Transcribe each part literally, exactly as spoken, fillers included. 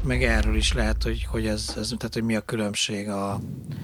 meg erről is lehet, hogy, hogy ez, ez, tehát hogy mi a különbség a,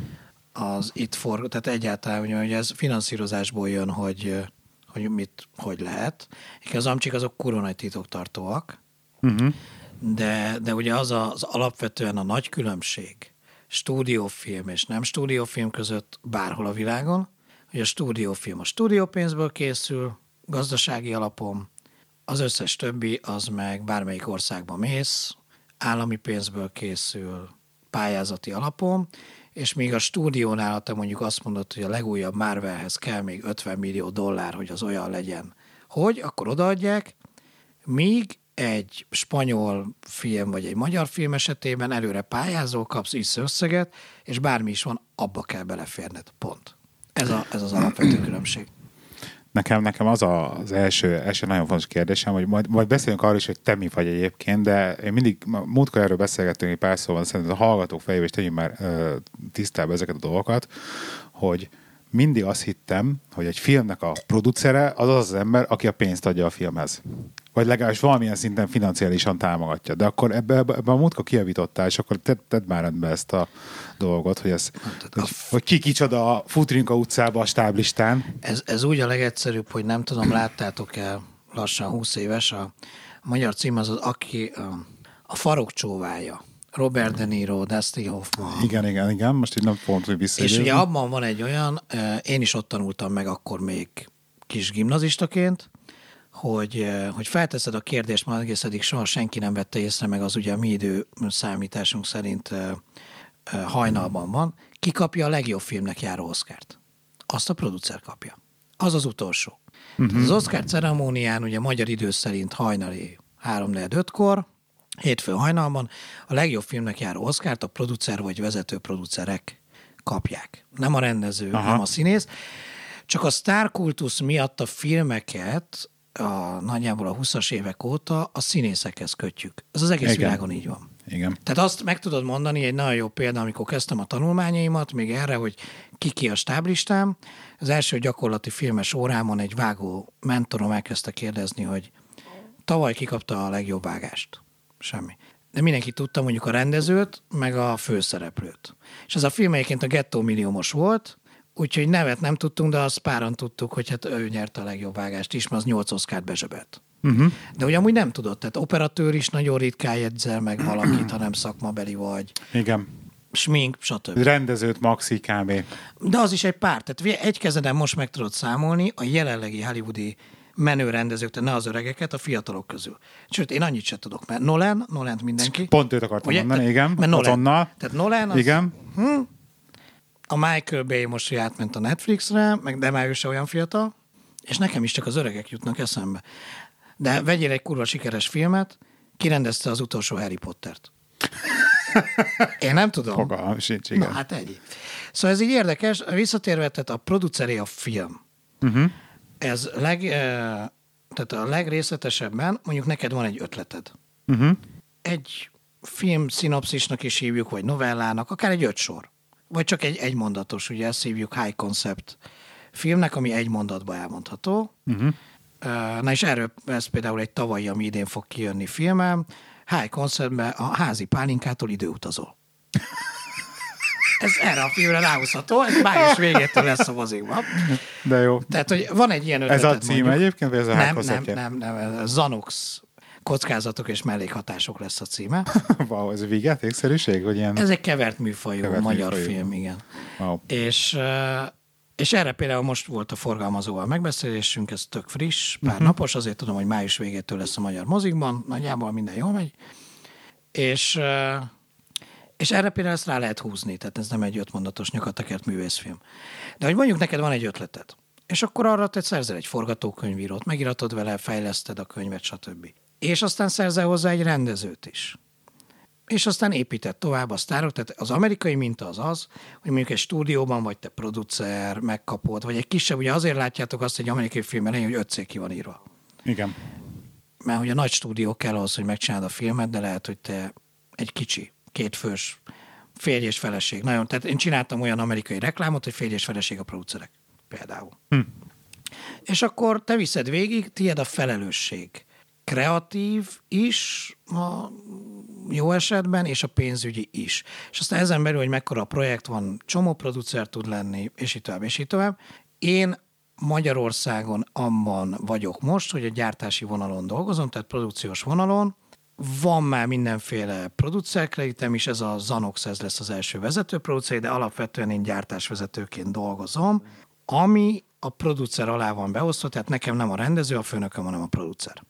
az itt for, tehát egyáltalán, hogy ez finanszírozásból jön, hogy, hogy mit, hogy lehet. Az amcsik azok kurva nagy titoktartóak, uh-huh. de, de ugye az az alapvetően a nagy különbség stúdiófilm és nem stúdiófilm között bárhol a világon, hogy a stúdiófilm a stúdiópénzből készül, gazdasági alapon, az összes többi az meg bármelyik országban mész, állami pénzből készül, pályázati alapon, és még a stúdiónál, te mondjuk azt mondod, hogy a legújabb Marvelhez kell még ötven millió dollár, hogy az olyan legyen. Hogy? Akkor odaadják, míg egy spanyol film vagy egy magyar film esetében előre pályázol, kapsz vissza összeget, és bármi is van, abba kell beleférned. Pont. Ez, a, ez az alapvető különbség. Nekem, nekem az a, az első, első nagyon fontos kérdésem, hogy majd, majd beszélünk arról is, hogy te mi vagy egyébként, de én mindig, múltkor erről beszélgettünk egy pár szóval, szerintem a hallgatók fejébe is tegyünk már uh, tisztába ezeket a dolgokat, hogy mindig azt hittem, hogy egy filmnek a producere az az az ember, aki a pénzt adja a filmhez. Vagy legalábbis valamilyen szinten financiálisan támogatja. De akkor ebbe, ebbe, ebbe a múltkor kijavítottál, és akkor tedd, tedd már rendbe ezt a dolgot, hogy, ez, hogy, hogy ki kicsoda a Futrinka utcába a stáblistán. Ez, ez úgy a legegyszerűbb, hogy nem tudom, láttátok-e lassan húsz éves, a, a magyar cím az az, aki a, a farok csóvája. Robert De Niro, Dustin Hoffman. Igen, igen, igen, most így nem pont, hogy visszaidőzni. És ugye abban van egy olyan, én is ott tanultam meg akkor még kis gimnazistaként, hogy, hogy felteszed a kérdést, már egész eddig soha senki nem vette észre, meg az ugye a mi idő számításunk szerint hajnalban van. Ki kapja a legjobb filmnek járó Oscart? Azt a producer kapja. Az az utolsó. Uh-huh. Az Oscar ceremónián ugye magyar idő szerint hajnali három negyven ötkor, hétfő hajnalban a legjobb filmnek járó Oscart a producer vagy vezető producerek kapják. Nem a rendező, Aha. nem a színész. Csak a sztárkultusz miatt a filmeket a, nagyjából a húszas évek óta a színészekhez kötjük. Ez az egész Igen. világon így van. Igen. Tehát azt meg tudod mondani, egy nagyon jó példa, amikor kezdtem a tanulmányaimat, még erre, hogy ki ki a stáblistám. Az első gyakorlati filmes órámon egy vágó mentorom elkezdte kérdezni, hogy tavaly kikapta a legjobb vágást. Semmi. De mindenki tudta mondjuk a rendezőt, meg a főszereplőt. És ez a film egyébként a Gettó milliómos volt, úgyhogy nevet nem tudtunk, de azt páran tudtuk, hogy hát ő nyerte a legjobb vágást is, mert az nyolc Oscart bezsebelt. Uh-huh. De ugye amúgy nem tudott, tehát operatőr is nagyon ritkán jegyzel meg valakit, ha nem szakmabeli vagy. Igen. Smink, stb. Rendezőt maxi kb. De az is egy pár. Tehát egy kezeden most meg tudod számolni a jelenlegi hollywoodi menő rendezők, ne az öregeket, a fiatalok közül. Sőt, én annyit sem tudok, mert Nolan, Nolant mindenki. Pont őt akartam ugye? mondani, igen. Mert Nolan. Tehát Nolan az, igen. Hm, a Michael Bay most átment a Netflixre, meg de már ő se olyan fiatal, és nekem is csak az öregek jutnak eszembe. De vegyél egy kurva sikeres filmet, kirendezte az utolsó Harry Pottert. Én nem tudom. Fogalmam sincs, igen. Na, hát egy. Szóval ez így érdekes, visszatérve, tehát a produceré a film. Uh-huh. Ez leg, tehát a legrészletesebben, mondjuk neked van egy ötleted. Uh-huh. Egy film szinopszisnak is hívjuk, vagy novellának, akár egy öt sor. Vagy csak egy egymondatos, ugye ezt hívjuk high concept filmnek, ami egy mondatba elmondható. Uh-huh. Na és erről ez például egy tavalyi, ami idén fog kijönni filmem, high conceptben a Házi pálinkától időutazol. Ez erre a filmre ráhúzható, ez május végétől lesz a mozikban. De jó. Tehát, hogy van egy ilyen ötletet. Ez a címe mondjuk. Egyébként, vagy ez a nem, nem, nem, nem, Zanox kockázatok és mellékhatások lesz a címe. Wow, ez vigyátékszerűség? Hogy ilyen... Ez egy kevert műfajú kevert magyar műfajú. film, igen. Wow. És, és erre például most volt a forgalmazóval megbeszélésünk, ez tök friss, pár uh-huh. napos, azért tudom, hogy május végétől lesz a magyar mozikban, nagyjából minden jól megy. És... És erre például ezt rá lehet húzni, tehát ez nem egy ötmondatos nyakatekert művészfilm. De hogy mondjuk neked van egy ötleted, és akkor arra te szerzel egy forgatókönyvírót, megiratod vele, fejleszted a könyvet, stb. És aztán szerzel hozzá egy rendezőt is. És aztán építed tovább a sztárok, tehát az amerikai minta az az, hogy mondjuk egy stúdióban vagy te producer, megkapod, vagy egy kisebb, ugye azért látjátok azt egy amerikai filmben, hogy öt cég ki van írva. Igen. Mert hogy a nagy stúdió kell ahhoz, hogy megcsináld a filmet, de lehet, hogy te egy kicsi, kétfős, férj és feleség. Nagyon, tehát én csináltam olyan amerikai reklámot, hogy férj és feleség a producerek. Például. Hm. És akkor te viszed végig, tiéd a felelősség. Kreatív is a jó esetben, és a pénzügyi is. És aztán ezen belül, hogy mekkora a projekt van, csomó producer tud lenni, és így tovább, és így tovább. Én Magyarországon abban vagyok most, hogy a gyártási vonalon dolgozom, tehát produkciós vonalon. Van már mindenféle producerkreditem is, ez a Zanox, ez lesz az első vezetőproducer, de alapvetően én gyártásvezetőként dolgozom, ami a producer alá van beosztva, tehát nekem nem a rendező, a főnököm, hanem a producer.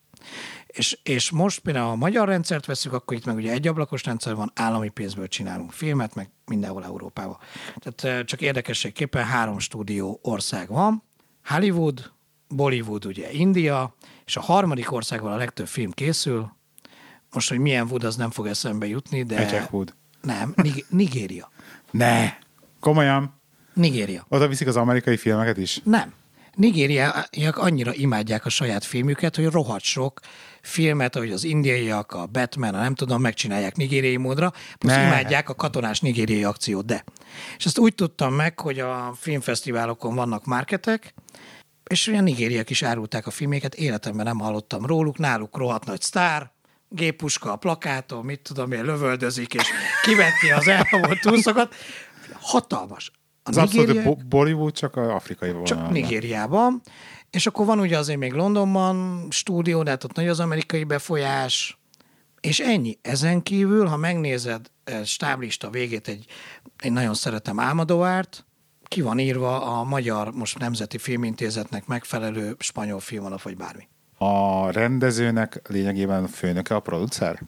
És, és most például a magyar rendszert veszük, akkor itt meg ugye egyablakos rendszer van, állami pénzből csinálunk filmet, meg mindenhol Európában. Tehát csak érdekességképpen három stúdió ország van, Hollywood, Bollywood, ugye India, és a harmadik országban a legtöbb film készül. Most, hogy milyen Wood, az nem fog eszembe jutni, de... Egyek Wood. Nem, Nig- Nigéria. Ne! Komolyan? Nigéria. Oda viszik az amerikai filmeket is? Nem. Nigériaiak annyira imádják a saját filmüket, hogy rohadt sok filmet, ahogy az indiaiak, a Batman, a nem tudom, megcsinálják nigériai módra, plusz ne. imádják a katonás nigériai akciót, de. És ezt úgy tudtam meg, hogy a filmfesztiválokon vannak marketek, és olyan nigériak is árulták a filméket, életemben nem hallottam róluk, náluk rohadt nagy sztár, géppuska a plakáton, mit tudom én, lövöldözik, és kiventi az elhavult túlszokat. Hatalmas. Az abszolút bo- Bollywood csak az afrikai vonal. Csak Nigériában. És akkor van ugye azért még Londonban stúdió, de hát ott nagy az amerikai befolyás, és ennyi. Ezen kívül, ha megnézed stáblista végét, egy, egy nagyon szeretem Almodovárt, ki van írva a magyar, most Nemzeti Filmintézetnek megfelelő spanyol filmalap, vagy bármi. A rendezőnek lényegében a főnöke a producer?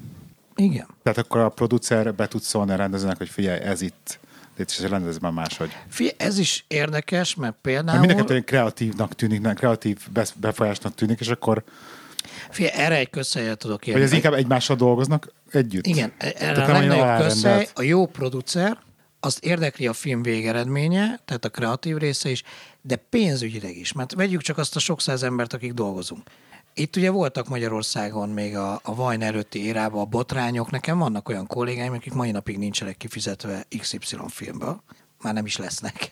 Igen. Tehát akkor a producer be tud szólni a rendezőnek, hogy figyelj, ez itt, és rendezz már máshogy. Figyelj, ez is érdekes, mert például... Mert mindenkettően kreatívnak tűnik, nem, kreatív befolyásnak tűnik, és akkor... Figyelj, erre egy közhelyet tudok érni. Vagy ez inkább egymással dolgoznak együtt? Igen, erre a legnagyobb közhely, a jó producer, azt érdekli a film végeredménye, tehát a kreatív része is, de pénzügyileg is. Mert vegyük csak azt a sok száz embert, akik dolgozunk. Itt ugye voltak Magyarországon még a, a Vajna előtti érában a botrányok. Nekem vannak olyan kollégáim, akik mai napig nincsenek kifizetve iksz ipszilon filmből. Már nem is lesznek.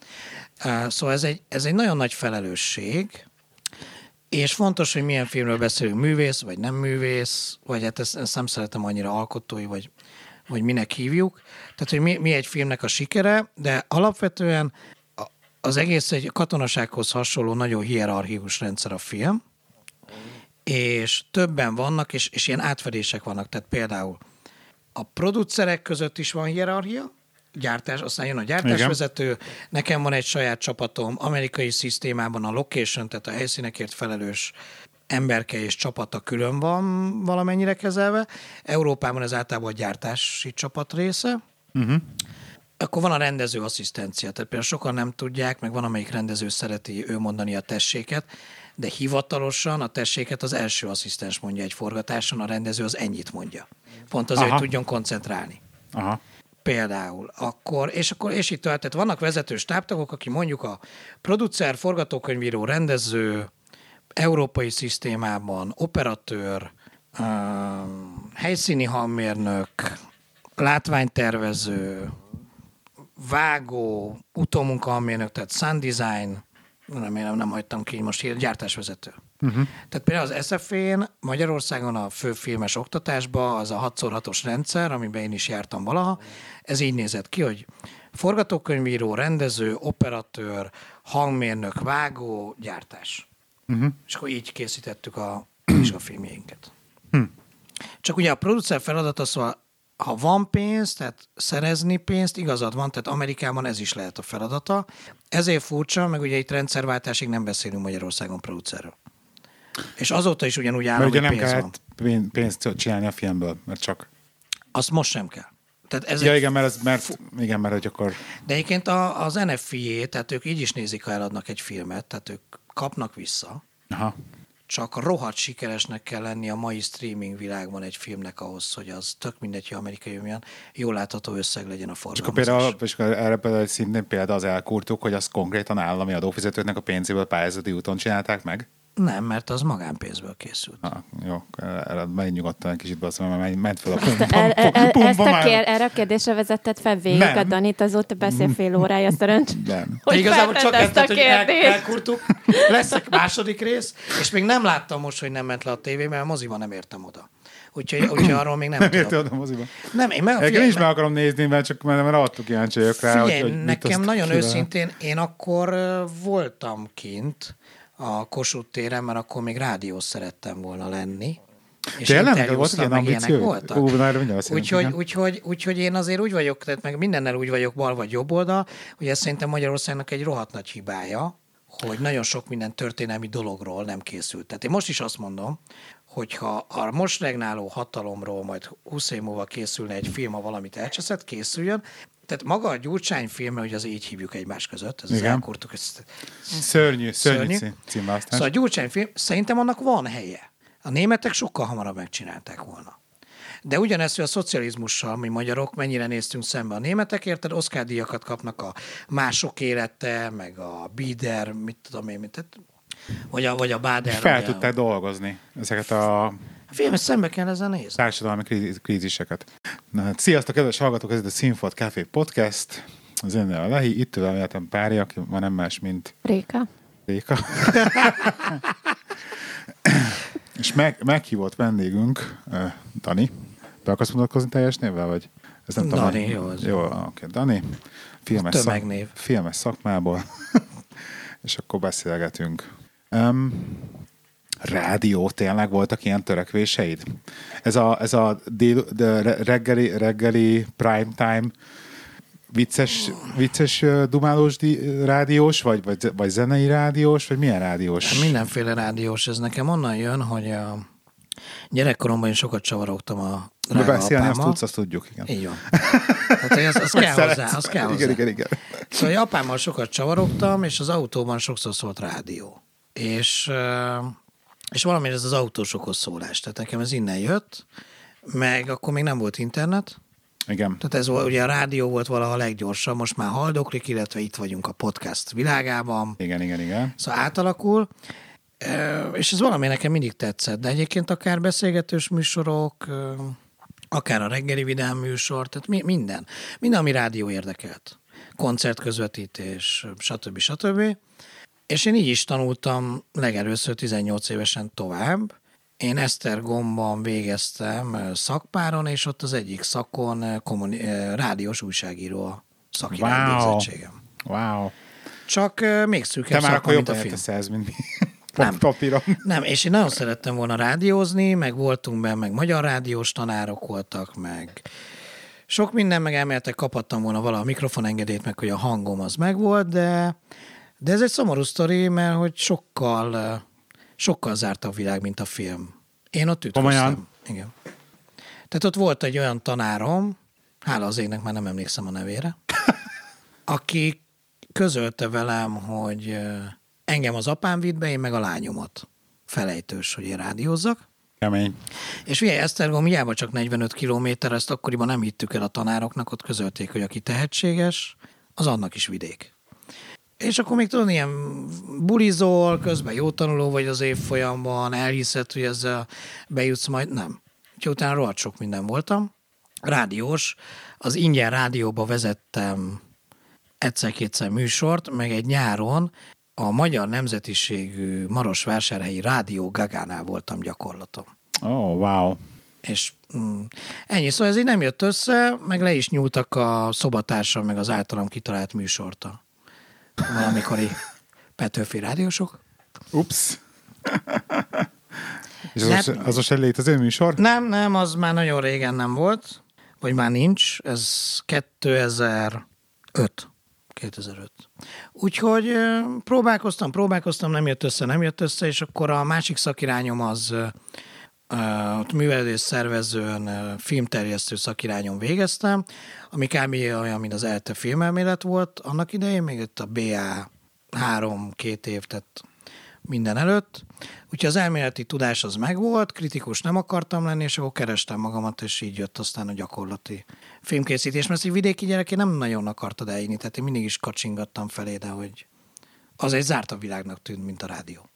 Uh, szóval ez egy, ez egy nagyon nagy felelősség, és fontos, hogy milyen filmről beszélünk, művész, vagy nem művész, vagy hát ezt, ezt nem szeretem annyira alkotói, vagy, vagy minek hívjuk. Tehát, hogy mi, mi egy filmnek a sikere, de alapvetően az egész egy katonasághoz hasonló nagyon hierarchikus rendszer a film, és többen vannak, és, és ilyen átfedések vannak. Tehát például a producerek között is van hierarchia, gyártás, aztán jön a gyártásvezető, igen. Nekem van egy saját csapatom, amerikai szisztémában a location, tehát a helyszínekért felelős emberke és csapata külön van valamennyire kezelve. Európában ez általában a gyártási csapat része. Uh-huh. Akkor van a rendező asszisztencia, tehát például sokan nem tudják, meg van, amelyik rendező szereti ő mondani a tesséket, de hivatalosan a tesséket az első asszisztens mondja egy forgatáson, a rendező az ennyit mondja. Pont azért, hogy tudjon koncentrálni. Aha. Például. Akkor, és akkor, és itt tehát vannak vezető stábtagok, aki mondjuk a producer, forgatókönyvíró, rendező, európai szisztémában, operatőr, um, helyszíni hangmérnök, látványtervező, vágó, utómunkahangmérnök, tehát sound design, remélem nem hagytam ki, most hier, gyártásvezető. Uh-huh. Tehát például az es ef én Magyarországon a főfilmes oktatásban az a hat szor hatos rendszer, amiben én is jártam valaha, ez így nézett ki, hogy forgatókönyvíró, rendező, operatőr, hangmérnök, vágó, gyártás. Uh-huh. És akkor így készítettük a vizsgafilmjeinket. Uh-huh. Csak ugye a producer feladata, szóval ha van pénz, tehát szerezni pénzt, igazad van, tehát Amerikában ez is lehet a feladata. Ezért furcsa, meg ugye itt rendszerváltásig nem beszélünk Magyarországon producerről. És azóta is ugyanúgy állami pénz van. Mert ugye nem kellett pénzt csinálni a filmből, mert csak... Azt most sem kell. Tehát ez ja, igen, mert, ez, mert, igen, mert hogy akkor... De egyébként a, az en ef i á, tehát ők így is nézik, ha eladnak egy filmet, tehát ők kapnak vissza. Aha. Csak rohadt sikeresnek kell lenni a mai streaming világban egy filmnek ahhoz, hogy az tök mindegy, hogy amerikai milyen jól látható összeg legyen a forgalmazás. Csak például, és erre például szintén példa az elkurtuk, hogy azt konkrétan állami adófizetőknek a pénzéből pályázati úton csinálták meg? Nem, mert az magánpénzből készült. Ah, jó, erre menj nyugodtan egy kicsit basszom, mert ment fel a Ezt, el, el, ezt a kér, erre a kérdésre vezetted fel végig nem. a Danit, azóta beszél fél órája szerencs. Nem. Hogy igazából csak ezt a kérdést. El, elkurtuk. Lesz egy második rész, és még nem láttam most, hogy nem ment le a tévé, mert a moziban nem értem oda. Úgyhogy, úgyhogy arról még nem, nem tudom. Nem érted oda a moziban? Nem, én meg... Én is meg akarom nézni, mert csak mert, mert adtuk kíváncsi vagyok rá. Figyelj, hogy, hogy nekem nagyon kivel. őszintén, én akkor uh, voltam kint a Kossuth téren, mert akkor még rádiós szerettem volna lenni. És tényleg? Voltak ilyen ambíciók? voltak. Ú, na, erről mindjárt úgyhogy, úgyhogy, úgyhogy én azért úgy vagyok, tehát meg mindennel úgy vagyok bal vagy jobb oldal, hogy ez szerintem Magyarországnak egy rohadt nagy hibája, hogy nagyon sok minden történelmi dologról nem készült. Tehát én most is azt mondom, hogyha a most regnáló hatalomról majd húsz év múlva készülne egy film, ha valamit elcseszett, készüljön. Tehát maga a Gyurcsány filmje, hogy az így hívjuk egymás között, ez az elkurtuk. Ezt... Szörnyű, szörnyű, szörnyű címválasztás. Szóval a Gyurcsány film, szerintem annak van helye. A németek sokkal hamarabb megcsinálták volna. De ugyanezt, hogy a szocializmussal mi magyarok mennyire néztünk szembe a németek, érted? Oscar-díjakat kapnak a Mások élete, meg a Bieder, mit tudom én, mit, vagy a, vagy a Báder. Fel tudták dolgozni ezeket a... Film, szembe kell ezzel nézni. Társadalmi kríziseket. Na, hát, sziasztok, kedves hallgatók, ez itt a Színfolt Café Podcast. Az én a Lehi, itt ül a párja, aki ma nem más, mint... Réka. Réka. És meg, meghívott vendégünk, uh, Dani. Be akarsz mutatkozni teljes névvel, vagy? Ez nem Dani, tudom, jó. Az jó, oké, okay. Dani. Filmes, szak, filmes szakmából. És akkor beszélgetünk. Um, rádió, tényleg voltak ilyen törekvéseid? Ez a, ez a dél, de reggeli, reggeli prime time vicces, vicces dumálós rádiós, vagy, vagy, vagy zenei rádiós, vagy milyen rádiós? Mindenféle rádiós. Ez nekem onnan jön, hogy a gyerekkoromban én sokat csavarogtam a drága beszélni, apámmal. Azt tudsz, azt tudjuk, igen. Így van. Tehát az, az kell hozzá, az kell hozzá. Igen, igen, igen. Szóval apámmal sokat csavarogtam, és az autóban sokszor szólt rádió. És, és valamiért ez az autósokhoz szólás. Tehát nekem ez innen jött, meg akkor még nem volt internet. Igen. Tehát ez ugye a rádió volt valaha a leggyorsabb, most már haldoklik, illetve itt vagyunk a podcast világában. Igen, igen, igen. Szóval átalakul, és ez valami nekem mindig tetszett, de egyébként akár beszélgetős műsorok, akár a reggeli vidám műsor, tehát minden. Minden, ami rádió érdekelt. Koncertközvetítés, stb. stb. És én így is tanultam legelőször tizennyolc évesen tovább. Én Esztergomban végeztem szakpáron, és ott az egyik szakon kommuni- rádiós újságíró a szakirányvégzettségem. Wow. Csak még szűkebb szakma, szakma, mint a film. Te már akkor jobban mint mi. Nem. Papíron. Nem, és én nagyon szerettem volna rádiózni, meg voltunk benne, meg magyar rádiós tanárok voltak, meg sok minden, meg elméletek kaphattam volna vala a mikrofonengedélyt, meg hogy a hangom az megvolt, de, de ez egy szomorú sztori, mert hogy sokkal, sokkal zárt a világ, mint a film. Én ott ütköztem. Igen. Tehát ott volt egy olyan tanárom, hála az égnek, már nem emlékszem a nevére, aki közölte velem, hogy engem az apám vitt be, én meg a lányomat. Felejtős, hogy én rádiózzak. Kemény. És figyelj, Esztergom hiába csak negyvenöt kilométer, ezt akkoriban nem hittük el a tanároknak, ott közölték, hogy aki tehetséges, az annak is vidék. És akkor még tudod, ilyen bulizol, közben jó tanuló vagy az évfolyamban, elhiszed, hogy ezzel bejutsz majd, nem. Úgyhogy utána rohadt sok minden voltam. Rádiós, az ingyen rádióba vezettem egyszer-kétszer műsort, meg egy nyáron a magyar nemzetiségű Marosvásárhelyi Rádió Gagánál voltam gyakorlatom. Oh, wow. És mm, ennyi, szóval ez így nem jött össze, meg le is nyúltak a szobatársam, meg az általam kitalált műsort a valamikori Petőfi rádiósok. Ups. És az, nem, az most létező műsor? Nem, nem, az már nagyon régen nem volt, vagy már nincs, ez kétezer-öt. kétezer-öt. Úgyhogy próbálkoztam, próbálkoztam, nem jött össze, nem jött össze, és akkor a másik szakirányom az ott művelődés szervezőn, filmterjesztő szakirányon végeztem, ami kb. Olyan, mint az ELTE filmelmélet volt annak idején, még itt a bé á három-két év, tehát minden előtt. Úgyhogy az elméleti tudás az megvolt, kritikus nem akartam lenni, és akkor kerestem magamat, és így jött aztán a gyakorlati filmkészítés. Mert egy vidéki gyerek én nem nagyon akartad eljönni, tehát én mindig is kacsingattam felé, de hogy az egy zártabb világnak tűnt, mint a rádió.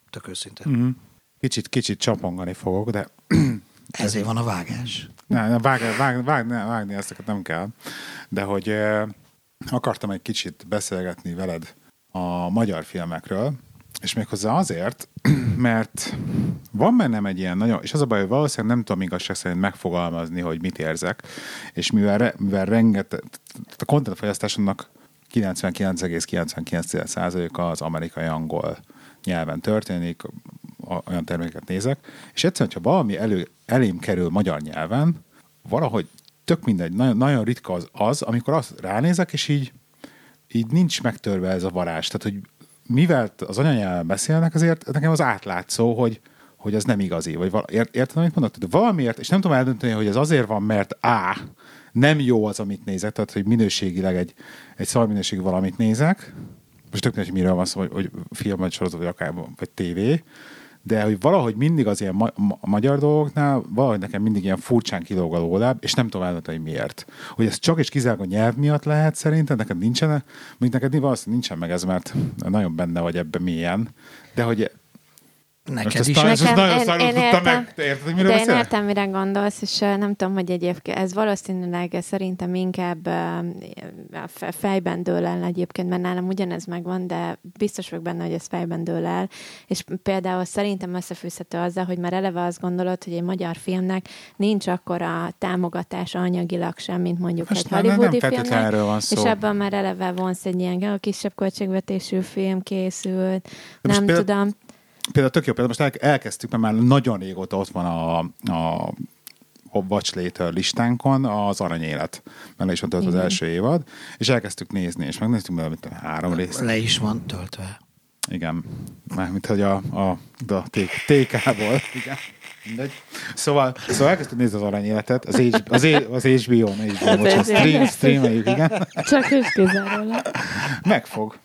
tök őszintén. Mm-hmm. Kicsit, kicsit csapongani fogok, de... Ezért van a vágás. Ne, ne, vág, vág, vág, ne, vágni ezeket nem kell. De hogy eh, akartam egy kicsit beszélgetni veled a magyar filmekről, és méghozzá azért, mert van bennem egy ilyen nagyon, és az a baj, hogy valószínűleg nem tudom igazság szerint megfogalmazni, hogy mit érzek, és mivel, mivel rengeteg, a contentfogyasztásomnak kilencvenkilenc egész kilencvenkilenc százaléka az amerikai angol nyelven történik, olyan termékeket nézek, és egyszerűen, ha valami elő, elém kerül magyar nyelven, valahogy tök mindegy, nagyon, nagyon ritka az, az, amikor azt ránézek, és így, így nincs megtörve ez a varázs. Tehát, hogy mivel az anyanyelven beszélnek, azért nekem az átlátszó, hogy, hogy az nem igazi. Vagy val- ért, érted, amit mondok? De valamiért, és nem tudom eldönteni, hogy ez azért van, mert A, nem jó az, amit nézek, tehát, hogy minőségileg egy, egy szarminőségű valamit nézek, most tök hogy miről van szó, hogy, hogy film, vagy sorozat, vagy akár, vagy tévé, de hogy valahogy mindig az ilyen ma- ma- magyar dolgoknál valahogy nekem mindig ilyen furcsán kilóg a lóláb, és nem tudom eldönteni, hogy miért. Hogy ez csak és kizárólag a nyelv miatt lehet szerintem, neked nincsen, mint neked valószínűleg nincsen meg ez, mert nagyon benne vagy ebben mélyen, de hogy neked is. Nekem, nagyon én, én értem, meg, érted, de én értem, mire gondolsz, és nem tudom, hogy egyébként ez valószínűleg szerintem inkább a fejben dől el egyébként, mert nálam ugyanez megvan, de biztos vagyok benne, hogy ez fejben dől el, és például szerintem összefűzhető azzal, hogy már eleve azt gondolod, hogy egy magyar filmnek nincs akkora támogatása anyagilag sem, mint mondjuk most egy hollywoodi filmnek, és abban már eleve vonsz egy ilyen a kisebb költségvetésű film készült, de nem tudom. Például, Például tök jó, például most el, elkezdtük, mert már nagyon régóta ott van a, a, a Watch Later listánkon az Aranyélet, mert le is van töltve az első évad, és elkezdtük nézni, és megnéztük belőle, mint három részt. Le is van töltve. Igen, mármint hogy a, a, a té ká-ból, igen. Mindegy. Szóval, szóval elkezdtük nézni az Aranyéletet, az, H, az, az há bé ó-n, há bé ó, bocsánat, stream, streameljük, igen. Csak is kizárólag. Megfog.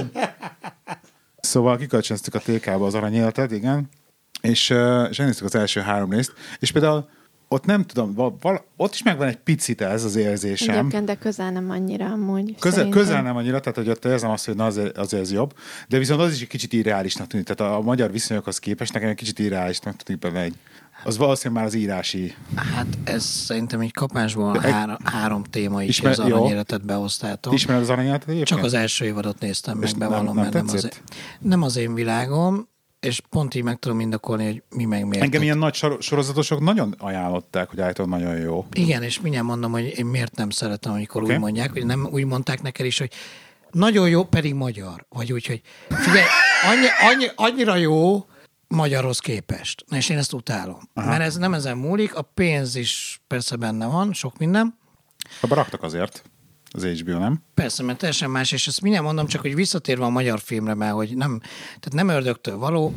Szóval kikölcsönöztük a té ká-ba az Aranyéletet, igen, és, és elnéztük az első három részt, és például ott nem tudom, val, ott is megvan egy picit ez az érzésem. Egyébként, de közel nem annyira amúgy. Közel, közel nem annyira, tehát hogy ott érzem azt, hogy na azért, azért ez jobb, de viszont az is egy kicsit irreálisnak tűnik, tehát a, a magyar viszonyokhoz képest nekem egy kicsit irreálisnak tűnik benne egy. Az valószínűleg már az írási... Hát ez szerintem egy kapásból egy... három, három téma is, Ismer... az Aranyéletet beosztátok. Ismered az Aranyéletet egyébként? Csak az első évadot néztem meg, bevallom, nem, nem, mert nem az, nem az én világom, és pont így meg tudom indokolni, hogy mi meg miért. Engem ilyen nagy sorozatosok nagyon ajánlották, hogy állítólag nagyon jó. Igen, és mindjárt mondom, hogy én miért nem szeretem, amikor okay. úgy mondják, hogy nem úgy mondták neked is, hogy nagyon jó, pedig magyar. Vagy úgy, hogy figyelj, annyi, annyi, annyira jó, magyarhoz képest. Na, és én ezt utálom. Aha. Mert ez nem ezen múlik, a pénz is persze benne van, sok minden. Abba raktak azért az há bé ó, nem? Persze, mert teljesen más, és ezt mindjárt mondom, csak hogy visszatérve a magyar filmre, mert hogy nem, tehát nem ördögtől való.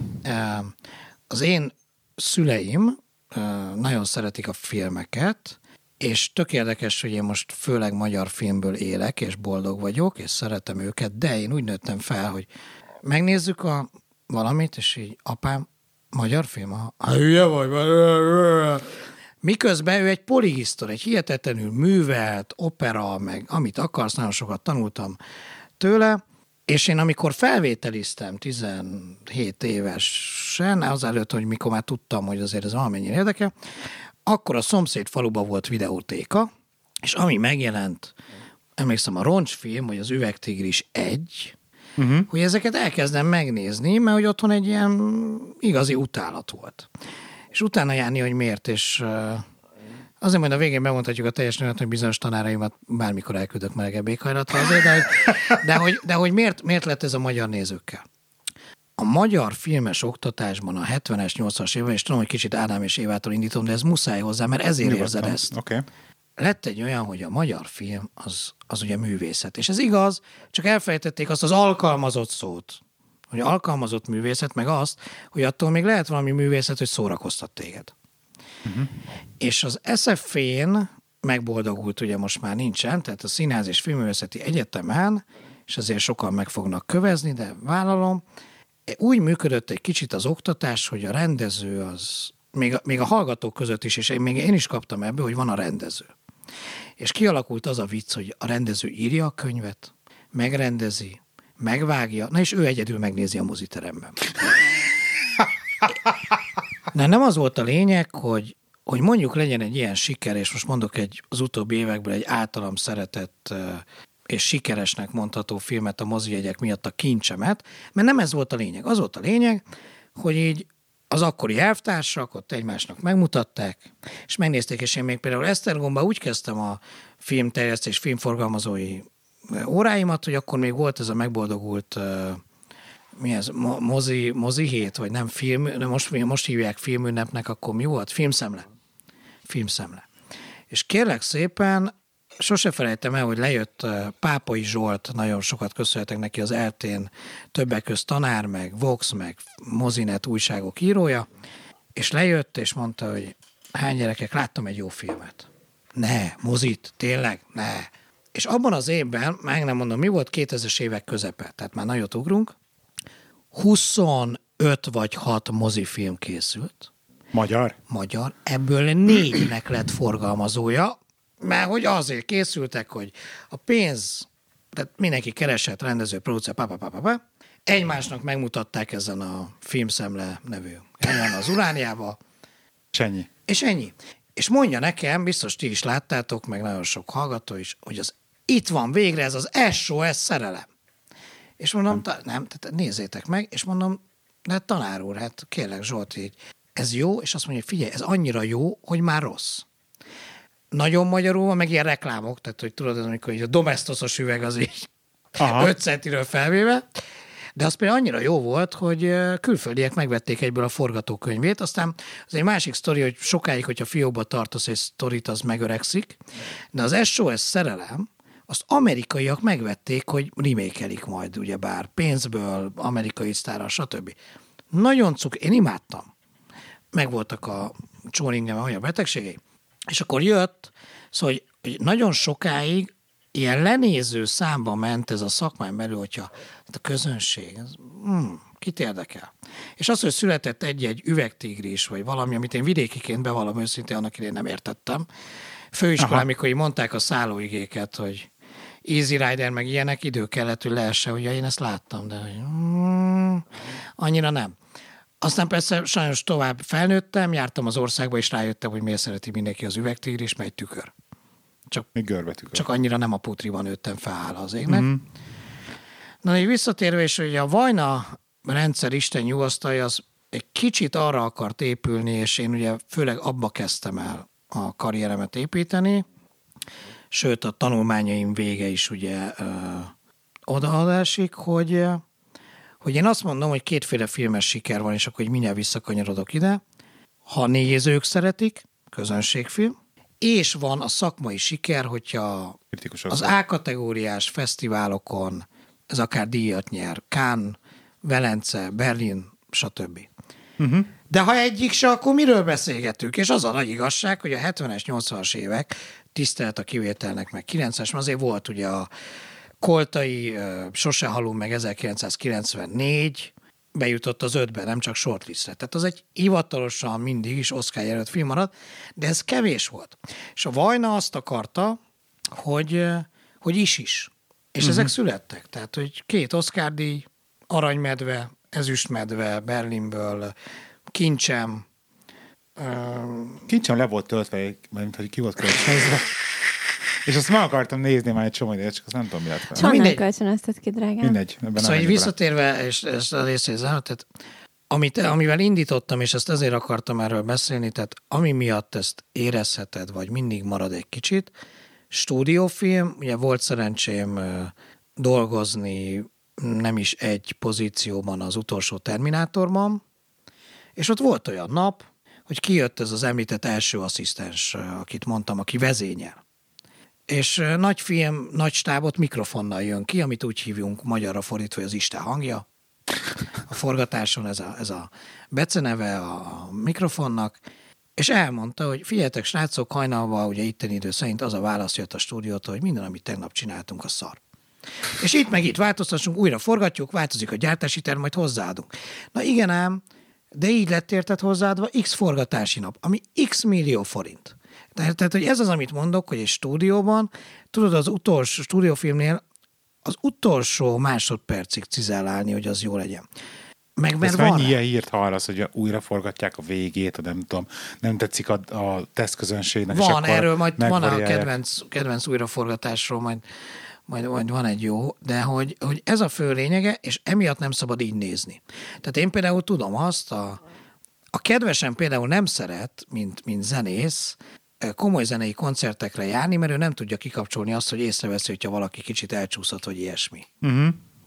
Az én szüleim nagyon szeretik a filmeket, és tök érdekes, hogy én most főleg magyar filmből élek, és boldog vagyok, és szeretem őket, de én úgy nőttem fel, hogy megnézzük a valamit, és így, apám, magyar film? Ha hülye vagy? Miközben ő egy polihisztor, egy hihetetlenül művelt opera, meg amit akarsz, nagyon sokat tanultam tőle, és én amikor felvételiztem tizenhét évesen, azelőtt, hogy mikor már tudtam, hogy azért ez valamennyire érdekel, akkor a szomszéd faluban volt videótéka, és ami megjelent, emlékszem, a Roncsfilm, vagy az Üvegtigris egy, Uh-huh. hogy ezeket elkezdem megnézni, mert hogy otthon egy ilyen igazi utálat volt. És utána járni, hogy miért, és uh, azért majd a végén bemondhatjuk a teljes nőt, hogy bizonyos tanáraimat bármikor elküldök melegebb éghajlatra azért, de, de, hogy, de hogy miért, miért lett ez a magyar nézőkkel? A magyar filmes oktatásban a hetvenes, nyolcvanas évben, és tudom, hogy kicsit Ádám és Évától indítom, de ez muszáj hozzá, mert ezért érzed ezt. Okay. Lett egy olyan, hogy a magyar film az, az ugye művészet. És ez igaz, csak elfelejtették azt az alkalmazott szót, hogy alkalmazott művészet, meg azt, hogy attól még lehet valami művészet, hogy szórakoztat téged. Uh-huh. És az es ef é-n megboldogult, ugye most már nincsen, tehát a Színház és Filmművészeti Egyetemen, és azért sokan meg fognak kövezni, de vállalom, úgy működött egy kicsit az oktatás, hogy a rendező az, még a, még a hallgatók között is, és én, még én is kaptam ebből, hogy van a rendező. És kialakult az a vicc, hogy a rendező írja a könyvet, megrendezi, megvágja, na és ő egyedül megnézi a moziteremben. De nem az volt a lényeg, hogy, hogy mondjuk legyen egy ilyen siker, és most mondok egy, az utóbbi években egy általam szeretett és sikeresnek mondható filmet a mozijegyek miatt, a Kincsemet, mert nem ez volt a lényeg. Az volt a lényeg, hogy így az akkori elvtársak ott egymásnak megmutatták, és megnézték, és én még például Esztergomban úgy kezdtem a filmterjesztés, filmforgalmazói óráimat, hogy akkor még volt ez a megboldogult mi ez, mozi, mozi hét, vagy nem film, de most, most hívják filmünnepnek, akkor mi volt? Filmszemle. Filmszemle. És kérlek szépen, sose felejtem el, hogy lejött Pápai Zsolt, nagyon sokat köszönhetek neki, az er té-n többek közt tanár, meg Vox, meg Mozinet újságok írója, és lejött, és mondta, hogy hány gyerekek, láttam egy jó filmet. Ne, mozit, tényleg, ne. És abban az évben, meg nem mondom, mi volt, kétezres évek közepe, tehát már nagyot ugrunk, huszonöt vagy hat mozifilm készült. Magyar? Magyar. Ebből négynek lett forgalmazója, mert hogy azért készültek, hogy a pénz, tehát mindenki keresett, rendező, producer, papapapapa, egymásnak megmutatták ezen a Filmszemle nevű helyen az Urániába. És ennyi. És ennyi. És mondja nekem, biztos ti is láttátok, meg nagyon sok hallgató is, hogy az itt van végre ez az es o es szerelem. És mondom, nem, ta, nem tehát nézzétek meg, és mondom, de tanár úr, hát kérlek Zsolt, így, ez jó, és azt mondja, figyelj, ez annyira jó, hogy már rossz. Nagyon magyarul van, meg ilyen reklámok, tehát hogy tudod, amikor így a Domestos-os üveg az így Aha. öt centiről felvéve, de az például annyira jó volt, hogy külföldiek megvették egyből a forgatókönyvét, aztán az egy másik sztori, hogy sokáig, hogyha fiókba tartasz egy sztorit, az megöregszik, de az es o es szerelem, azt amerikaiak megvették, hogy remake-elik majd, ugyebár pénzből, amerikai sztárral, stb. Nagyon cuk, én imádtam. Megvoltak a csóringem, hogy a betegségei. És akkor jött, szóval, hogy, hogy nagyon sokáig ilyen lenéző számba ment ez a szakmán belül, hogyha a közönség, ez, hmm, kit érdekel. És az, hogy született egy-egy üvegtigris, vagy valami, amit én vidékiként bevallom őszintén, annak idején nem értettem. Főiskolán, amikor mondták a szállóigéket, hogy Easy Rider, meg ilyenek, idő kellett, hogy leesse, hogy ja, én ezt láttam, de hogy, hmm, annyira nem. Aztán persze sajnos tovább felnőttem, jártam az országba, és rájöttem, hogy miért szereti mindenki az üvegtigris, mert egy tükör. Csak, görbetükör. Csak annyira nem a putriban nőttem fel az égnek. Mm-hmm. Na, így visszatérve, és hogy a Vajna rendszer Isten nyugasztalja, az egy kicsit arra akart épülni, és én ugye főleg abba kezdtem el a karrieremet építeni, sőt a tanulmányaim vége is ugye ö, odaadásig, hogy, hogy én azt mondom, hogy kétféle filmes siker van, és akkor így mindjárt visszakanyarodok ide. Ha nézők szeretik, közönségfilm, és van a szakmai siker, hogyha az A-kategóriás fesztiválokon ez akár díjat nyer, Cannes, Velence, Berlin, stb. Uh-huh. De ha egyik se, akkor miről beszélgetünk? És az a nagy igazság, hogy a hetvenes, nyolcvanas évek, tisztelet a kivételnek, meg kilencvenes, azért volt ugye a Koltai, Sose halunk meg ezerkilencszázkilencvennégy, bejutott az ötbe, nem csak shortlistre. Tehát az egy hivatalosan mindig is Oscar jelölt film maradt, de ez kevés volt. És a Vajna azt akarta, hogy, hogy is-is. És uh-huh. ezek születtek. Tehát, hogy két Oscar-díj, Aranymedve, Ezüstmedve, Berlinből, Kincsem. Um... Kincsem le volt töltve, mint hogy ki volt kölcsönözve. És azt meg akartam nézni már egy csomó ideje, csak azt nem tudom, mi lett fel. Csonnan kölcsönözted ki, drágám. Mindegy. Szóval így visszatérve, és ezt a részét tehát amit, amivel indítottam, és ezt ezért akartam erről beszélni, tehát ami miatt ezt érezheted, vagy mindig marad egy kicsit, stúdiófilm, ugye volt szerencsém dolgozni nem is egy pozícióban az utolsó Terminátorban, és ott volt olyan nap, hogy kijött ez az említett első asszisztens, akit mondtam, aki vezényel. És nagy film, nagy stábot mikrofonnal jön ki, amit úgy hívjunk magyarra fordítva, hogy az Isten hangja. A forgatáson ez a, ez a beceneve a mikrofonnak, és elmondta, hogy figyeljetek, srácok, hajnalban, ugye itteni idő szerint az a válasz jött a stúdiótól, hogy minden, amit tegnap csináltunk, a szar. És itt meg itt változtassunk, újra forgatjuk, változik a gyártási terv, majd hozzáadunk. Na igen ám, de így lett érted hozzáadva X forgatási nap, ami X millió forint. Tehát, tehát, hogy ez az, amit mondok, hogy egy stúdióban, tudod, az utolsó stúdiófilmnél az utolsó másodpercig cizellálni, hogy az jó legyen. Meg mert van van ilyen hírt hallasz, hogy újra forgatják a végét, nem tudom, nem tetszik a, a tesztközönségnek. Van, erről majd van a kedvenc, kedvenc újraforgatásról, majd, majd, majd van egy jó, de hogy, hogy ez a fő lényege, és emiatt nem szabad így nézni. Tehát én például tudom azt, a, a kedvesem például nem szeret, mint, mint zenész, komoly zenei koncertekre járni, mert ő nem tudja kikapcsolni azt, hogy észreveszi, hogyha valaki kicsit elcsúszott, vagy ilyesmi. Uh-huh.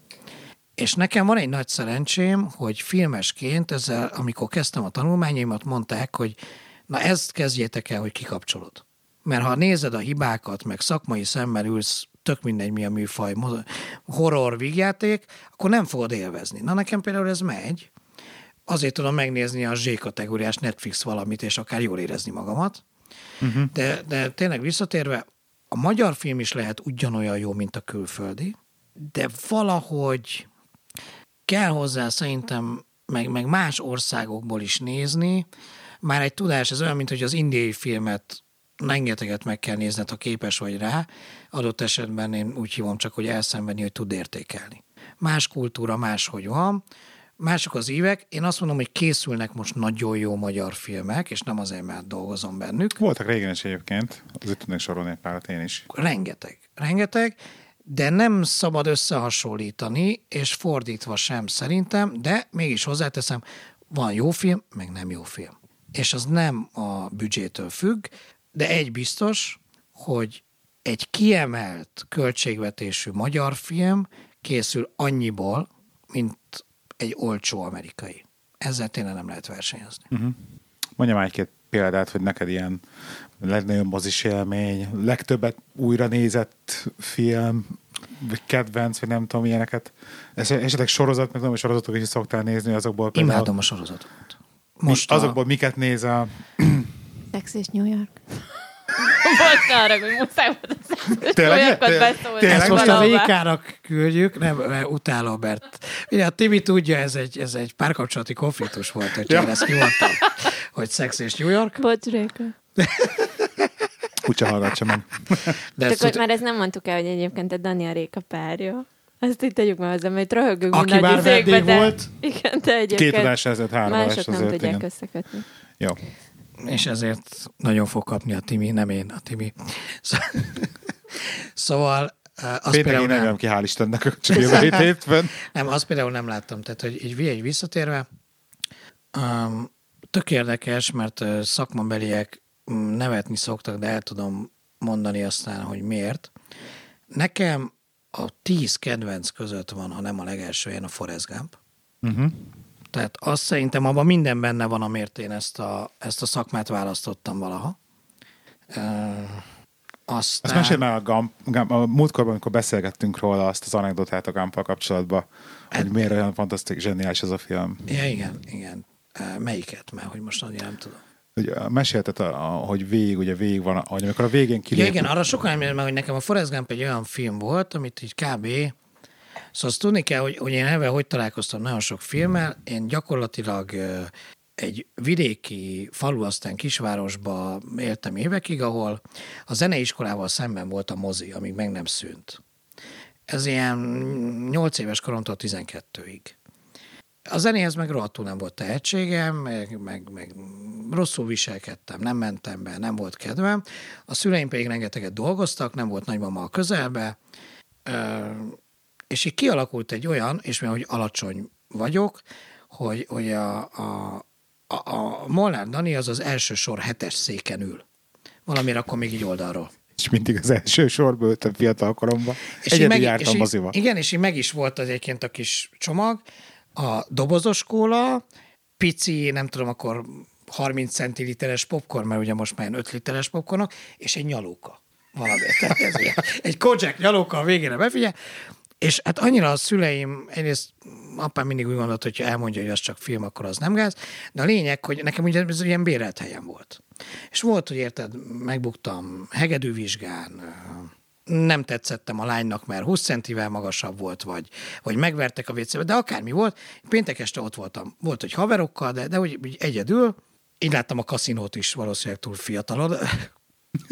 És nekem van egy nagy szerencsém, hogy filmesként ezzel, amikor kezdtem a tanulmányaimat, mondták, hogy na ezt kezdjétek el, hogy kikapcsolod. Mert ha nézed a hibákat, meg szakmai szemmel ülsz, tök mindegy mi a műfaj, horror, vígjáték, akkor nem fogod élvezni. Na nekem például ez megy, azért tudom megnézni a Z-kategóriás Netflix valamit, és akár jól érezni magamat. Uh-huh. De, de tényleg visszatérve, a magyar film is lehet ugyanolyan jó, mint a külföldi, de valahogy kell hozzá szerintem, meg, meg más országokból is nézni, már egy tudás, ez olyan, mint hogy az indiai filmet rengeteget meg kell nézned, ha képes vagy rá, adott esetben én úgy hívom csak, hogy elszenvedni, hogy tud értékelni. Más kultúra, máshogy van, mások az évek. Én azt mondom, hogy készülnek most nagyon jó magyar filmek, és nem azért, mert dolgozom bennük. Voltak régen is egyébként, azért tudnék sorolni egy párat én is. Rengeteg, rengeteg, de nem szabad összehasonlítani, és fordítva sem szerintem, de mégis hozzáteszem, van jó film, meg nem jó film. És az nem a büdzsétől függ, de egy biztos, hogy egy kiemelt költségvetésű magyar film készül annyiból, mint egy olcsó amerikai. Ezzel tényleg nem lehet versenyezni. Uh-huh. Mondjam már egy-két példát, hogy neked ilyen legnagyobb mozis élmény, legtöbbet újra nézett film, vagy kedvenc, vagy nem tudom, ilyeneket. Esetleg sorozat, meg tudom, hogy sorozatok is szoktál nézni, azokból például... Imádom a sorozatokat. Most mi, azokból a... miket néz a... Sex és New York. Volt arra, hogy muszáj volt a Sex és New Yorkot beszólni. Ezt most a vé ká-nak küldjük, nem, mert utálom, mert ugye a Tibi tudja, ez egy, ez egy párkapcsolati konfliktus volt, hogy ja. Én ezt kimondtam, hogy Sex és New York. Bocs, Réka. Úgyse hallgatsa meg. De Csak hogy már ezt nem mondtuk el, hogy egyébként a Dani a Réka párja. Azt itt tegyük már hozzá, mert röhögünk Aki már vendég de... volt. Igen, de egyébként két tudás ezért, három mások nem tudják igen. összekötni. Jó. És ezért nagyon fog kapni a Timi, nem én, a Timi. Szóval... Azt Péntek én nem ki, hál' Istennek, csak jövő hétben. Nem, azt például nem láttam. Tehát, hogy így, így visszatérve, um, tök érdekes, mert szakmabeliek nevetni szoktak, de el tudom mondani aztán, hogy miért. Nekem a tíz kedvenc között van, ha nem a legelső ilyen a Forrest Gump. Uh-huh. Tehát azt szerintem abban minden benne van, amiért én ezt a, ezt a szakmát választottam valaha. Uh, aztán... Azt mesélj már a Gump, Gump, a múltkorban, amikor beszélgettünk róla azt az anekdotát a Gump-al kapcsolatban, hogy miért olyan fantasztikus, zseniális ez a film. Ja, igen, igen. Uh, melyiket? Mert hogy most annyira nem tudom. Hogy mesélted, a, a, hogy végig, ugye végig van, hogy amikor a végén kilép... Ja, igen, arra sokan emlékszem, hogy nekem a Forrest Gump egy olyan film volt, amit így kb. Szóval azt tudni kell, hogy, hogy én ebben hogy találkoztam nagyon sok filmmel. Én gyakorlatilag egy vidéki falu, aztán kisvárosba éltem évekig, ahol a zeneiskolával szemben volt a mozi, amíg meg nem szűnt. Ez ilyen nyolc éves koromtól tizenkettőig. A zenéhez meg rohadtul nem volt tehetségem, meg, meg, meg rosszul viselkedtem, nem mentem be, nem volt kedvem. A szüleim pedig rengeteget dolgoztak, nem volt nagymama a közelbe, és így kialakult egy olyan, és mert hogy alacsony vagyok, hogy, hogy a, a, a, a Molnár Dani az az első sor hetes széken ül. Valamire akkor még így oldalról. És mindig az első sorból ültem fiatal koromban. Egyedül jártam moziba. Igen, és így meg is volt az egyébként a kis csomag, a dobozos kóla, pici, nem tudom, akkor harminc centiliteres popcorn, mert ugye most már öt literes popcornok, és egy nyalóka. Valami. Egy Kojak nyalóka a végére befigyel, és hát annyira a szüleim, egyrészt apám mindig úgy gondolt, hogy ha elmondja, hogy az csak film, akkor az nem gáz, de a lényeg, hogy nekem ugye ez ilyen bérelt helyem volt. És volt, hogy érted, megbuktam hegedűvizsgán, nem tetszettem a lánynak, mert húsz centivel magasabb volt, vagy, vagy megvertek a vécébe, de akármi volt. Péntek este ott voltam. Volt, hogy haverokkal, de, de úgy, úgy egyedül. Így láttam a kaszinót is, valószínűleg túl fiatalod.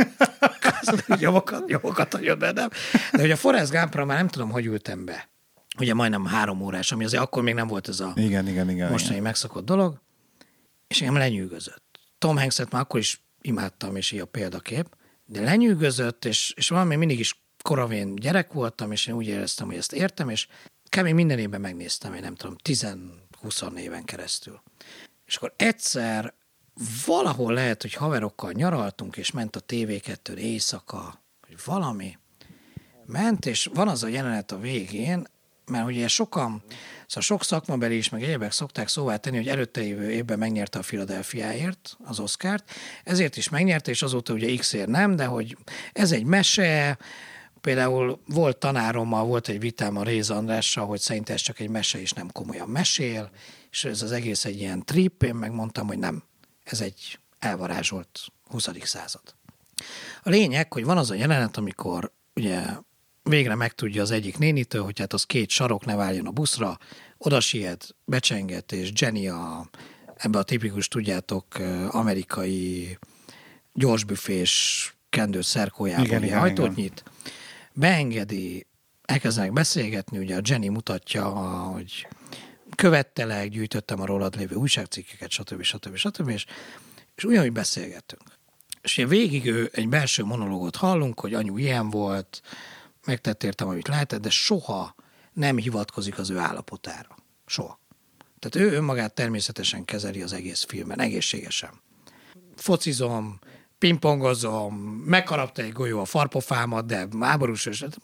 Jogokat, jogokat adjon bennem. De hogy a Forrest Gumpra már nem tudom, hogy ültem be. ugye majdnem három órás, ami azért akkor még nem volt ez a igen, igen, igen, mostani igen. megszokott dolog, és engem lenyűgözött. Tom Hanks-et már akkor is imádtam, és így a példakép, de lenyűgözött, és, és valami mindig is koravén gyerek voltam, és én úgy éreztem, hogy ezt értem, és kb. Minden évben megnéztem, én nem tudom, tíz-húsz éven keresztül. És akkor egyszer valahol lehet, hogy haverokkal nyaraltunk, és ment a té vé kettőn éjszaka, hogy valami ment, és van az a jelenet a végén, mert ugye sokan, szóval sok szakmabeli is, meg egyébek szokták szóvá tenni, hogy előtte évő évben megnyerte a Philadelphiáért az Oscart, ezért is megnyerte, és azóta ugye X-ért nem, de hogy ez egy mese, például volt tanárommal, volt egy vitám a Réz Andrással, hogy szerint ez csak egy mese, és nem komolyan mesél, és ez az egész egy ilyen trip, én megmondtam, hogy nem, ez egy elvarázsolt huszadik század. A lényeg, hogy van az a jelenet, amikor ugye végre megtudja az egyik nénitől, hogy hát az két sarok ne váljon a buszra, oda siet, becsenget, és Jenny a, ebbe a tipikus, tudjátok, amerikai gyorsbüfés kendő szerkójában igen, igen, ajtót igen. nyit, beengedi, elkezdenek beszélgetni, ugye a Jenny mutatja, hogy követtelek, gyűjtöttem a rólad lévő újságcikkeket, stb. stb. stb. És, és ugyanúgy beszélgettünk. És ugye végig ő egy belső monológot hallunk, hogy anyu ilyen volt, megtett értem, amit lehetett, de soha nem hivatkozik az ő állapotára. Soha. Tehát ő önmagát természetesen kezeli az egész filmen, egészségesen. Focizom, pingpongozom, megharapta egy golyó a farpofámat, de háborús,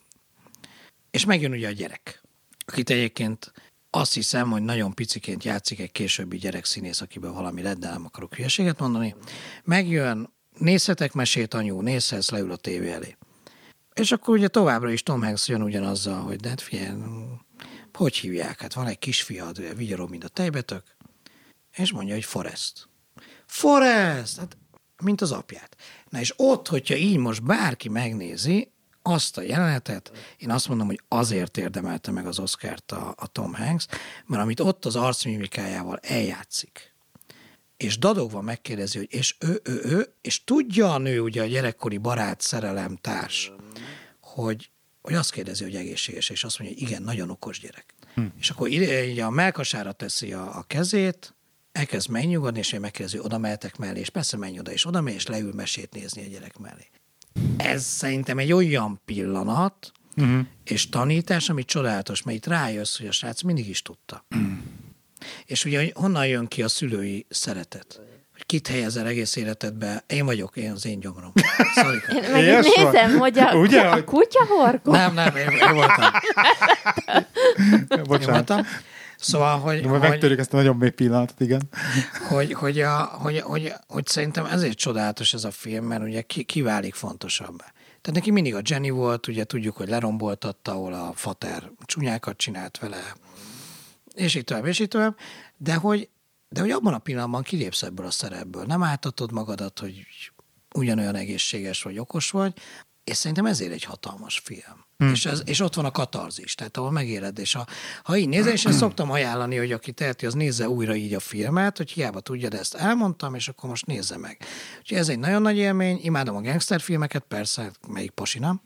és megjön ugye a gyerek, akit egyébként azt hiszem, hogy nagyon piciként játszik egy későbbi gyerekszínész, akiből valami lett, de nem akarok hülyeséget mondani. Megjön, nézhetek mesét, anyu, nézhetsz, leül a tévé elé. És akkor ugye továbbra is Tom Hanks jön ugyanazzal, hogy de hát figyelj, hogy hívják? Hát van egy kisfiad, vigyorog, mint a tejbetök, és mondja, hogy Forrest. Forrest! Hát, mint az apját. Na és ott, hogyha így most bárki megnézi azt a jelenetet, én azt mondom, hogy azért érdemelte meg az Oscart a, a Tom Hanks, mert amit ott az arcmimikájával eljátszik, és dadogva megkérdezi, hogy és ő, ő, ő, és tudja a nő, ugye a gyerekkori barát, szerelem, társ, hogy, hogy azt kérdezi, hogy egészséges, és azt mondja, hogy igen, nagyon okos gyerek. Hm. És akkor így a mellkasára teszi a, a kezét, elkezd megnyugodni, és én megkérdezi, hogy oda mehetek mellé, és persze menj oda, és oda megy, és leül mesét nézni a gyerek mellé. Ez szerintem egy olyan pillanat, uh-huh. és tanítás, ami csodálatos, mert itt rájössz, hogy a srác mindig is tudta. Uh-huh. És ugye honnan jön ki a szülői szeretet? Hogy kit helyezel egész életedbe? Én vagyok, én az én gyomrom. Én meg itt nézem, hogy a, Ugye, a kutya horkol. Nem, nem, én, én voltam. Bocsánat. Én voltam. Szóval, hogy... hogy megtörjük ezt a nagyon mély pillanatot, igen. Hogy, hogy, a, hogy, hogy, hogy szerintem ezért csodálatos ez a film, mert ugye ki, ki válik fontosabbá. Tehát neki mindig a Jenny volt, ugye tudjuk, hogy leromboltatta, ahol a fater csúnyákat csinált vele, és így tovább, és így tovább, de hogy, de hogy abban a pillanatban kilépsz ebből a szerepből. Nem áltatod magadat, hogy ugyanolyan egészséges vagy, okos vagy, és szerintem ezért egy hatalmas film. Hmm. És, ez, és ott van a katarzis, tehát ahol megéled, és ha, ha így nézel, és én szoktam ajánlani, hogy aki teheti, az nézze újra így a filmet, hogy hiába tudja, de ezt elmondtam, és akkor most nézze meg. Úgyhogy ez egy nagyon nagy élmény, imádom a gangsterfilmeket, persze, melyik pasi, nem?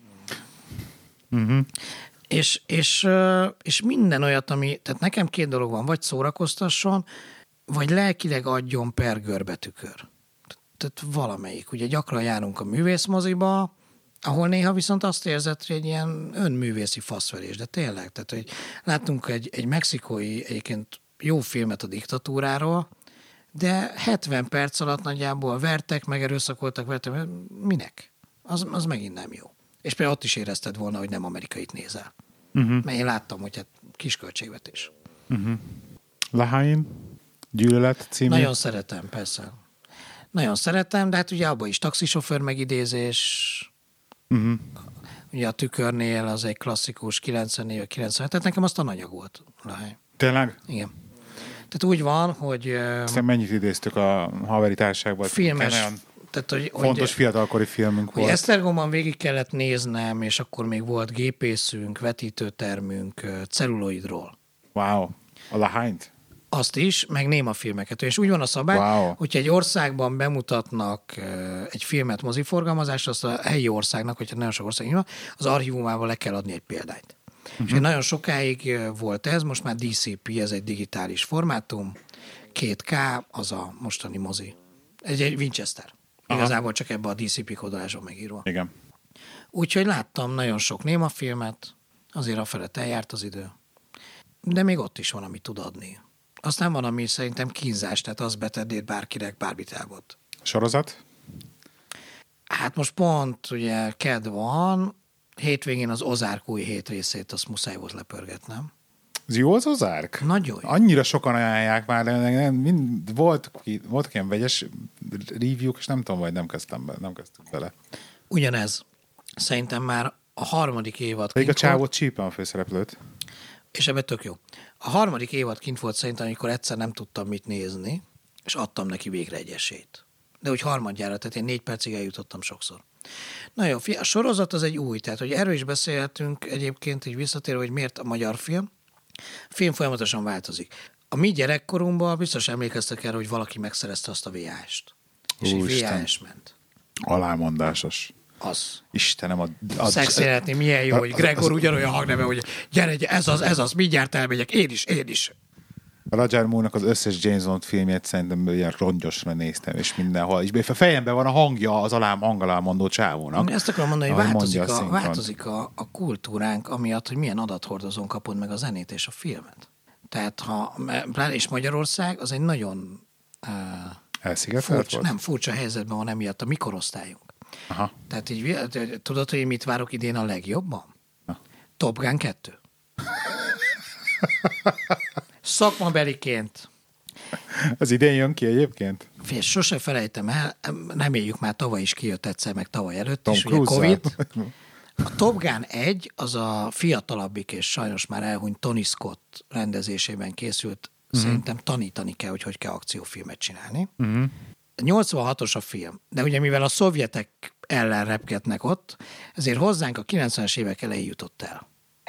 Uh-huh. És, és, és minden olyat, ami, tehát nekem két dolog van, vagy szórakoztasson, vagy lelkileg adjon per görbetükör. Tehát valamelyik. Ugye gyakran járunk a művészmoziba, ahol néha viszont azt érzed, hogy egy ilyen önművészi faszverés, de tényleg. Tehát, hogy láttunk egy, egy mexikói egyébként jó filmet a diktatúráról, de hetven perc alatt nagyjából vertek, megerőszakoltak, vertek, minek? Az, az megint nem jó. És például ott is érezted volna, hogy nem amerikait nézel. Uh-huh. Mert én láttam, hogy hát kis költségvetés. Uh-huh. Lahain, Gyűlölet című. Nagyon szeretem, persze. Nagyon szeretem, de hát ugye abban is taxisofőr megidézés. Uh-huh. Ugye a Tükörnél az egy klasszikus kilencvennégy kilencvenhet, tehát nekem azt a anyag volt. Lahain. Tényleg? Igen. Tehát úgy van, hogy... Aztán mennyit idéztük a haveri társaságban? Filmes. Tehát, hogy, fontos hogy, fiatalkori filmünk volt. Esztergomban végig kellett néznem, és akkor még volt gépészünk, vetítőtermünk, celluloidról. Wow. A Lahaint? Azt is, meg néma filmeket. És úgy van a szabály, wow. hogyha egy országban bemutatnak egy filmet moziforgalmazásra, azt a helyi országnak, hogyha nagyon sok ország van, az archívumával le kell adni egy példányt. Uh-huh. És nagyon sokáig volt ez, most már dé cé pé, ez egy digitális formátum, két ká, az a mostani mozi. Ez egy Winchester. Aha. Igazából csak ebbe a dé cé pé kódoláson megírva. Igen. Úgyhogy láttam nagyon sok némafilmet, azért afelett eljárt az idő. De még ott is van, amit tud adni. Aztán van, ami szerintem kínzás, tehát az betedét bárkinek bármit elmond. Sorozat? Hát most pont ugye kedv van, hétvégén az Ozark új hét részét, azt muszáj volt lepörgetnem. Ez jó az Ozark? Nagyon jó. Annyira sokan ajánlják már, de nem, mind, volt, voltak ilyen vegyes review-k, és nem tudom, vagy nem kezdtem be, nem kezdtük bele. Ugyanez. Szerintem már a harmadik évad Pedig a csávot csípen a főszereplőt. És ebben tök jó. A harmadik évad kint volt szerintem, amikor egyszer nem tudtam mit nézni, és adtam neki végre egy esélyt. De úgy harmadjára, tehát én négy percig eljutottam sokszor. Na jó, a sorozat az egy új, tehát hogy erről is beszélhetünk egyébként, így visszatérve, hogy miért a magyar film. A film folyamatosan változik. A mi gyerekkorunkban biztos emlékeztek erre, hogy valaki megszerezte azt a vé há est. És egy vé há es ment. Alámondásos. Az. Istenem, a... a Szexéletni milyen jó, hogy Gregor ugyanolyan hangneve, hogy gyere, ez az, ez az, mindjárt elmegyek, én is, én is. A Roger Moore-nak az összes James Bond filmjét szerintem ilyen rongyosra néztem, és mindenhol. És a fejemben van a hangja az alám, hangalámondó csávónak. Ezt akarom mondani, hogy változik, a, a változik a, a kultúránk, amiatt, hogy milyen adathordozón kapod meg a zenét és a filmet. Tehát, ha, és Magyarország az egy nagyon uh, furcsa, volt? Nem, furcsa helyzetben van emiatt a mi korosztályunk. Aha. Tehát így, tudod, hogy mit várok idén a legjobban? Ha. Top Gun kettő. Szakmabeliként. Az idén jön ki egyébként? Fél, sose felejtem el, reméljük már tavaly is kijött egyszer, meg tavaly előtt Tom is, ugye Covid. A Top Gun egy az a fiatalabbik és sajnos már elhunyt Tony Scott rendezésében készült. Uh-huh. Szerintem tanítani kell, hogy hogy kell akciófilmet csinálni. Uh-huh. nyolcvanhatos a film, de ugye mivel a szovjetek ellen repkednek ott, ezért hozzánk a kilencvenes évek elején jutott el.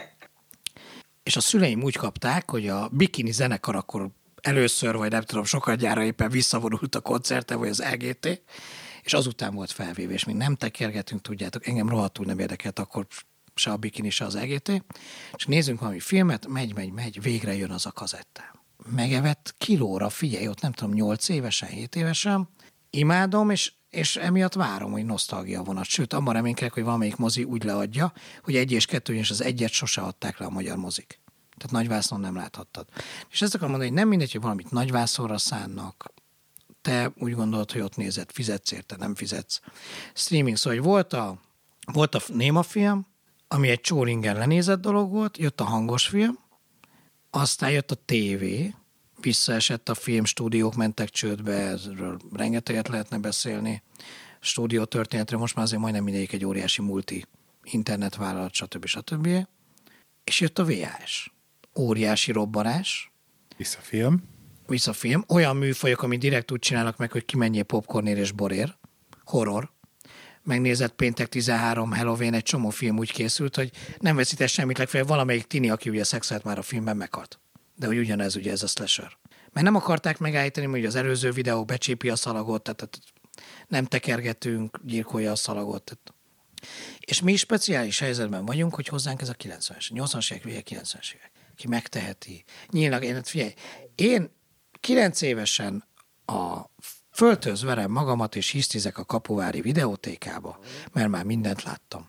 És a szüleim úgy kapták, hogy a Bikini zenekar akkor először, vagy nem tudom, sokadjára éppen visszavonult a koncerten, vagy az el gé té, és azután volt felvéve, és mi nem tekergetünk, tudjátok, engem rohadtul nem érdekelt akkor se a Bikini, se az el gé té, és nézzünk valami filmet, megy, megy, megy, végre jön az a kazettám. Megevett kilóra, figyelj, ott nem tudom, nyolc évesen, hét évesen, imádom, és, és emiatt várom, hogy nosztalgia vonat. Sőt, abban reménykedek, hogy valamelyik mozi úgy leadja, hogy egy és kettő, és az egyet sose adták le a magyar mozik. Tehát nagyvásznon nem láthattad. És ezt akarom mondani, hogy nem mindegy, hogy valamit nagyvászonra szánnak, te úgy gondolod, hogy ott nézed, fizetsz érte, nem fizetsz. Streaming, szóval, hogy volt a, volt a néma film, ami egy csóringen lenézett dolog volt, jött a hangos film, aztán jött a tévé, visszaesett a film, stúdiók mentek csődbe, ezről rengeteget lehetne beszélni. Stúdió történetről most már azért majdnem mindegyik egy óriási multi internetvállalat, stb. stb. És jött a vé há es. Óriási robbanás. Visszafilm. Visszafilm. Olyan műfajok, amit direkt úgy csinálnak meg, hogy kimenjél popcornér és borér. Horror. Megnézett péntek tizenhárom Halloween, egy csomó film úgy készült, hogy nem veszített semmit, legfeljebb valamelyik tini, aki ugye szexelt már a filmben, meghalt. De hogy ugyanez ugye ez a slasher. Mert nem akarták megállítani, hogy az előző videó becsípi a szalagot, tehát nem tekergetünk, gyilkolja a szalagot. Tehát. És mi is speciális helyzetben vagyunk, hogy hozzánk ez a kilencvenes, nyolcvanas évek vége, kilencvenes évek. Ki megteheti. Nyilván, én, figyelj, én kilenc évesen a földhöz verem magamat, és hisztizek a kapuvári videótékába, mert már mindent láttam.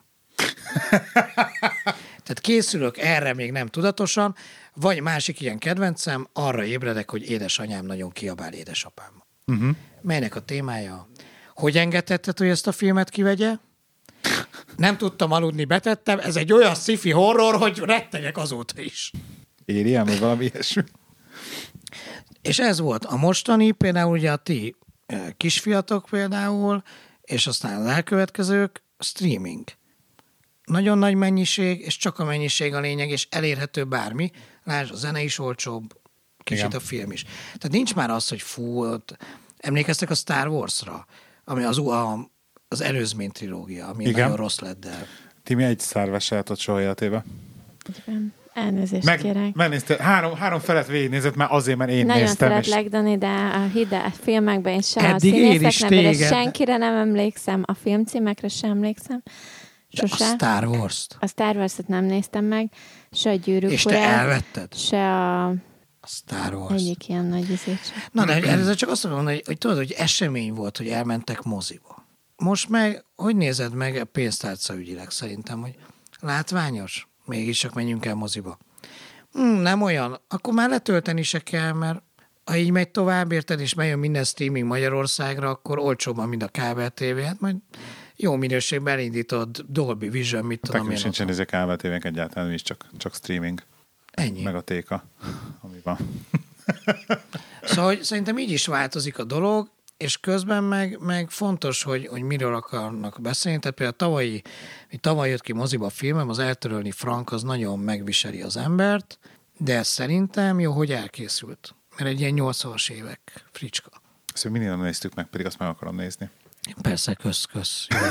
Tehát készülök erre még nem tudatosan, vagy másik ilyen kedvencem, arra ébredek, hogy édesanyám nagyon kiabál édesapám. Uh-huh. Melynek a témája? Hogy engedhetted, hogy ezt a filmet kivegye? Nem tudtam aludni, betettem. Ez egy olyan sci-fi horror, hogy rettegek azóta is. Érjem, vagy valami ilyesmi. És ez volt a mostani, például ugye a ti kisfiatok például, és aztán az elkövetkezők, streaming. Nagyon nagy mennyiség, és csak a mennyiség a lényeg, és elérhető bármi. Lásd, a zene is olcsóbb, kicsit igen. A film is. Tehát nincs már az, hogy fú, emlékeztek a Star Wars-ra, ami az, a, az előzmény trilógia, ami igen. Nagyon rossz lett, de... Timi egy Star Wars sajátot soha életébe? Igen. Elnézést Meg, kérek. Megnézted, három, három felet végignézett, már azért, mert én nagyon néztem. Nagyon szeretlek, és... Dani, de a hide filmekben is se, eddig a színészek nevére senkire nem emlékszem, a filmcímekre sem emlékszem, Sose. A Star Wars-t? A Star Wars-t nem néztem meg, se a Gyűrűk És Urát, te elvetted? Se a... A Star Wars. Egyik ilyen nagy izét. Na, de ezzel csak azt mondom, hogy, hogy tudod, hogy esemény volt, hogy elmentek moziba. Most meg, hogy nézed meg a pénztárca ügyileg szerintem, hogy látványos? Mégis csak menjünk el moziba. Hmm, nem olyan. Akkor már letölteni se kell, mert ha így megy tovább, érted, és bejön minden streaming Magyarországra, akkor olcsóban, mint a kábel tévé. Hát majd jó minőségben elindítod, Dolby Vision, mit tudom én. Nekünk sincsen ezek kábel tévénk egyáltalán, is csak, csak streaming. Ennyi. Meg a téka, ami van. Szóval hogy szerintem így is változik a dolog, és közben meg, meg fontos, hogy, hogy miről akarnak beszélni. Tehát például tavalyi, tavaly jött ki moziba a filmem, az Eltörölni Frank, az nagyon megviseli az embert, de szerintem jó, hogy elkészült. Mert egy ilyen nyolcvanas évek fricska. Ezt mindig nem néztük meg, pedig azt meg akarom nézni. Persze, kösz, kösz. Jó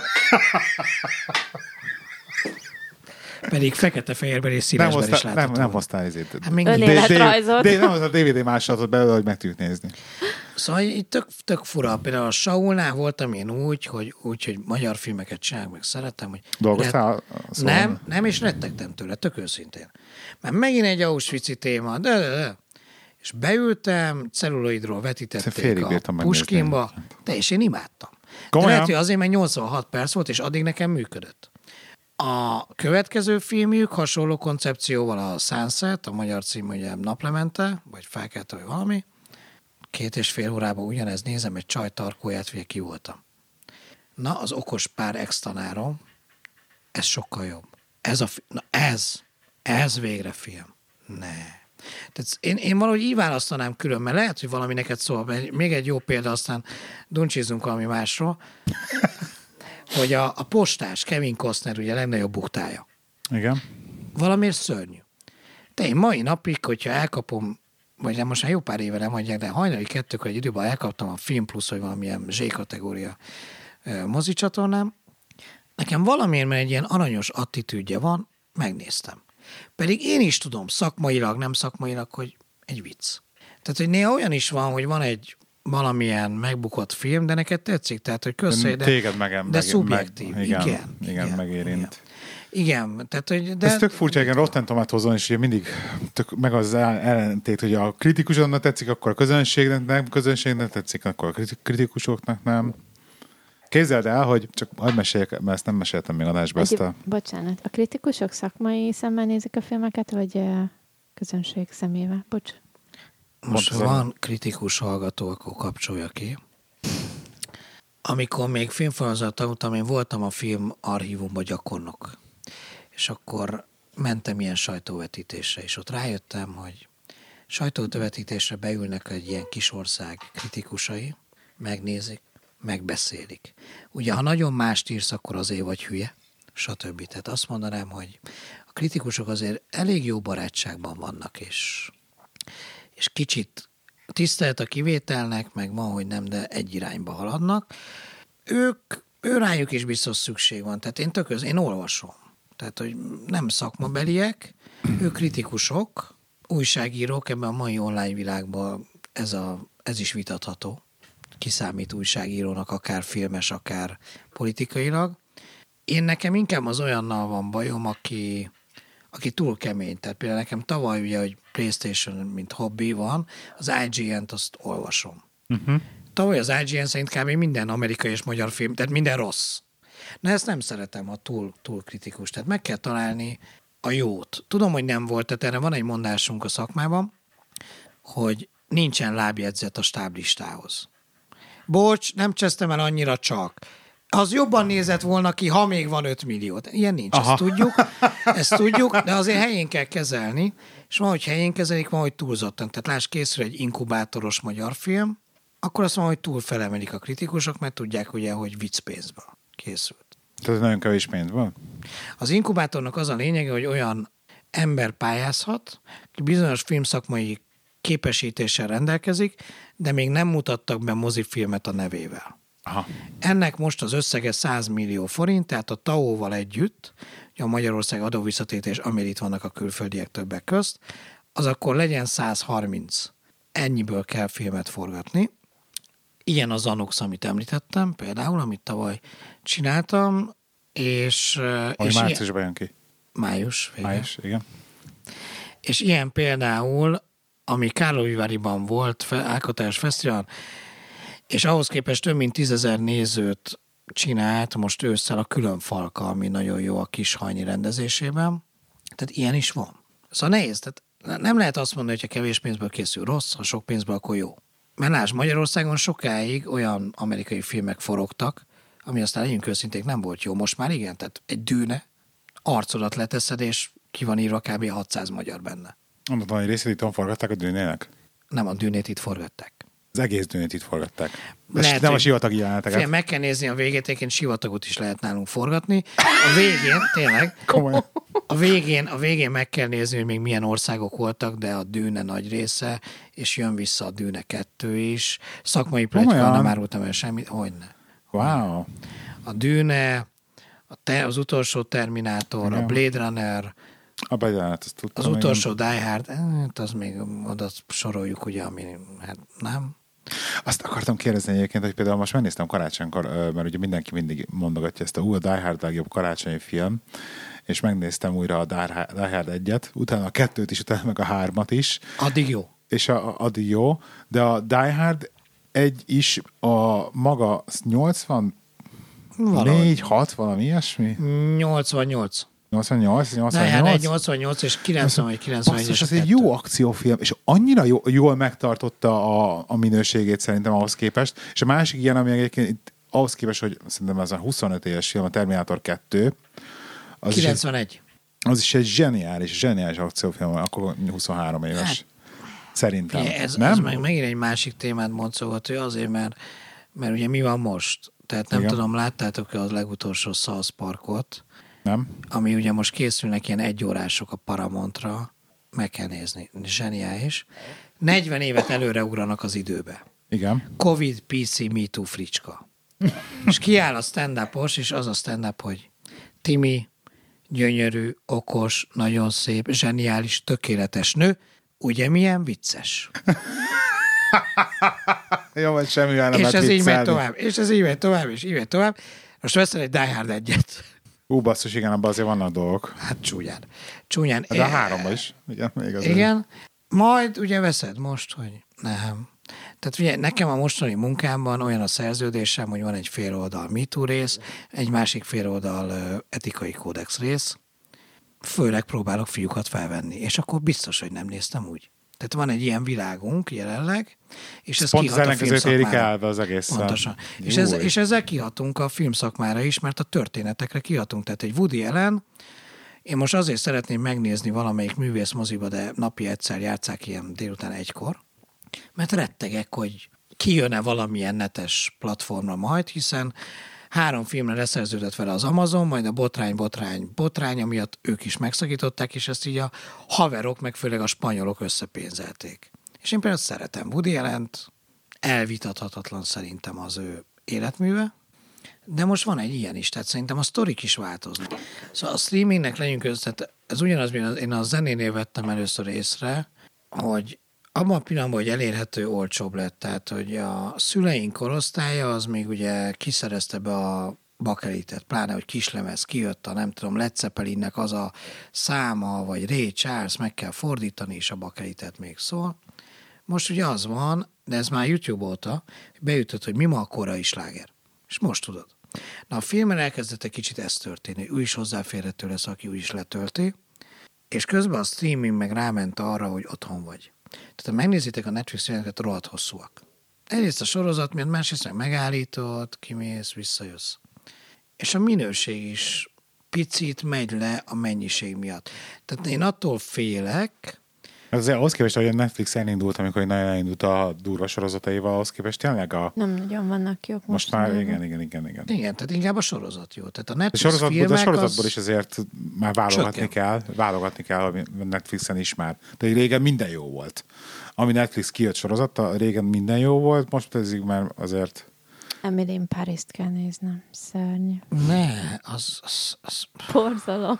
Pedig fekete-fehérben és szívesben is látható. Nem, nem hoztál ezért. Hát önéletrajzot. De nem hoztál dé vé dé másolatot belőle, hogy meg tudjuk nézni. Szóval itt tök, tök fura. Például a Saulnál voltam én úgy, hogy, úgy, hogy magyar filmeket csinálok, meg szeretem. Hogy dolgoztál? Lett... Nem, nem, és rettegtem tőle, tök őszintén. Mert megint egy Auschwitz-i téma, de, de, de. És beültem, celluloidról vetítették a Puskinba, de és én imádtam. De lehet, hogy azért, mert nyolcvanhat perc volt, és addig nekem működött. A következő filmjük hasonló koncepcióval a Sunset, a magyar cím ugye Naplemente, vagy Felkelte, vagy valami. Két és fél órában ugyanez nézem, egy csaj tarkóját, vagy ki voltam. Na, az okos pár ex-tanárom, ez sokkal jobb. Ez a fi- Na, ez, ez végre film. Ne. Tehát én, én valahogy így választanám külön, mert lehet, hogy valami neked szól. Még egy jó példa, aztán duncsizunk valami másról, hogy a, a postás Kevin Costner ugye a legnagyobb buktája. Igen. Valamiért szörnyű. De én mai napig, hogyha elkapom, vagy nem, most már jó pár éve nem adják, de hajnali kettőkor egy időben elkaptam a Film Plus, vagy valamilyen Z-kategória mozicsatornám, nekem valamiért, mert egy ilyen aranyos attitűdje van, megnéztem. Pedig én is tudom, szakmailag, nem szakmailag, hogy egy vicc. Tehát, hogy néha olyan is van, hogy van egy valamilyen megbukott film, de neked tetszik, tehát, hogy köszönj, de, téged meg, de meg, szubjektív. Meg, igen, igen, igen, igen, megérint. Igen, igen tehát, hogy... De... Ez tök furcsa, igen, Rotten Tomatoes-on is mindig tök, meg az ellentét, hogy a kritikusoknak tetszik, akkor a közönségnek nem, közönségnek tetszik, akkor a kritikusoknak nem. Képzeld el, hogy csak hagyd meséljek, mert ezt nem meséltem még adásba. Ezt a... Bocsánat, a kritikusok szakmai szemmel nézik a filmeket, vagy közönség szemével? Bocs. Most ha van kritikus hallgató, akkor kapcsolja ki. Amikor még filmforgatót tanultam, én voltam a film archívumban gyakornok. És akkor mentem ilyen sajtóvetítésre, és ott rájöttem, hogy sajtóvetítésre beülnek egy ilyen kis ország kritikusai, megnézik, megbeszélik. Ugye, ha nagyon mást írsz, akkor azért vagy hülye, stb. Tehát azt mondanám, hogy a kritikusok azért elég jó barátságban vannak, és, és kicsit tisztelet a kivételnek, meg van, hogy nem, de egy irányba haladnak. Ők, ő rájuk is biztos szükség van. Tehát én tököz, én olvasom. Tehát, hogy nem szakmabeliek, ők kritikusok, újságírók, ebben a mai online világban ez, a, ez is vitatható. Kiszámít újságírónak, akár filmes, akár politikailag. Én nekem inkább az olyannal van bajom, aki, aki túl kemény. Tehát például nekem tavaly ugye, hogy PlayStation, mint hobbi van, az I G N-t azt olvasom. Uh-huh. Tavaly az I G N szerint kb. Minden amerikai és magyar film, tehát minden rossz. Na ezt nem szeretem, ha túl, túl kritikus. Tehát meg kell találni a jót. Tudom, hogy nem volt, tehát erre van egy mondásunk a szakmában, hogy nincsen lábjegyzet a stáblistához. Bocs, nem csesztem el annyira csak. Az jobban nézett volna ki, ha még van öt millió. Ilyen nincs, Aha. ezt tudjuk, ezt tudjuk, de azért helyén kell kezelni, és van, hogy helyén kezelik, van, hogy túlzottan. Tehát láss, készül egy inkubátoros magyar film, akkor azt van, hogy túl felemelik a kritikusok, mert tudják ugye, hogy viccpénzből készült. Tehát nagyon kevés pénz van? Az inkubátornak az a lényege, hogy olyan ember pályázhat, ki bizonyos filmszakmai képesítéssel rendelkezik, de még nem mutattak be mozifilmet a nevével. Aha. Ennek most az összege száz millió forint, tehát a té á ó-val együtt, a Magyarország adóvisszatérítés, amire itt vannak a külföldiek többek közt, az akkor legyen száz harminc. Ennyiből kell filmet forgatni. Ilyen az Anox, amit említettem, például, amit tavaly csináltam. És, Ami és márciusban jön ki. Május. Vége. Május, igen. És ilyen például, ami Karlovy-Varyban volt, Alkotás Fesztivál, és ahhoz képest több mint tízezer nézőt csinált most ősszel a Külön Falka, ami nagyon jó a Kishajni rendezésében. Tehát ilyen is van. Szóval nehéz, tehát nem lehet azt mondani, hogy ha kevés pénzből készül rossz, ha sok pénzből, akkor jó. Mert lásd, Magyarországon sokáig olyan amerikai filmek forogtak, ami aztán legyünk őszinték nem volt jó. Most már igen, tehát egy Dűne, arcodat leteszed, és ki van írva kb. hatszáz magyar benne. Mondod, hogy részét itt forgatták a Dűnének? Nem, a Dűnét itt forgatták. Az egész Dűnét itt forgatták. Lehet, nem hogy... a sivatagi jeleneteket. Fél, meg kell nézni a végét, egyébként sivatagot is lehet nálunk forgatni. A végén, tényleg, Komolyan. a végén, a végén meg kell nézni, hogy még milyen országok voltak, de a Dűne nagy része, és jön vissza a Dűne kettő is. Szakmai pletyka, nem árultam el semmit. Hogyne. Wow. A Dűne, a te, az utolsó Terminátor, igen. A Blade Runner, a Blade ezt tudtam. Az utolsó Die Hard, hát az még oda soroljuk, ugye, ami, hát nem. Azt akartam kérdezni egyébként, hogy például most megnéztem karácsonykor, mert ugye mindenki mindig mondogatja ezt a, ú, a Die Hard legjobb karácsonyi film, és megnéztem újra a Die Hard egyet, utána a kettőt is, utána meg a hármat is. Addig jó. És a, a, addig jó, de a Die Hard egy is a maga nyolcvannégy, hat, valami ilyesmi? nyolcvannyolc. nyolcvannyolc, nyolcvannyolc. Die Hard egy nyolcvannyolc és kilencven vagy kilencvenegy. Basszus, ez egy jó akciófilm, és annyira jó, jól megtartotta a, a minőségét szerintem ahhoz képest. És a másik ilyen, ami egyébként ahhoz képest, hogy szerintem ez a huszonöt éves film, a Terminátor kettő. Az kilencvenegy. Is egy, az is egy zseniális, zseniális akciófilm, akkor huszonhárom éves. Hát, szerintem. Ez, nem? ez meg megint egy másik témát mondszolgat, hogy azért, mert, mert ugye mi van most? Tehát nem igen. tudom, láttátok-e az legutolsó South Parkot? Nem. Ami ugye most készülnek ilyen egyórások a Paramountra, meg kell nézni, zseniális. negyven évet előre ugranak az időbe. Igen. Covid, pé cé, MeToo, fricska. És kiáll a stand-upos, és az a stand-up, hogy Timi, gyönyörű, okos, nagyon szép, zseniális, tökéletes nő, ugye milyen vicces. Jó, vagy semmi nem és ez így megy tovább, és ez így megy tovább, és így megy tovább. Most veszel egy Die Hard egyet. Ú, basszus, igen, abban azért vannak dolgok. Hát csúnyán. Csúnyán. De a háromban is. Igen, még azért. Igen. Majd ugye veszed most, hogy nem. Tehát ugye nekem a mostani munkámban olyan a szerződésem, hogy van egy fél oldal MeToo rész, egy másik fél oldal etikai kódex rész. Főleg próbálok fiúkat felvenni, és akkor biztos, hogy nem néztem úgy. Tehát van egy ilyen világunk jelenleg, és ez pont kihat a filmszakmára. Az egész. Pontosan. És, ez, és ezzel kihatunk a filmszakmára is, mert a történetekre kihatunk. Tehát egy Woody Allen, én most azért szeretném megnézni valamelyik művész moziba, de napi egyszer játsszák ilyen délután egykor, mert rettegek, hogy kijön-e valamilyen netes platformra majd, hiszen három filmre leszerződött vele az Amazon, majd a botrány, botrány, botrány, amiatt ők is megszakították, és ezt így a haverok, meg főleg a spanyolok összepénzelték. És én például szeretem Woody Allent, elvitathatatlan szerintem az ő életműve, de most van egy ilyen is, tehát szerintem a sztorik is változnak. Szóval a streamingnek legyünk össze, ez ugyanaz, mint én a zenénél vettem először észre, hogy abban a pillanatban, hogy elérhető, olcsóbb lett, tehát hogy a szüleink korosztálya az még ugye kiszerezte be a bakelitet, pláne, hogy kislemez kijött a nem tudom, Led Zeppelinnek az a száma, vagy Ray Charles, meg kell fordítani, és a bakelitet még szól. Most ugye az van, de ez már YouTube óta, beütött, hogy mi ma a korai sláger. És most tudod. Na a filmen elkezdett egy kicsit ez történni. Ő is hozzáférhető lesz, aki úgy is letölti, és közben a streaming meg ráment arra, hogy otthon vagy. Tehát ha megnézitek a Netflix filmeket, rohadt hosszúak. Egyrészt a sorozat, miatt másrészt meg megállítod, kimész, visszajössz. És a minőség is picit megy le a mennyiség miatt. Tehát én attól félek... Ez ahhoz képest, hogy a Netflix elindult, amikor nagyon elindult a durva sorozataival, ahhoz képest tényleg a... Nem nagyon vannak jók most. Most már igen, igen, igen, igen. Igen, tehát inkább a sorozat jó. Tehát a Netflix a sorozatból, filmek a sorozatból az... is azért már válogatni csökken. kell, válogatni kell, ami Netflixen is már. De régen minden jó volt. Ami Netflix kijött sorozata, régen minden jó volt, most ez így már azért... Emily in Paris-t kell néznem. Szörnyű. Ne, az... az, az... Borzalom.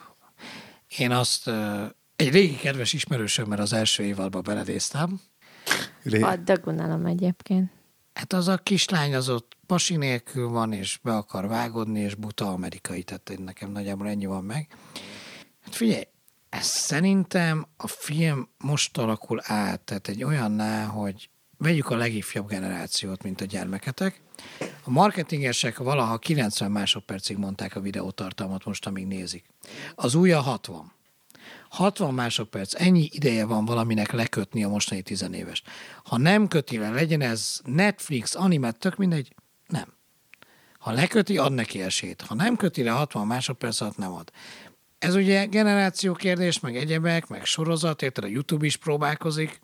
Én azt... Egy régi kedves ismerősömmel az első évadban beledéztem. Ré... A dagunalom egyébként. Hát az a kislány az ott pasi nélkül van, és be akar vágódni, és buta amerikai, tehát nekem nagyjából ennyi van meg. Hát figyelj, ez szerintem a film most alakul át, tehát egy olyanná, hogy vegyük a legifjabb generációt, mint a gyermeketek. A marketingesek valaha kilencven másodpercig mondták a videótartalmat most, amíg nézik. Az újja hatvan. hatvan másodperc, ennyi ideje van valaminek lekötni a mostani tizenéves. Ha nem köti le, legyen ez Netflix, animet, tök mindegy, nem. Ha leköti, ad neki esélyt. Ha nem köti le, hatvan másodperc alatt nem ad. Ez ugye generáció kérdés, meg egyebek, meg sorozat, érted, a YouTube is próbálkozik.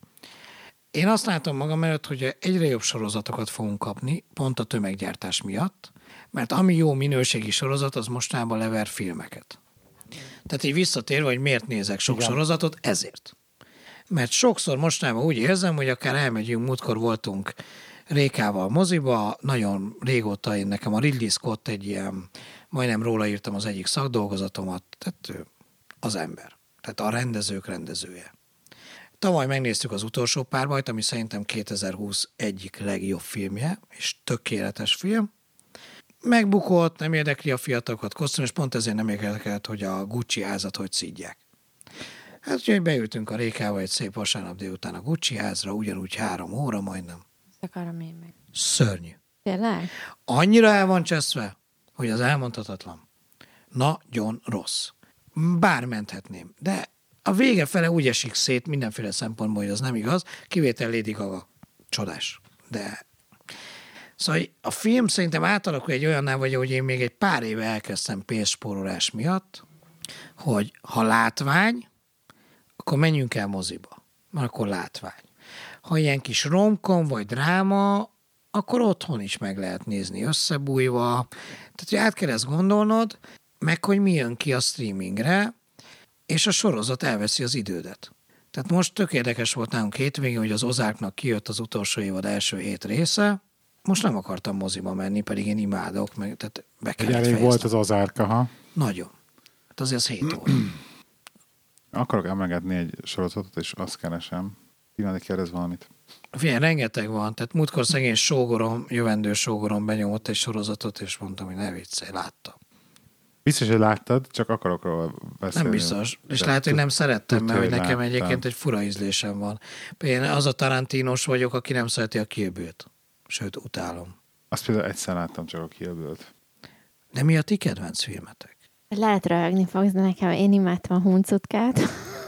Én azt látom magam előtt, hogy egyre jobb sorozatokat fogunk kapni, pont a tömeggyártás miatt, mert ami jó minőségi sorozat, az mostanában lever filmeket. Tehát így visszatérve, hogy miért nézek sok Igen. sorozatot, ezért. Mert sokszor mostanában úgy érzem, hogy akár elmegyünk, múltkor voltunk Rékával moziba, nagyon régóta én nekem a Ridley Scott egy ilyen, majdnem róla írtam az egyik szakdolgozatomat, tehát az ember, tehát a rendezők rendezője. Tavaly megnéztük az Utolsó párbajt, ami szerintem kétezer-húsz egyik legjobb filmje, és tökéletes film. Megbukott, nem érdekli a fiatalokat kosztüm, és pont ezért nem érdekelt, hogy a Gucci házat hogy szídják. Hát úgyhogy beültünk a Rékával egy szép vasárnap délután a Gucci házra, ugyanúgy három óra majdnem. Akarom én meg. Szörnyű. Tényleg? Annyira el van cseszve, hogy az elmondhatatlan. Nagyon rossz. Bár menthetném, de a vége fele úgy esik szét mindenféle szempontból, hogy az nem igaz, kivétel Lady Gaga. Csodás. De szóval a film szerintem átalakul egy olyanná, vagy hogy én még egy pár éve elkezdtem pénzspórolás miatt, hogy ha látvány, akkor menjünk el moziba. Mert akkor látvány. Ha ilyen kis romkom vagy dráma, akkor otthon is meg lehet nézni összebújva. Tehát, hogy át kell ezt gondolnod, meg hogy mi jön ki a streamingre, és a sorozat elveszi az idődet. Tehát most tök érdekes volt nálunk hétvégén, hogy az Ozarknak kijött az utolsó évad első hét része. Most nem akartam moziba menni, pedig én imádok, meg, tehát be kellett fejeztem. Elég volt az Ozark, ha? Nagyon. Hát azért az hét óra. Akarok emlegetni egy sorozatot, és azt keresem. Kívánni kérdez valamit. Figyelj, rengeteg van. Tehát múltkor szegény sógorom, jövendő sógorom benyomott egy sorozatot, és mondtam, hogy ne viccelj, láttam. Biztos, hogy láttad, csak akarok róla beszélni. Nem biztos. És lehet, hogy nem szerettem, mert hogy nekem egyébként egy fura ízlésem van. Én az a Tarantinos vagyok, aki nem szereti a Kill Bill-t. Sőt, utálom. Azt például egyszer láttam csak a Kill Bill-t. De mi a ti kedvenc filmetek? Lehet röhögni fogsz, de nekem én imádtam a Huncutkát.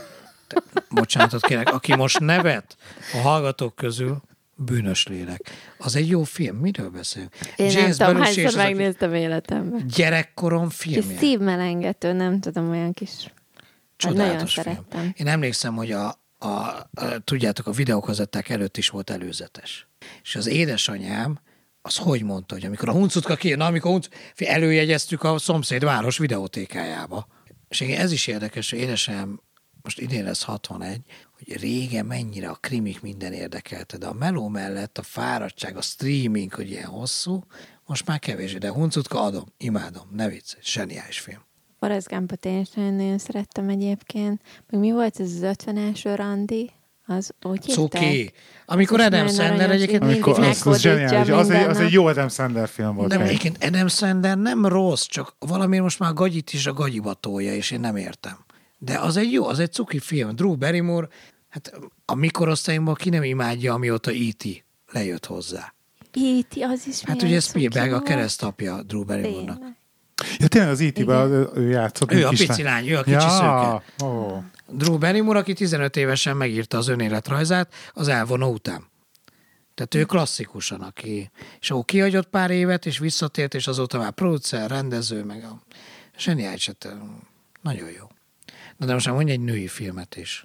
Bocsánatot kérek, aki most nevet a hallgatók közül, bűnös lélek. Az egy jó film. Miről beszélünk? Én James nem tudom, hányszor megnéztem életemben. Gyerekkorom filmje. És szívmelengető, nem tudom, olyan kis... Csodálatos nagyon film. szerettem. Én emlékszem, hogy a, a, a, tudjátok, a videókazetták előtt is volt előzetes. És az édesanyám az hogy mondta, hogy amikor a Huncutka kijön, na, amikor hunc, előjegyeztük a szomszéd város videótékájába. És igen, ez is érdekes, hogy édesanyám most idén lesz hatvanegy, hogy régen mennyire a krimik minden érdekelte, de a meló mellett a fáradtság, a streaming, hogy ilyen hosszú, most már kevésbé, de Huncutka adom, imádom, ne vicc, zseniális film. Forrest Gumpot én is nagyon-nagyon szerettem egyébként. Meg mi volt ez az ötven első randi? Az úgy hívták? Cuki. Amikor Adam Sandler egyébként... Amikor, az, az zseniális. Az egy, az egy jó Adam Sandler film volt. Nem, egyébként Adam Sandler nem rossz, csak valamiért most már a gagyit is a gagyiba tolja, és én nem értem. De az egy jó, az egy cuki film. Drew Barrymore, hát a mi korosztályunkban ki nem imádja, amióta é té lejött hozzá. é té, az is hát ugye Spielberg a keresztapja Drew Barrymore-nak. Ja, tényleg az é té-ben ő játszott. Ő a pici lány, ő a kicsi ja, szőke. Oh. Drew Barrymore, aki tizenöt évesen megírta az önéletrajzát az elvonó után. Tehát ő klasszikusan, aki... És akkor kihagyott pár évet, és visszatért, és azóta már producer, rendező, meg a... Zseniális, nagyon jó. Na de most már mondj egy női filmet is.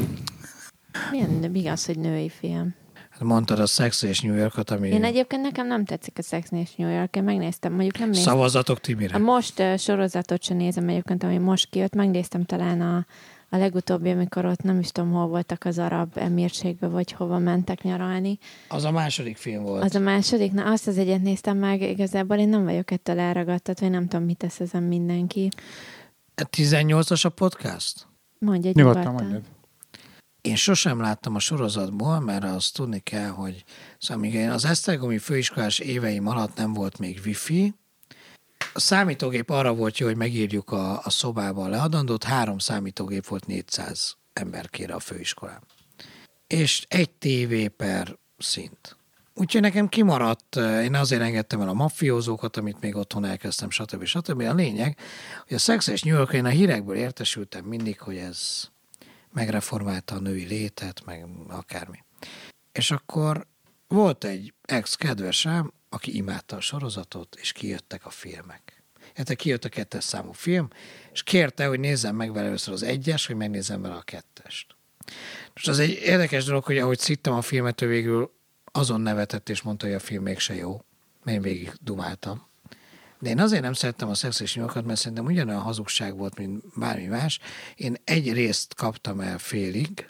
Milyen, de mi az, hogy női film? Hát mondtad a Sex és New Yorkot, ami... Én egyébként nekem nem tetszik a Sex és New York, én megnéztem, mondjuk nem néztem. Szavazatok Timire. A most uh, sorozatot sem nézem egyébként, ami most kijött, megnéztem talán a, a legutóbbi, amikor ott nem is tudom, hol voltak az arab emírségbe, vagy hova mentek nyaralni. Az a második film volt. Az a második, na azt az egyet néztem meg, igazából én nem vagyok ettől elragadtat, vagy nem tudom, mit tesz ezen mindenki. tizennyolcas a podcast? Mondj egy nyugodtan. Mondjad. Én sosem láttam a sorozatból, mert azt tudni kell, hogy szóval még az esztergomi főiskolás éveim alatt nem volt még wifi. A számítógép arra volt jó, hogy megírjuk a, a szobában a leadandót, három számítógép volt négyszáz emberkére a főiskolán. És egy tévé per szint. Úgyhogy nekem kimaradt, én azért engedtem el a mafiózókat, amit még otthon elkezdtem, stb. stb. A lényeg, hogy a Sex és New York, én a hírekből értesültem mindig, hogy ez megreformálta a női létet, meg akármi. És akkor volt egy ex-kedvesem, aki imádta a sorozatot, és kijöttek a filmek. Hát kijött a kettes számú film, és kérte, hogy nézzem meg vele először az egyes, hogy megnézzem vele a kettest. Most az egy érdekes dolog, hogy ahogy szittem a filmet, ő végül azon nevetett, és mondta, hogy a film mégse jó. Mert én végig dumáltam. De én azért nem szerettem a Sex és New Yorkot, mert szerintem ugyanolyan hazugság volt, mint bármi más. Én egy részt kaptam el félig,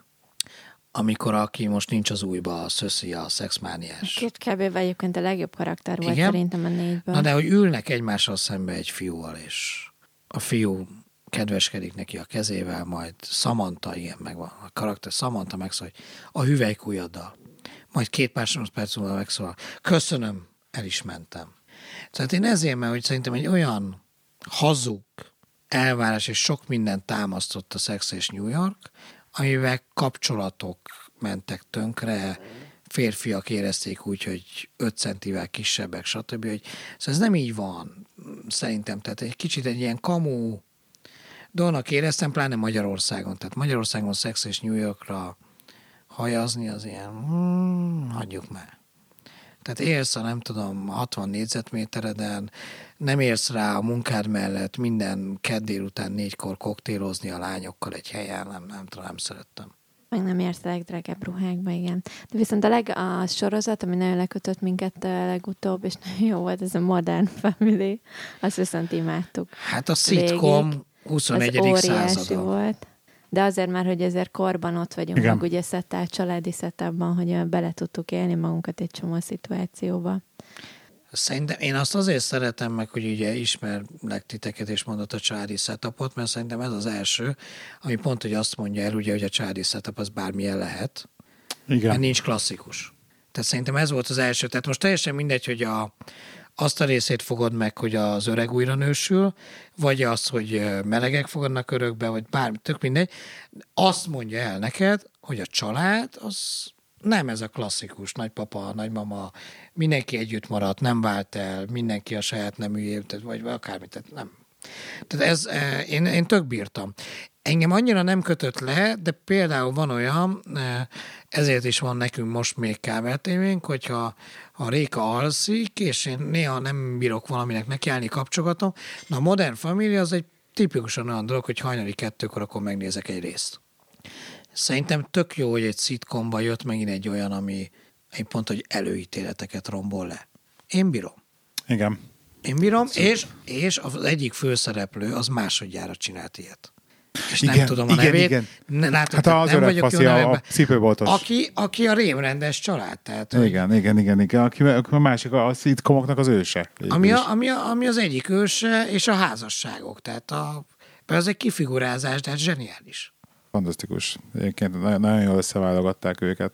amikor aki most nincs az újba, a Szöszi, a szexmániás. Két kb. Egyébként a legjobb karakter volt. Igen? Szerintem a négyből. Na de hogy ülnek egymással szembe egy fiúval, és a fiú kedveskedik neki a kezével, majd Samantha, ilyen megvan, a karakter Samantha megszól, hogy a hüvelykujjaddal. Majd két másodperc múlva megszólal. Köszönöm, el is mentem. Tehát én ezért, mert hogy szerintem egy olyan hazug elvárás és sok minden támasztott a Sex és New York, amivel kapcsolatok mentek tönkre, férfiak érezték úgy, hogy öt centivel kisebbek, stb. Hogy, szóval ez nem így van, szerintem. Tehát egy kicsit egy ilyen kamu dolognak éreztem, pláne Magyarországon. Tehát Magyarországon Sex és New Yorkra hajazni az ilyen, hmm, hagyjuk már. Tehát élsz a nem tudom hatvan négyzetmétereden, nem érsz rá a munkád mellett minden kedd délután négykor koktélozni a lányokkal egy helyen, nem, nem tudom, nem szerettem. Meg nem érsz a legdrágább ruhákba, igen. De viszont a, leg, a sorozat, ami nagyon lekötött minket a legutóbb, és nagyon jó volt, ez a Modern Family, azt viszont imádtuk. Hát a szitkom huszonegyedik százada. Volt. De azért már, hogy ezért korban ott vagyunk, igen. Meg ugye szettál, családi szettában, hogy bele tudtuk élni magunkat egy csomó szituációba. Szerintem én azt azért szeretem meg, hogy ugye ismerlek titeket és mondott a családi setupot, mert szerintem ez az első, ami pont, hogy azt mondja el, ugye, hogy a családi setup az bármilyen lehet, igen. Mert nincs klasszikus. Tehát szerintem ez volt az első. Tehát most teljesen mindegy, hogy a, azt a részét fogod meg, hogy az öreg újra nősül, vagy azt, hogy melegek fogadnak örökbe, vagy bármi, tök mindegy. Azt mondja el neked, hogy a család az nem ez a klasszikus, nagypapa, nagymama, mindenki együtt maradt, nem vált el, mindenki a saját neműjét, vagy akármit, tehát nem. Tehát ez, én, én tök bírtam. Engem annyira nem kötött le, de például van olyan, ezért is van nekünk most még kábeltévénk, hogyha a Réka alszik, és én néha nem bírok valaminek nekiállni, kapcsolgatom. Na a Modern Family az egy tipikusan olyan dolog, hogy hajnali kettőkor akkor megnézek egy részt. Szerintem tök jó, hogy egy szitkomba jött megint egy olyan, ami egy pont, hogy előítéleteket rombol le. Én bírom. Igen. Én bírom, és, és az egyik főszereplő az másodjára csinált ilyet. És igen, nem tudom a igen, nevét. Igen. Látod, hát az öreg faszi, a, a cipőboltos. Aki, aki a rémrendes család. Tehát, igen, hogy... igen, igen, igen. Aki, aki a másik, a szitkomoknak az őse. Ami, a, ami, a, ami az egyik őse, és a házasságok. Tehát a, ez egy kifigurázás, de hát zseniális. Fantasztikus. Egyébként nagyon, nagyon jól összeválogatták őket,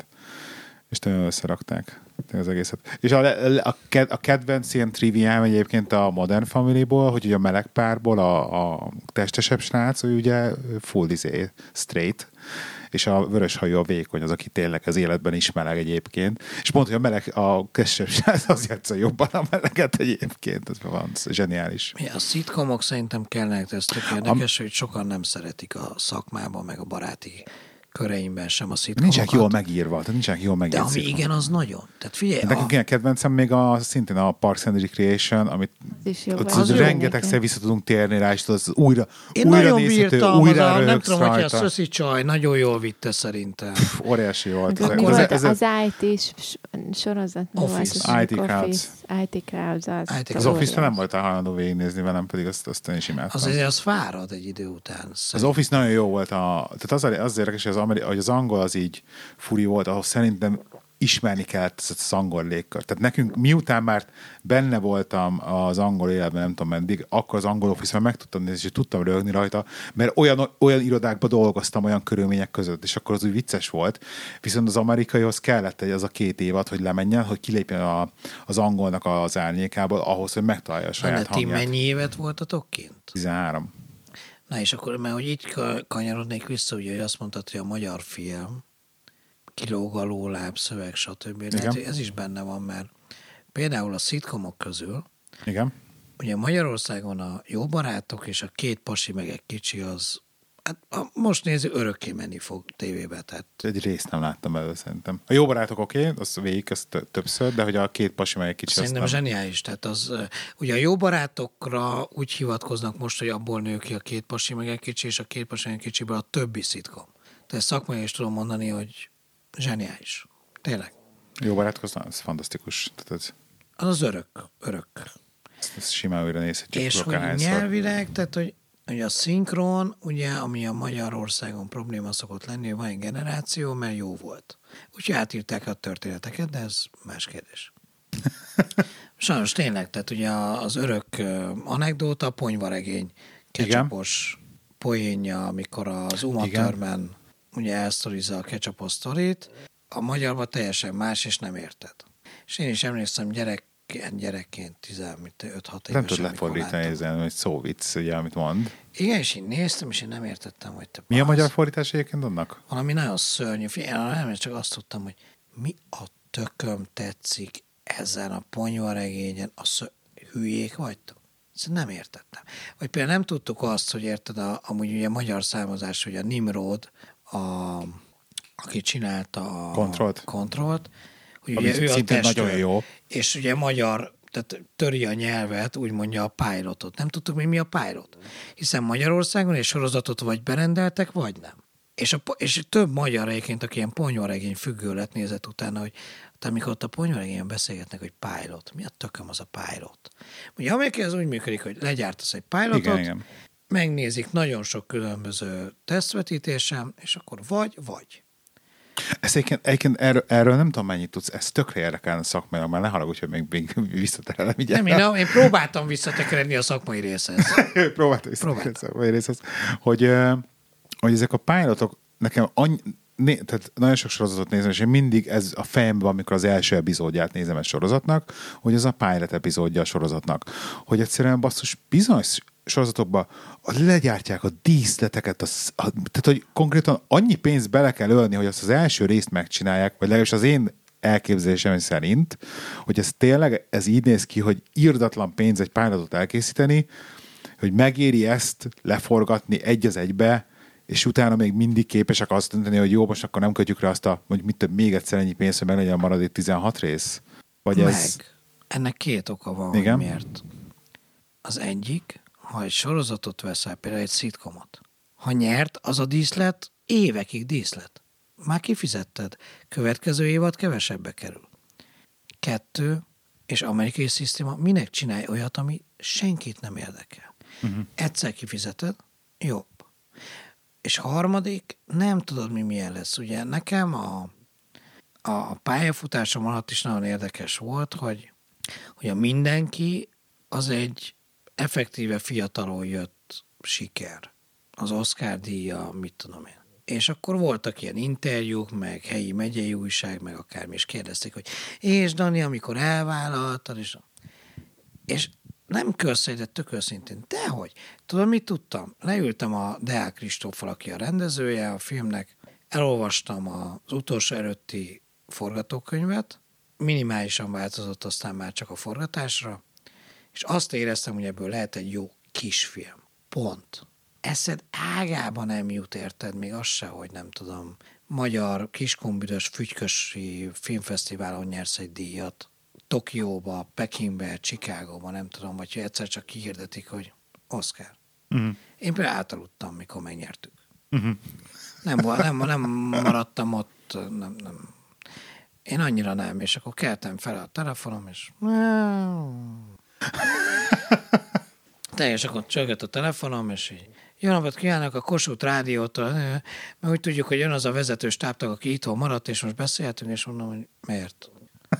és nagyon összerakták az egészet. És a, a, a kedvenc ilyen triviám egyébként a Modern Family-ból, hogy ugye a meleg párból a, a testesebb srác, ő ugye full izé, straight, és a vöröshajú a vékony, az, aki tényleg az életben is meleg egyébként. És pont, hogy a meleg, a testesebb srác az játsza jobban a meleget egyébként. Ez van, ez zseniális. A szitkomok szerintem kellene, ez tök érdekes, a... hogy sokan nem szeretik a szakmában, meg a baráti köreimben sem a szitkomokat. Nincsenek jól megírva, tehát nincsenek jól megírva. De ami szitkom. Igen, az nagyon. Tehát figyelj, nekünk ilyen kedvencem még a, szintén a Parks and Recreation, amit ott az rengetegszer vissza tudunk térni rá, és az újra, én újra nagyon nézhető, bírtam, újra az a, nem tudom, rajta. hogy a Szöszi csaj nagyon jól vitte szerintem. Pff, óriási volt. Ez, volt ez az i té sorozat. Office. i té Crowds. i té Crowds az. Az, az Office-t nem voltál hajlandó végignézni velem, pedig azt, azt én is imádtam. Az, az fárad egy idő után. Az Office nagyon jó volt. A, tehát az, az érdekes, hogy az, ameri, hogy az angol az így furi volt, ahhoz szerintem ismerni kellett az angol légkört. Tehát nekünk, miután már benne voltam az angol életben, nem tudom meddig, akkor az angol office-ban meg tudtam nézni, és tudtam röhögni rajta, mert olyan, olyan irodákban dolgoztam olyan körülmények között, és akkor az úgy vicces volt. Viszont az amerikaihoz kellett egy az a két évad, hogy lemenjen, hogy kilépjen a, az angolnak az árnyékából, ahhoz, hogy megtalálja a saját hangját. Ti mennyi évet voltatok kint? tizenhárom. Na és akkor, mert hogy így kanyarodnék vissza, ugye, hogy azt mondtad, hogy a magyar film, kilóg a lóláb, szöveg, stb. Lehet, ez is benne van, mert például a szitkomok közül, igen. Ugye Magyarországon a Jó barátok és a Két pasi meg egy kicsi az, hát most nézi, örökké menni fog tévébe. Tehát... Egy részt nem láttam belőle szerintem. A Jó barátok oké, okay, az végig, az többször, de hogy a Két pasi meg egy kicsi... Szerintem nem... zseniális. Tehát az, ugye a Jó barátokra úgy hivatkoznak most, hogy abból nő ki a Két pasi meg egy kicsi, és a Két pasi meg egy kicsiből a többi szitkom. Tehát szakmai is tudom mondani, hogy zseniális. Tényleg. Jó barátok, az, az fantasztikus. Tehát ez... Az az örök. Örök. Ezt, ezt simán újra nézhetjük. És hogy nyelvileg, tehát hogy, hogy a szinkron, ugye, ami a Magyarországon probléma szokott lenni, van egy generáció, mert jó volt. Úgyhogy átírták a történeteket, de ez más kérdés. Sajnos tényleg, tehát ugye az örök anekdóta, ponyvaregény, ketchupos poénja, amikor az Uma Thurman ugye elsztorizza a ketchupos sztorit, a magyarban teljesen más, és nem érted. És én is emlékszem gyerek, gyerekként, tizenöt-hat évesen. Nem tud lefordítani ezen, hogy szóvic, ugye, amit mond. Igen, és én néztem, és én nem értettem, hogy te Mi basz. a magyar fordítás egyébként annak? Valami nagyon szörnyű. Én nem csak azt tudtam, hogy mi a tököm tetszik ezen a ponyvaregényen, a ször... hülyék vagytok? Ezt nem értettem. Vagy például nem tudtuk azt, hogy érted, a, amúgy ugye magyar számozás, hogy a Nimrod, a, aki csinálta a kontrollt, kontrollt hogy ugye ő a testőr, nagyon jó. És ugye magyar, tehát töri a nyelvet, úgy mondja a pilotot. Nem tudtuk még mi a pilot. Hiszen Magyarországon egy sorozatot vagy berendeltek, vagy nem. És, a, és több magyar egyébként, aki ilyen ponyvaregény függő lett, nézett utána, hogy tehát amikor ott a ponyvaregényen beszélgetnek, hogy pilot, mi a tököm az a pilot? Ugye amerikai az úgy működik, hogy legyártasz egy pilotot, igen, igen. Megnézik nagyon sok különböző tesztvetítésen, és akkor vagy, vagy. Ezt egyébként, egyébként erről, erről nem tudom mennyit tudsz, ez tökre érdekelne szakmailag, már ne haragudj, hogy még, még visszaterelem. Nem, én, én próbáltam visszatekerni a szakmai részhez. próbáltam visszatekerni a szakmai részhez. Hogy, hogy ezek a pilotok nekem annyi, né, tehát nagyon sok sorozatot nézem, és én mindig ez a fejemben, amikor az első epizódját nézem egy sorozatnak, hogy az a pilot epizódja a sorozatnak. Hogy egyszerűen basszus bizonyos sorozatokban legyártják a díszleteket, a, a, tehát hogy konkrétan annyi pénzt bele kell ölni, hogy azt az első részt megcsinálják, vagy legalábbis az én elképzelésem szerint, hogy ez tényleg ez így néz ki, hogy irdatlan pénz egy pilotot elkészíteni, hogy megéri ezt leforgatni egy az egybe, és utána még mindig képesek azt mondani, hogy jó, most akkor nem kötjük rá azt a, hogy mit több, még egyszer ennyi pénzt, hogy meg legyen maradék tizenhat rész. Vagy meg. Ez... Ennek két oka van, igen? Miért. Az egyik, ha egy sorozatot veszel, például egy szitkomot, ha nyert, az a díszlet évekig díszlet. Már kifizetted. Következő évad kevesebbe kerül. Kettő, és amerikai szisztéma, minek csinálj olyat, ami senkit nem érdekel. Uh-huh. Egyszer kifizeted, jobb. És harmadik, nem tudod, mi milyen lesz. Ugye nekem a, a pályafutásom alatt is nagyon érdekes volt, hogy, hogy a Mindenki az egy effektíve fiatalon jött siker. Az Oscar díja, mit tudom én. És akkor voltak ilyen interjúk, meg helyi megyei újság, meg akármi, és kérdezték, hogy és Dani, amikor elvállaltad, és, és nem körszedett, tök őszintén. Dehogy. Tudod, mit tudtam? Leültem a Deák Kristóffal, aki a rendezője a filmnek, elolvastam az utolsó előtti forgatókönyvet, minimálisan változott aztán már csak a forgatásra, és azt éreztem, hogy ebből lehet egy jó kisfilm. Pont. Eszed ágában nem jut, érted, még az se, hogy nem tudom, magyar kiskumbüdös fügykösi filmfesztiválon nyersz egy díjat. Tokióba, Pekingbe, Chicagóba, nem tudom, vagy hogy egyszer csak kihirdetik, hogy Oscar. Uh-huh. Én például átaludtam, mikor megnyertük. Uh-huh. Nem, nem, nem maradtam ott, nem, nem. Én annyira nem, és akkor keltem fel a telefonom, és teljes akkor csörgött a telefonom, és így, jó napot kívánok, a Kossuth Rádiótól, mert úgy tudjuk, hogy jön az a vezető stábtag, aki itthon maradt, és most beszélhetünk, és mondom, hogy miért?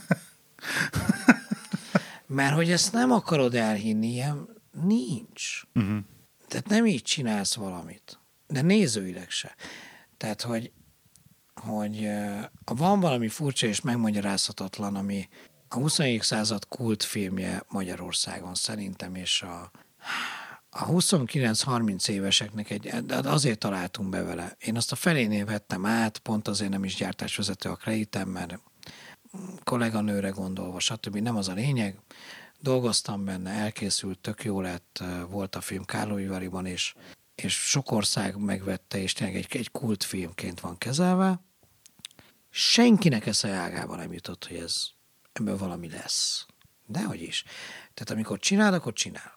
Mert hogy ezt nem akarod elhinni, ilyen nincs. Uh-huh. Tehát nem így csinálsz valamit. De nézőileg se. Tehát, hogy, hogy van valami furcsa és megmagyarázhatatlan, ami a huszonegyedik század kultfilmje Magyarországon szerintem, és a, a huszonkilenc-harminc éveseknek egy, azért találtunk be vele. Én azt a felénél vettem át, pont azért nem is gyártásvezető a kreditem, mert kolléganőre gondolva, stb. Nem az a lényeg. Dolgoztam benne, elkészült, tök jó lett, volt a film Kárlóudvariban, és, és sok ország megvette, és tényleg egy, egy kultfilmként van kezelve. Senkinek esze ágában nem jutott, hogy ez, ebből valami lesz. Dehogy is. Tehát amikor csinálod, akkor csinálod.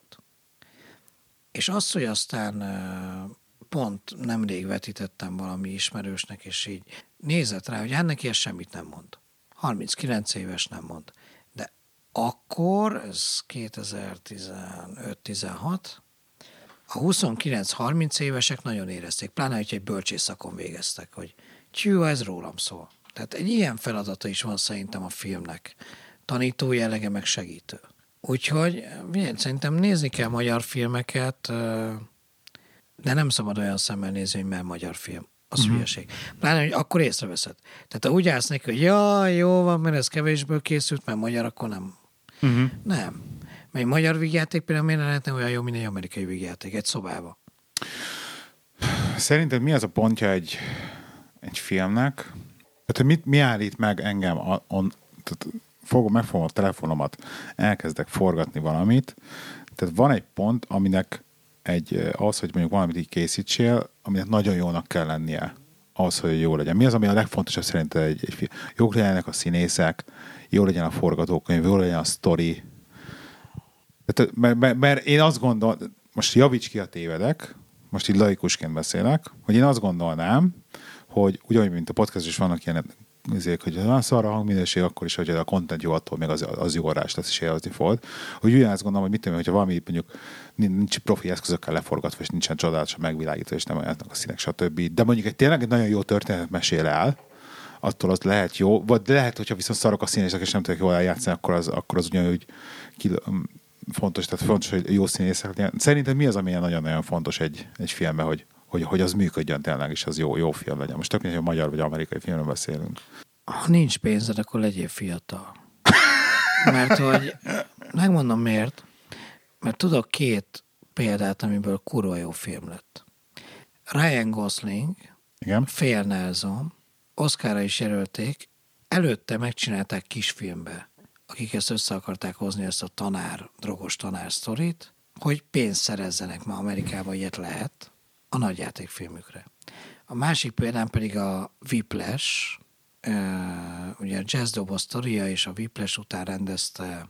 És azt, hogy aztán pont nemrég vetítettem valami ismerősnek, és így nézett rá, hogy hát neki ez semmit nem mond. harminckilenc éves nem mond. De akkor, ez kétezer-tizenöt tizenhat, a huszonkilenc-harminc évesek nagyon érezték, pláne, hogy egy bölcsészszakon végeztek, hogy tyű, ez rólam szól. Tehát egy ilyen feladata is van szerintem a filmnek. Tanító jellege, meg segítő. Úgyhogy szerintem nézni kell magyar filmeket, de nem szabad olyan szemmel nézni, hogy mert magyar film. Az uh-huh. hülyeség. Pláne, hogy akkor észreveszed. Tehát ha úgy állsz neki, hogy jaj, jó van, mert ez kevésből készült, mert magyar, akkor nem. Uh-huh. Nem. Mert egy magyar vígjáték például miért lehetne olyan jó, mint egy amerikai vígjáték, egy szobába? Szerinted mi az a pontja egy, egy filmnek? Tehát mit, mi állít meg engem? A, on, tehát fogom, megfogom a telefonomat, elkezdek forgatni valamit. Tehát van egy pont, aminek egy, az, hogy mondjuk valamit így készítsél, aminek nagyon jónak kell lennie ahhoz, hogy jó legyen. Mi az, ami a legfontosabb szerintem egy, egy film? Jók legyenek a színészek, jó legyen a forgatókönyv, jó legyen a sztori. Tehát, mert, mert, mert én azt gondolom, most javíts ki, a tévedek, most így laikusként beszélek, hogy én azt gondolnám, hogy ugyanúgy, mint a podcast is vannak ilyen nézzék, hogy ha szar a hangminőség, akkor is, hogy a content jó, attól még az, az jó orrás lesz is élvezni fogod. Hogy ugyanazt gondolom, hogy mit tudom, hogyha valami mondjuk nincs profi eszközökkel leforgatva, és nincsen csodálatos megvilágítva, és nem olyanok a színek, stb. De mondjuk egy tényleg egy nagyon jó történet mesél el, attól az lehet jó, vagy lehet, hogyha viszont szarok a színészek, és nem tudják jól eljátszani, akkor az, akkor az ugyanúgy kil- fontos, tehát fontos, hogy jó színészek legyen. Szerintem mi az, ami nagyon-nagyon fontos egy, egy filmben, hogy Hogy, hogy az működjön tényleg, és az jó, jó film legyen. Most tök mindegy, hogy magyar vagy amerikai filmről beszélünk. Ha nincs pénzed, akkor legyél fiatal. Mert hogy, megmondom miért, mert tudok két példát, amiből kurva jó film lett. Ryan Gosling, igen? Fél Nelson, Oscarra is jelölték, előtte megcsinálták kisfilmbe, akik ezt össze akarták hozni, ezt a tanár, drogos tanár sztorit, hogy pénzt szerezzenek, ma Amerikában ilyet lehet, a nagyjátékfilmükre. A másik példán pedig a Whiplash, ugye a jazzdoboz sztoria, és a Whiplash után rendezte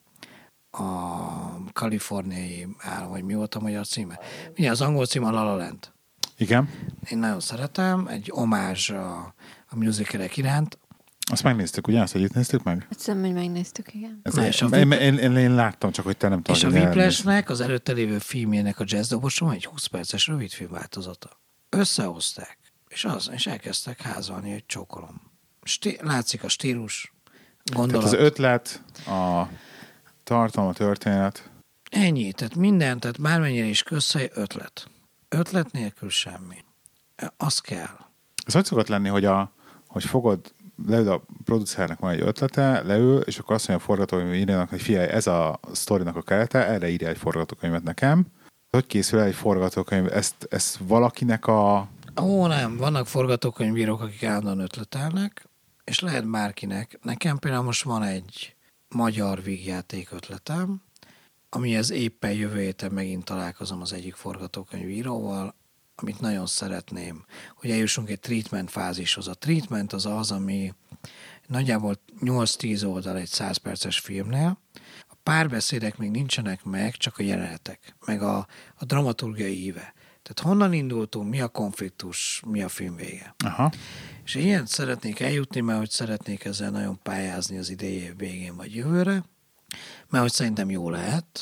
a kaliforniai állam, vagy mi volt a magyar címe? Ugye az angol cím a La La Land. Igen. Én nagyon szeretem, egy omázs a, a musicalek iránt. Azt megnéztük, ugye? Azt együtt néztük meg? Azt hiszem, hogy megnéztük, igen. Ez egy, én, én, én, én láttam, csak hogy te nem tudod. És a Whiplashnek, az előtte lévő filmjének a jazzdobosról egy húsz perces rövidfilm változata. Összehozták, és az, és elkezdtek házalni, hogy csókolom. Sté- látszik a stílus, gondolat. Tehát az ötlet, a tartalom, a történet. Ennyi, tehát minden, tehát bármennyire is közhely, ötlet. Ötlet nélkül semmi. Az kell. Ez hogy szokott lenni, hogy, a, hogy fogod, leül a producernek van egy ötlete, leül, és akkor azt mondja a forgatókönyv írjanak, hogy figyelj, ez a sztorinak a kerete, erre írja egy forgatókönyvet nekem. Hogy készül el egy forgatókönyv? Ezt, ezt valakinek a... Ó, nem, vannak forgatókönyvírók, akik állandóan ötletelnek, és lehet bárkinek. Nekem például most van egy magyar vígjáték ötletem, amihez éppen jövő héten megint találkozom az egyik forgatókönyvíróval, amit nagyon szeretném, hogy eljussunk egy treatment fázishoz. A treatment az az, ami nagyjából nyolc-tíz oldal egy száz perces filmnél. A párbeszédek még nincsenek meg, csak a jelenetek, meg a, a dramaturgiai íve. Tehát honnan indultunk, mi a konfliktus, mi a film vége. Aha. És ilyet szeretnék eljutni, mert hogy szeretnék ezzel nagyon pályázni az idei végén vagy jövőre, mert hogy szerintem jó lehet.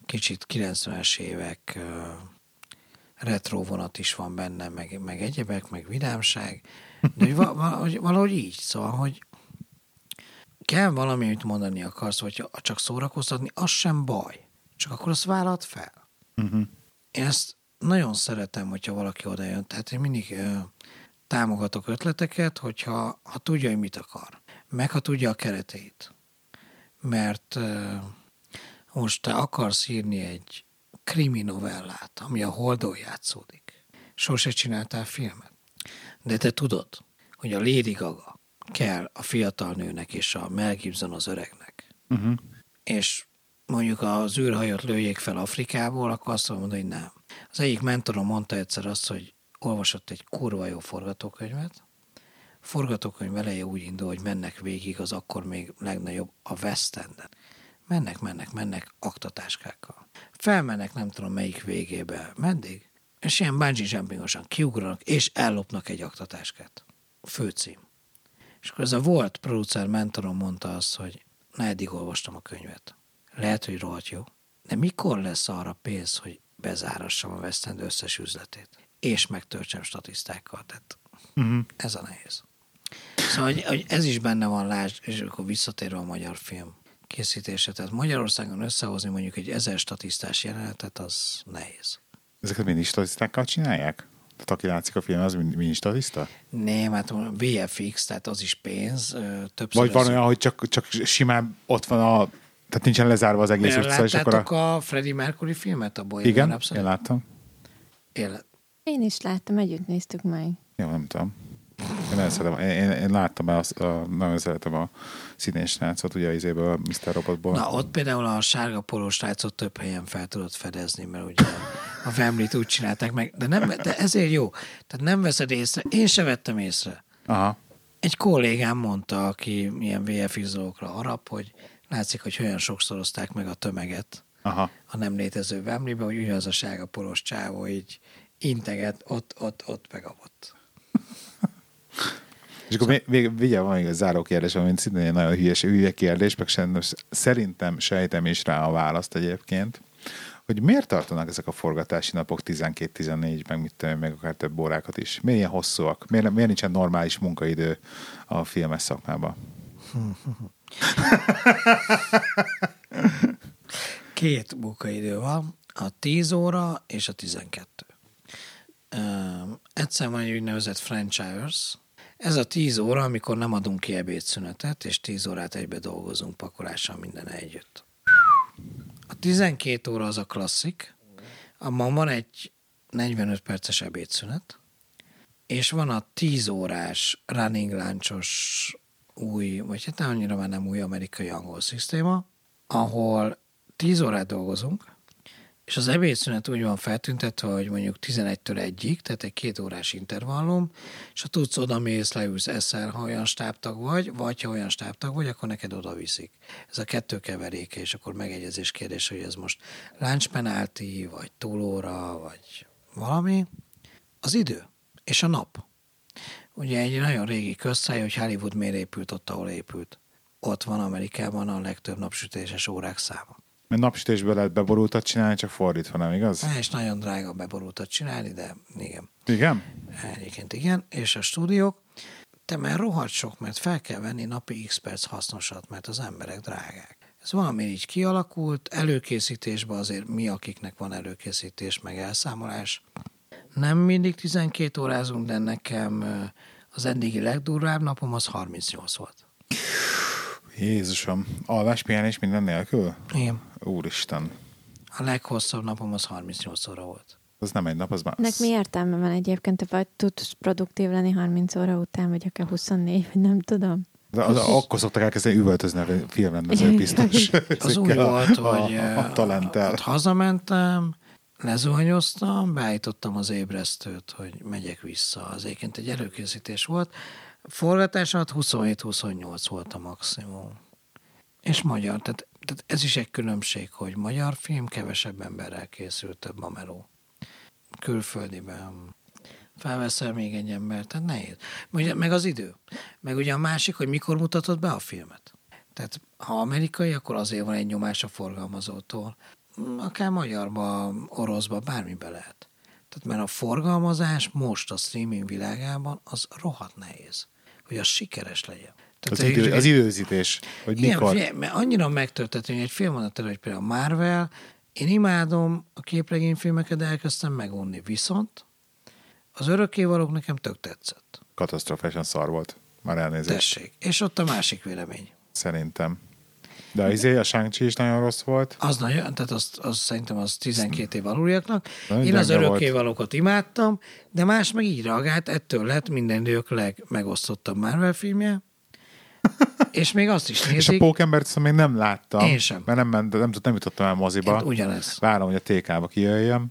kicsit kilencvenes évek retro vonat is van benne, meg, meg egyebek, meg vidámság, de hogy valahogy, valahogy így, szóval, hogy kell valami, amit mondani akarsz, vagy csak szórakoztatni, az sem baj. Csak akkor azt vállalt fel. Uh-huh. Én ezt nagyon szeretem, hogyha valaki oda jön. Tehát én mindig uh, támogatok ötleteket, hogyha ha tudja, hogy mit akar. Meg ha tudja a kereteit. Mert uh, most te akarsz írni egy krimi novellát, ami a Holdon játszódik. Sose csináltál filmet. De te tudod, hogy a Lady Gaga kell a fiatal nőnek és a Mel Gibson az öregnek. Uh-huh. És mondjuk az űrhajót lőjék fel Afrikából, akkor azt mondom, hogy nem. Az egyik mentorom mondta egyszer azt, hogy olvasott egy kurva jó forgatókönyvet. A forgatókönyv eleje úgy indul, hogy mennek végig az akkor még legnagyobb a West Enden. Mennek, mennek, mennek aktatáskákkal. Felmennek nem tudom melyik végébe. Meddig? És ilyen bungee jumpingosan kiugranak, és ellopnak egy aktatáskát. Főcím. És akkor ez a volt producer mentorom mondta azt, hogy na eddig olvastam a könyvet. Lehet, hogy rohadt jó. De mikor lesz arra pénz, hogy bezárassam a West End összes üzletét? És megtöltsem statisztákkal. Tehát uh-huh. ez a nehéz. Szóval, hogy, hogy ez is benne van, lásd, és akkor visszatérve a magyar film készítése. Tehát Magyarországon összehozni mondjuk egy ezer statisztás jelenetet, az nehéz. Ezeket mindig statisztákkal csinálják? Tehát aki látszik a film, az mindig statiszta? Nem, hát vé ef iksz, tehát az is pénz. Többször vagy van olyan, hogy csak, csak simán ott van a... Tehát nincsen lezárva az egész utca. Láttátok a... a Freddie Mercury filmet? A Igen, Rhapsody? Én láttam. Élet. Én is láttam, együtt néztük meg. Jó, nem tudom. Én, én, én, én láttam, azt, a, nagyon szeretem a színés srácot, ugye az izéből, a miszter Robotból. Na, ott például a sárga polós srácot több helyen fel tudod fedezni, mert ugye a Wembley-t úgy csinálták meg, de, nem, de ezért jó. Tehát nem veszed észre, én se vettem észre. Aha. Egy kollégám mondta, aki milyen vé ef iksz-dolgokra arab, hogy látszik, hogy olyan sokszorozták meg a tömeget Aha. a nem létező Wembley-be, hogy ugyanaz a sárga polós csávó így integet ott, ott, ott, meg ott. És akkor szóval... még, még van még egy záró kérdés, amit szintén egy nagyon hülyes, hülye kérdés, meg szerintem sejtem is rá a választ egyébként, hogy miért tartanak ezek a forgatási napok tizenkét-tizennégy, meg mit tudom, meg akár több órákat is? Miért ilyen hosszúak? Miért, miért nincsen normális munkaidő a filmes szakmában? Két munkaidő van, a tíz óra és a tizenkettő. Um, egyszer van egy úgynevezett franchise. Ez a tíz óra, amikor nem adunk ki ebédszünetet, és tíz órát egybe dolgozunk pakolással minden együtt. A tizenkét óra az a klasszik, abban van egy negyvenöt perces ebédszünet, és van a tíz órás running lunchos új, vagy hát nem annyira már nem új amerikai angol szisztéma, ahol tíz órát dolgozunk, és az ebédszünet úgy van feltüntetve, hogy mondjuk tizenegytől egyig, tehát egy két órás intervallum, és ha tudsz, odamész, leülsz, eszel, ha olyan stábtag vagy, vagy ha olyan stábtag vagy, akkor neked oda viszik. Ez a kettő keveréke, és akkor megegyezés kérdés, hogy ez most lunch penalty, vagy túlóra, vagy valami. Az idő és a nap. Ugye egy nagyon régi közszáj, hogy Hollywood miért épült ott, ahol épült. Ott van Amerikában a legtöbb napsütéses órák száma. Mert napsütésből lehet beborultat csinálni, csak fordítva, nem igaz? És nagyon drága beborultat csinálni, de igen. Igen? Egyébként igen, és a stúdiók, te már rohadt sok, mert fel kell venni napi x perc hasznosat, mert az emberek drágák. Ez valami így kialakult, előkészítésben azért mi, akiknek van előkészítés, meg elszámolás. Nem mindig tizenkét órázunk, de nekem az eddigi legdurvább napom az harmincnyolc volt. Jézusom, alvás, pihenés minden nélkül? Igen. Úristen. A leghosszabb napom az harmincnyolc óra volt. Az nem egy nap, az már... Nek mi értelme van egyébként, te vagy tudsz produktív lenni harminc óra után, vagy akár huszonnégy, vagy nem tudom. De az, akkor szoktak elkezdeni üvöltözni a filmrendezők biztos. Az úgy volt, a, hogy a, a talenttel. Hazamentem, lezuhanyoztam, beállítottam az ébresztőt, hogy megyek vissza. Az egyébként egy előkészítés volt. Forgatás alatt huszonhét-huszonnyolc volt a maximum. És magyar, tehát, tehát ez is egy különbség, hogy magyar film kevesebb emberrel készült, több a meló. Külföldiben felveszel még egy embert, tehát nehéz. Meg az idő. Meg ugye a másik, hogy mikor mutatod be a filmet. Tehát ha amerikai, akkor azért van egy nyomás a forgalmazótól. akár magyarba, oroszba, bármibe lehet. Tehát mert a forgalmazás most a streaming világában az rohadt nehéz, hogy az sikeres legyen. Az, idő, az időzítés, hogy igen, mikor. Figyelj, mert annyira megtörtént, hogy egy film mondat elő, hogy például a Marvel, én imádom a képregényfilmeket, de elkezdtem megunni. Viszont az Örökkévalók nekem tök tetszett. Katasztrofálisan szar volt. Már elnézést. Tessék. És ott a másik vélemény. Szerintem. De az izé, a Shang-Chi is nagyon rossz volt. Az nagyon, tehát az, az szerintem az tizenkét év aluljaknak. Nagyon Én az gyenge Örökkévalókat imádtam, de más meg így reagált, ettől lett minden idők legmegosztottabb Marvel filmje. És még azt is nézik. És a Pókembert azt még nem láttam. Én sem. Mert nem, nem, nem, nem jutottam el moziba. Hát ugyanez. Várom, hogy a té ká-ba kijöjjem.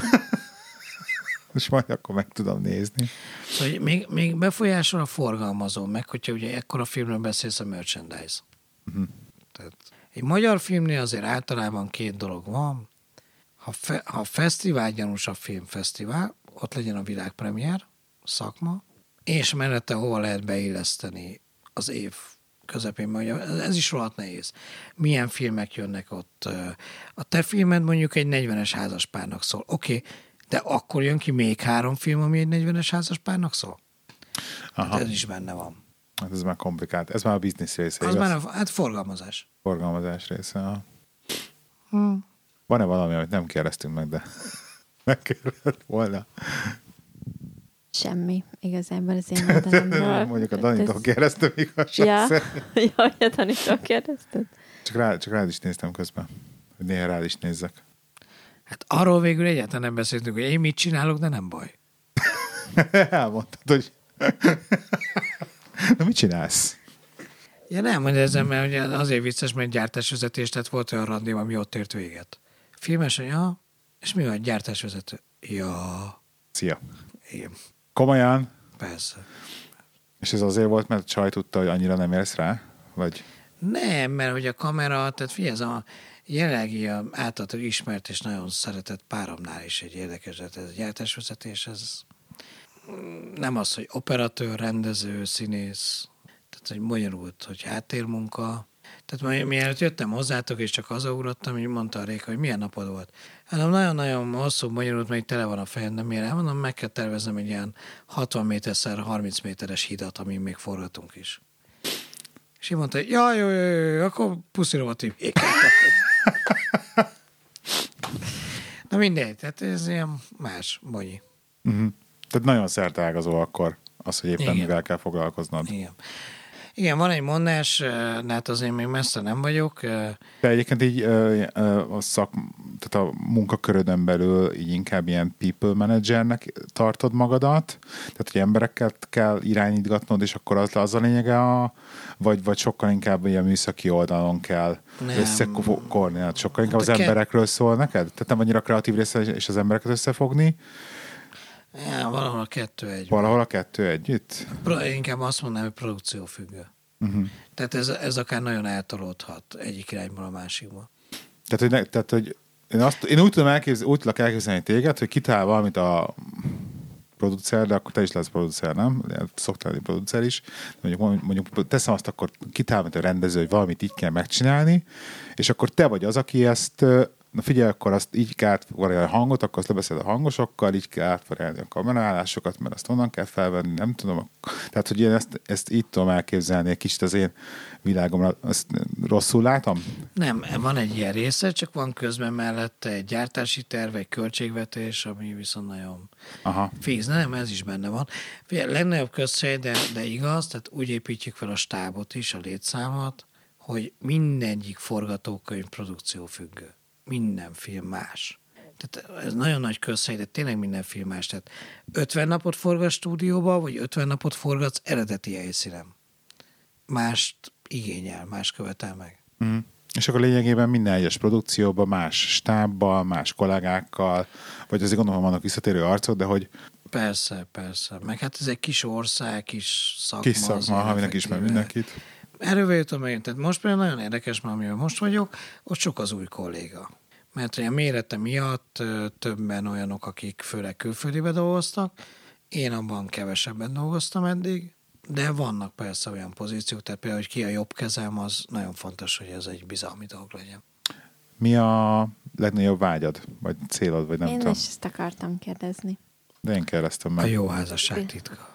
És majd akkor meg tudom nézni. Szóval még, még befolyásol a forgalmazó, meg hogyha ugye ekkora filmről beszélsz, a merchandise. Uh-huh. Tehát egy magyar filmnél azért általában két dolog van. Ha, fe, ha fesztiválgyanús a filmfesztivál, ott legyen a világpremiér, szakma, és mellette hova lehet beilleszteni az év közepén, mondja, ez is rohadt nehéz. Milyen filmek jönnek ott? A te filmed mondjuk egy negyvenes házaspárnak szól. Oké, okay, de akkor jön ki még három film, ami egy negyvenes házaspárnak szól? Hát ez is benne van. Hát ez már komplikált. Ez már a biznisz része. Az már a, hát forgalmazás. Forgalmazás része. Ha. Hmm. Van-e valami, amit nem kérdeztünk meg, de megkérdezett volna? Semmi, igazából az én oldalamról. Mondjuk a Danitól ez... kérdeztem igazság ja. ja, hogy a Danitól kérdezted? Csak, rá, csak rád is néztem közben, hogy néha rád is nézzek. Hát arról végül egyáltalán nem beszéltünk, hogy én mit csinálok, de nem baj. Elmondtad, hogy... Na mit csinálsz? Ja nem, hogy ezen, mert ugye azért vicces, mert gyártásvezetés, tehát volt olyan randém, ami ott ért véget. Filmesen, ja, és mi van, gyártásvezető? Ja. Szia. Igen. Komolyan? Persze. És ez azért volt, mert a csaj tudta, hogy annyira nem érsz rá? Vagy... Nem, mert hogy a kamera, tehát figyelj, ez a jelenlegi általában ismert és nagyon szeretett páromnál is egy érdekes, ez a gyártásvezetés, ez nem az, hogy operatőr, rendező, színész, tehát hogy bonyolult, hogy háttérmunka. Tehát mielőtt jöttem hozzátok, és csak hazaugrottam, így mondta a Réka, hogy milyen napod volt. Hát nagyon-nagyon hosszú, bonyolult, még tele van a fejem, de miért elmondom, meg kell terveznem egy ilyen hatvan méterszer harminc méteres hidat, amin még forgatunk is. És így mondta, hogy jaj, jó, jó, jó, jó, akkor puszilom a tübéket. Na mindegy, tehát ez ilyen más, bonyi. Uh-huh. Tehát nagyon szerteágazó akkor az, hogy éppen igen. mivel kell foglalkoznod. Igen. Igen, van egy mondás, de hát azért még messze nem vagyok. De egyébként így a szak, tehát a munkakörödön belül így inkább ilyen people managernek tartod magadat, tehát hogy embereket kell irányítgatnod, és akkor az, az a lényege, a, vagy, vagy sokkal inkább ilyen műszaki oldalon kell összekoordinálni, sokkal inkább hát az ke- emberekről szól neked? Tehát nem annyira kreatív része, és az embereket összefogni? Ja, valahol a kettő egy. Valahol a kettő együtt? Pro, inkább azt mondanám, hogy produkciófüggő. Uh-huh. Tehát ez, ez akár nagyon eltolódhat egyik irányból a másikból. Tehát, hogy, ne, tehát, hogy én, azt, én úgy tudom elképzelni, úgy tudok elképzelni téged, hogy kitál valamit a producer, de akkor te is lesz producer, nem? Szoktál lenni producer is. Mondjuk, mondjuk teszem azt, akkor kitál valamit a rendező, hogy valamit így kell megcsinálni, és akkor te vagy az, aki ezt... Na figyelj, akkor azt így kell átvarálni a hangot, akkor azt lebeszéled a hangosokkal, így kell átvarálni a kamerállásokat, mert azt onnan kell felvenni, nem tudom. Tehát, hogy én ezt, ezt így tudom elképzelni egy kicsit az én világomra. Ezt rosszul látom? Nem, van egy ilyen része, csak van közben mellette egy gyártási terv, egy költségvetés, ami viszont nagyon Aha. fix. Nem, ez is benne van. Figyelj, legnagyobb közhely, de, de igaz, tehát úgy építjük fel a stábot is, a létszámot, hogy mindegyik forgatókönyv produkció függő. Minden film más. Tehát ez nagyon nagy közhely, de tényleg minden film más. Tehát ötven napot forgatsz stúdióba, vagy ötven napot forgatsz eredeti helyszínen. Mást igényel, más követel meg. Mm. És akkor lényegében minden egyes produkcióban más stábbal, más kollégákkal, vagy azért gondolom, vannak visszatérő arcok, de hogy... Persze, persze. Meg hát ez egy kis ország, kis szakma. Kis szakma, ha mindenki ismer mindenkit. Erről jöttem meg, tehát most például nagyon érdekes, mert amivel most vagyok, ott sok az új kolléga. Mert a mérete miatt többen olyanok, akik főleg külföldibe dolgoztak, én abban kevesebben dolgoztam eddig, de vannak persze olyan pozíciók, tehát például, hogy ki a jobb kezem, az nagyon fontos, hogy ez egy bizalmi dolog legyen. Mi a legnagyobb vágyad? Vagy célod, vagy nem én tudom? Én is ezt akartam kérdezni. De én kérdeztem meg. A jó házasság titka.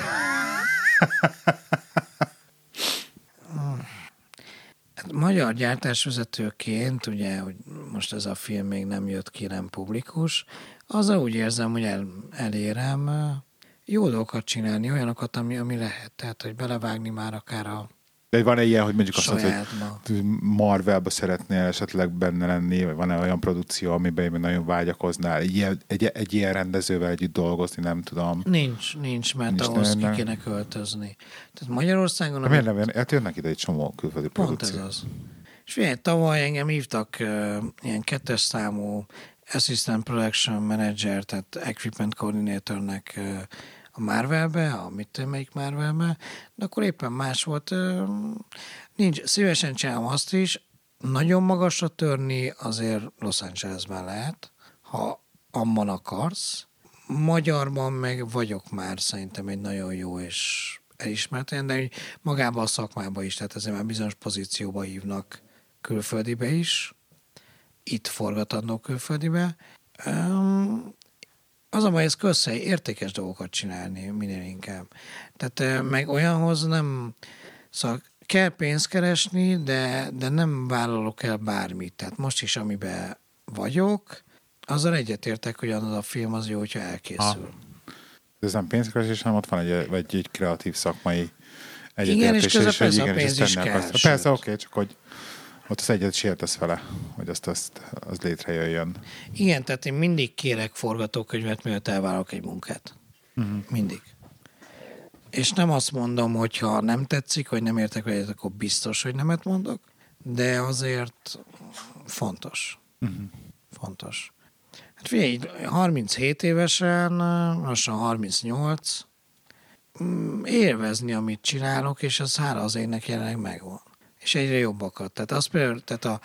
Hát, magyar gyártásvezetőként, ugye, hogy most ez a film még nem jött ki, nem publikus, azzal úgy érzem, hogy el, elérem jó dolgokat csinálni, olyanokat, ami, ami lehet. Tehát, hogy belevágni már akár a De van-e ilyen, hogy mondjuk azt mondod, sajátba. hogy Marvelba szeretnél esetleg benne lenni, vagy van-e olyan produkció, amiben még nagyon vágyakoznál, egy ilyen, egy, egy ilyen rendezővel együtt dolgozni, nem tudom. Nincs, nincs, mert nincs, ahhoz ki kéne költözni. Tehát Magyarországon... De miért nem jön? Hát jönnek ide egy csomó külföldi produkció. Pont ez az. És figyelj, tavaly engem hívtak uh, ilyen kettes számú Assistant Production Manager, tehát Equipment Coordinatornek uh, a Marvelbe, a mit tudom, melyik Marvelbe, de akkor éppen más volt. Uh, nincs, szívesen csinálom azt is, nagyon magasra törni azért Los Angelesben lehet, ha amman akarsz. Magyarban meg vagyok már szerintem egy nagyon jó és elismert, de magában a szakmában is, tehát ezért már bizonyos pozícióba hívnak külföldibe is, itt forgatandó külföldibe. Az a baj, ez közhely értékes dolgokat csinálni minél inkább. Tehát meg olyanhoz nem, szóval kell pénzt keresni, de, de nem vállalok el bármit. Tehát most is, amiben vagyok, azzal egyetértek, hogy az a film az jó, hogyha elkészül. Ha. Ez nem pénzkeresés, hanem ott van egy, egy, egy kreatív szakmai egyetértés. Igen, és közben persze a pénz is kell. Persze, oké, okay, csak hogy ott az egyet sértesz vele, hogy azt, azt az létrejöjjön. Igen, tehát én mindig kérek forgatókönyvet, mielőtt elvállalok egy munkát. Uh-huh. Mindig. És nem azt mondom, hogy ha nem tetszik, vagy nem értek vele, akkor biztos, hogy nemet mondok, de azért fontos. Uh-huh. Fontos. Hát figyelj, harminchét évesen, lassan harmincnyolc, élvezni, amit csinálok, és az hála az énnek jelenleg megvan. És egyre jobbakat. Tehát az például, tehát a,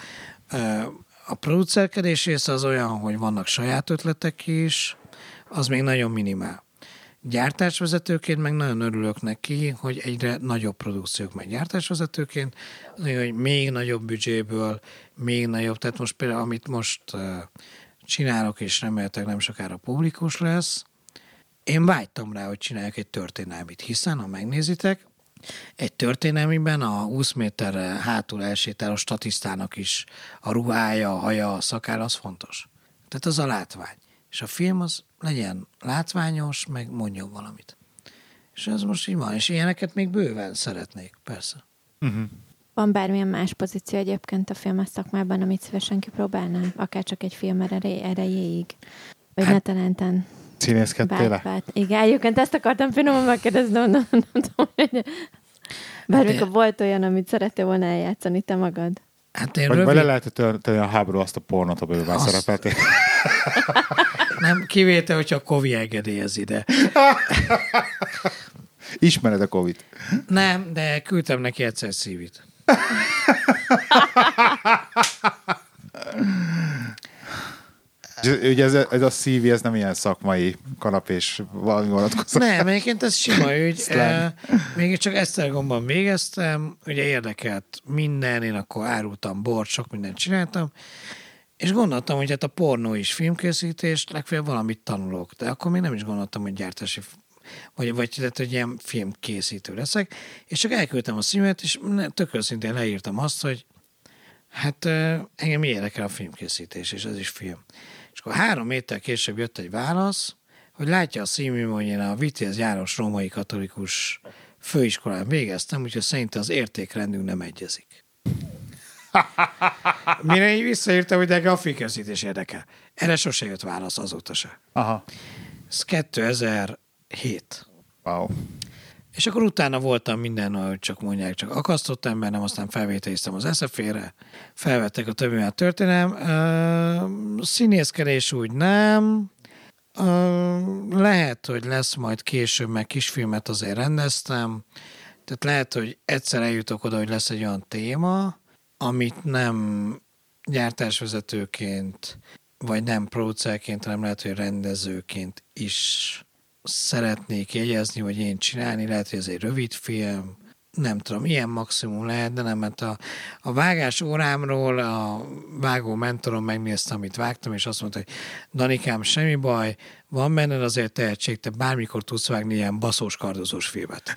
a producerkedés része az olyan, hogy vannak saját ötletek is, az még nagyon minimál. Gyártásvezetőként meg nagyon örülök neki, hogy egyre nagyobb produkciók meg gyártásvezetőként, hogy még nagyobb büdzséből, még nagyobb, tehát most például, amit most csinálok, és remélhetőleg nem sokára publikus lesz, én vágytam rá, hogy csináljak egy történelmit, hiszen, ha megnézitek, egy történelmiben a húsz méterre hátul elsétáló statisztának is a ruhája, a haja, a szakáll, az fontos. Tehát az a látvány. És a film az legyen látványos, meg mondjon valamit. És ez most így van. És ilyeneket még bőven szeretnék, persze. Uh-huh. Van bármilyen más pozíció egyébként a filmes szakmában, amit szívesen kipróbálnál? Akár csak egy film erejéig? Vagy hát, ne talán színészkedtél le? Igen, egyébként ezt akartam finoman megkérdezni, nem, nem, nem tudom, hogy bármikor hát volt olyan, amit szerettél volna eljátszani te magad. Hát én vagy, rövid... vagy le lehetett törni a háború azt a pornot, amiben már szerepeltél? Nem, kivétel, hogyha a Kovi engedélyez ide. Ismered a Kovit? Nem, de küldtem neki egyszer szívit. Ugye ez, ez a szívi, ez nem ilyen szakmai kanapés valami vonatkozó. Nem, egyébként ez sima ügy. e, még csak Esztergomban végeztem, ugye érdekelt minden, én akkor árultam bort, sok mindent csináltam, és gondoltam, hogy hát a pornó is filmkészítés, legfeljebb valamit tanulok, de akkor még nem is gondoltam, hogy gyártási vagy, vagy tehát, hogy ilyen filmkészítő leszek, és csak elküldtem a szívemet, és tök őszintén leírtam azt, hogy hát engem érdekel a filmkészítés, és ez is film. És akkor három héttel később jött egy válasz, hogy látja a színműben, hogy én a Vitéz János római katolikus főiskolán végeztem, úgyhogy szerintem az értékrendünk nem egyezik. Mire így visszaírtam, hogy nekem a filmkészítés érdekel. Erre sose jött válasz, azóta se. Aha. Ez kétezer-hét. Wow. És akkor utána voltam minden, ahogy csak mondják, csak akasztott embernem, aztán felvételiztem az es ef é-re, felvettek a többi már történelem. Uh, színészkedés úgy nem. Uh, lehet, hogy lesz majd később, meg kisfilmet azért rendeztem. Tehát lehet, hogy egyszer eljutok oda, hogy lesz egy olyan téma, amit nem gyártásvezetőként, vagy nem producerként, hanem lehet, hogy rendezőként is szeretnék jegyezni, vagy én csinálni. Lehet, hogy ez egy rövid film, nem tudom, ilyen maximum lehet, de nem, mert a, a vágás órámról a vágó mentorom megnézte, amit vágtam, és azt mondta, hogy Danikám, semmi baj, van benned azért tehetség, te bármikor tudsz vágni ilyen baszós, kardozós filmet.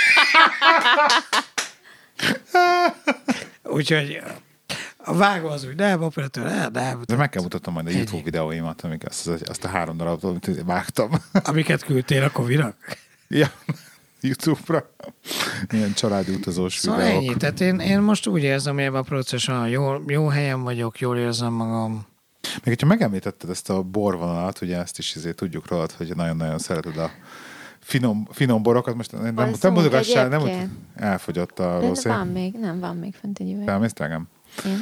Úgyhogy a vágó az úgy, nem, operatőr, nem, nem. De meg kell mutatnom majd a YouTube Ennyi. videóimat, amik azt, azt a három darabot, amit vágtam. Amiket küldtél a Kovinak? Ja, YouTube-ra. Ilyen családi utazós szóval videók. Ennyi, tehát én, én most úgy érzem, hogy ebben a processen jó, jó helyen vagyok, jól érzem magam. Még hogyha megemlítetted ezt a borvonalat, ugye ezt is azért tudjuk rólad, hogy nagyon-nagyon szereted a finom, finom borokat. Most nem, nem, nem mutogassál, nem elfogyott a rossz. Van még, nem, van még fent egy üveg. Elmész, drágám? Én.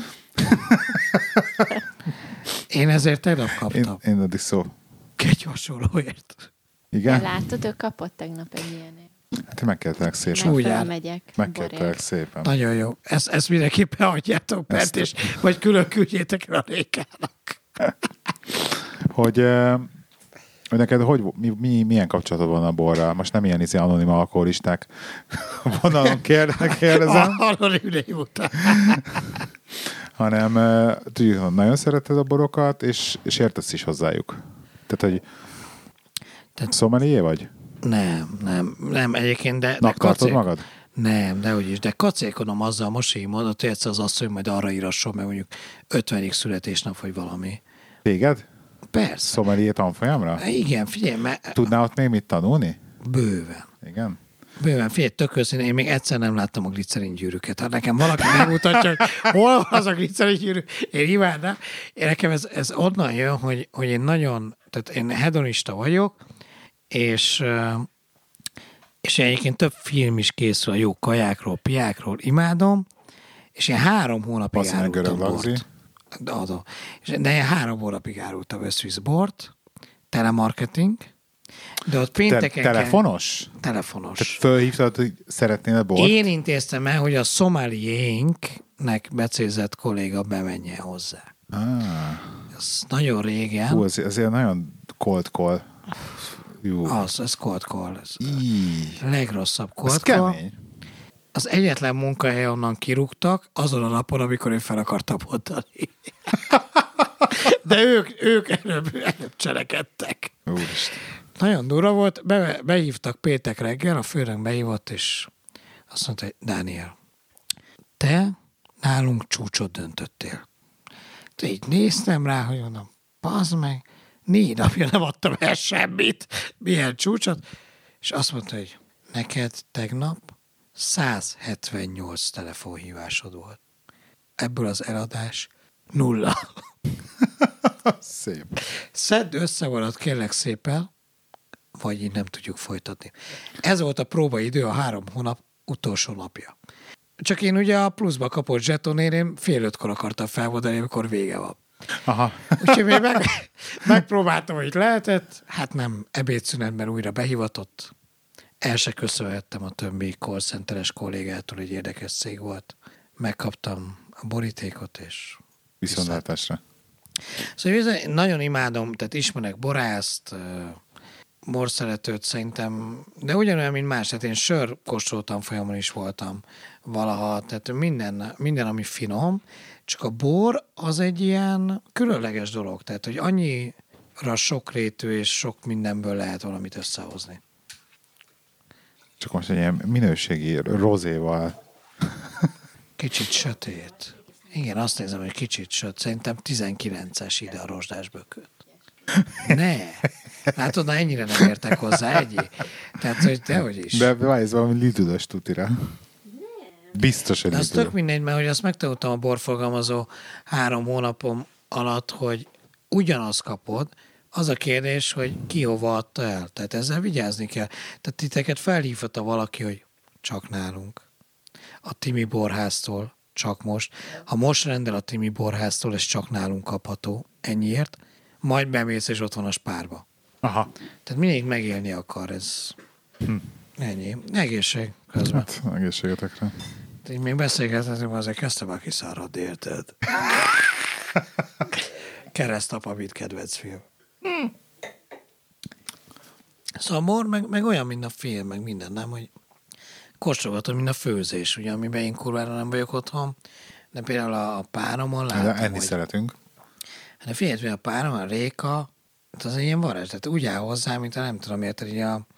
Én ezért tegnap kaptam. Én, én addig szó. Egy hasonlóért. Igen? De látod, ő kapott tegnap egy ilyenét. Hát én megkértelek szépen. Úgy jár. Megkértelek szépen. Nagyon jó. Ezt, ezt mindenképpen adjátok, mert és vagy külön küldjétek el a Rékának. hogy, hogy neked hogy, mi, mi, milyen kapcsolatod van a borral? Most nem ilyen izé anonim alkoholisták vonalon kérdezem. Anonim után. Hanem tudjuk, nagyon szereted a borokat, és, és értesz is hozzájuk. Tehát, hogy Te... sommelier vagy? Nem, nem, nem egyébként, de... Nap tartod magad? Nem, de úgyis, de kacélkodom azzal most így mondod, hogy egyszer az asszony majd arra írasson, meg mondjuk ötvenik születésnap, vagy valami. Téged? Persze. Sommelier tanfolyamra? Igen, figyelj, mert... Tudnál ott még mit tanulni? Bőven. Igen? Bőven, figyelj, tök őszintén, én még egyszer nem láttam a glicerin gyűrűket. Ha nekem valaki megmutatja, hogy hol van az a glicerin gyűrű, én imádnám. Én nekem ez, ez onnan jön, hogy, hogy én nagyon, tehát én hedonista vagyok, és, és egyébként több film is készül a jó kajákról, piákról, imádom, és én három hónapig Azt árultam bort. De, adom. de én három hónapig árultam a Swiss bort, telemarketing, de ott pénteken... Te- telefonos? Kell, telefonos. Tehát fölhívtad, hogy szeretnél a bort? Én intéztem el, hogy a szomeliénknek becézett kolléga bemenjen hozzá. Ah. Ez nagyon régen. Hú, ez, ez nagyon cold call. Jó. Az, ez cold call. Ez Íj. a legrosszabb cold ez call. Kemény. Az egyetlen munkahely onnan kirúgtak, azon a napon, amikor én fel akartam mondani. De ők, ők előbb, előbb cselekedtek. Úristen. Nagyon durva volt, Be, behívtak péntek reggel, a főnök behívott, és azt mondta, hogy Dániel, te nálunk csúcsot döntöttél. Te így néztem rá, hogy mondom, bazd meg, négy napja nem adtam el semmit, milyen csúcsot, és azt mondta, hogy neked tegnap száz hetvennyolc telefonhívásod volt. Ebből az eladás nulla. Szép. Szedd össze valamit, kérlek szépen, vagy így nem tudjuk folytatni. Ez volt a próbaidő a három hónap utolsó napja. Csak én ugye a pluszba kapott zsetonért én fél ötkor akartam felmondani, amikor vége van. Aha. Úgyhogy még meg, megpróbáltam, hogy lehetett, hát nem, ebédszünetben újra behivatott. El se köszönhettem a többi call centeres kollégától, egy érdekes cég volt. Megkaptam a borítékot, és viszontlátásra. Szóval én nagyon imádom, tehát ismerek borászt, borszeretőt szerintem, de ugyanolyan, mint más, tehát én sör kóstoltam folyamon is voltam valaha, tehát minden, minden, ami finom, csak a bor az egy ilyen különleges dolog, tehát hogy annyira sokrétű és sok mindenből lehet valamit összehozni. Csak most egy ilyen minőségi rozéval. Kicsit sötét. Igen, azt nézem, hogy kicsit sötét. Szerintem tizenkilences ide a rozsdás bököt. Ne! Látod, na ennyire nem értek hozzá, egyé. Tehát, hogy dehogy is. De várj, ez valami lidüdös tutira. Biztos, hogy de az tök mindegy, mert hogy azt megtanultam a borforgalmazó három hónapom alatt, hogy ugyanazt kapod, az a kérdés, hogy ki hova adta el. Tehát ezzel vigyázni kell. Tehát titeket felhívta valaki, hogy csak nálunk. A Timi borháztól csak most. Ha most rendel a Timi borháztól, ez csak nálunk kapható. Ennyiért. Majd bemész, és ott van a Spárba. Aha. Tehát mindig megélni akar ez. Hm. Ennyi. Egészség közben. Hát, egészségetekre. Így még beszélgethetünk, azért kezdtem a kiszáradni, érted? Keresztapa, mit kedvenc film. Hm. Szóval a bor meg, meg olyan, mint a film, meg minden, nem, hogy kóstolgatod, mint a főzés, ugye, amiben én kurvára nem vagyok otthon, de például a, a páromon látom, de enni hogy... szeretünk. De figyelj, hogy a párom, a Réka, az egy ilyen varázs, tehát úgy áll hozzá, mint a nem tudom érted, így a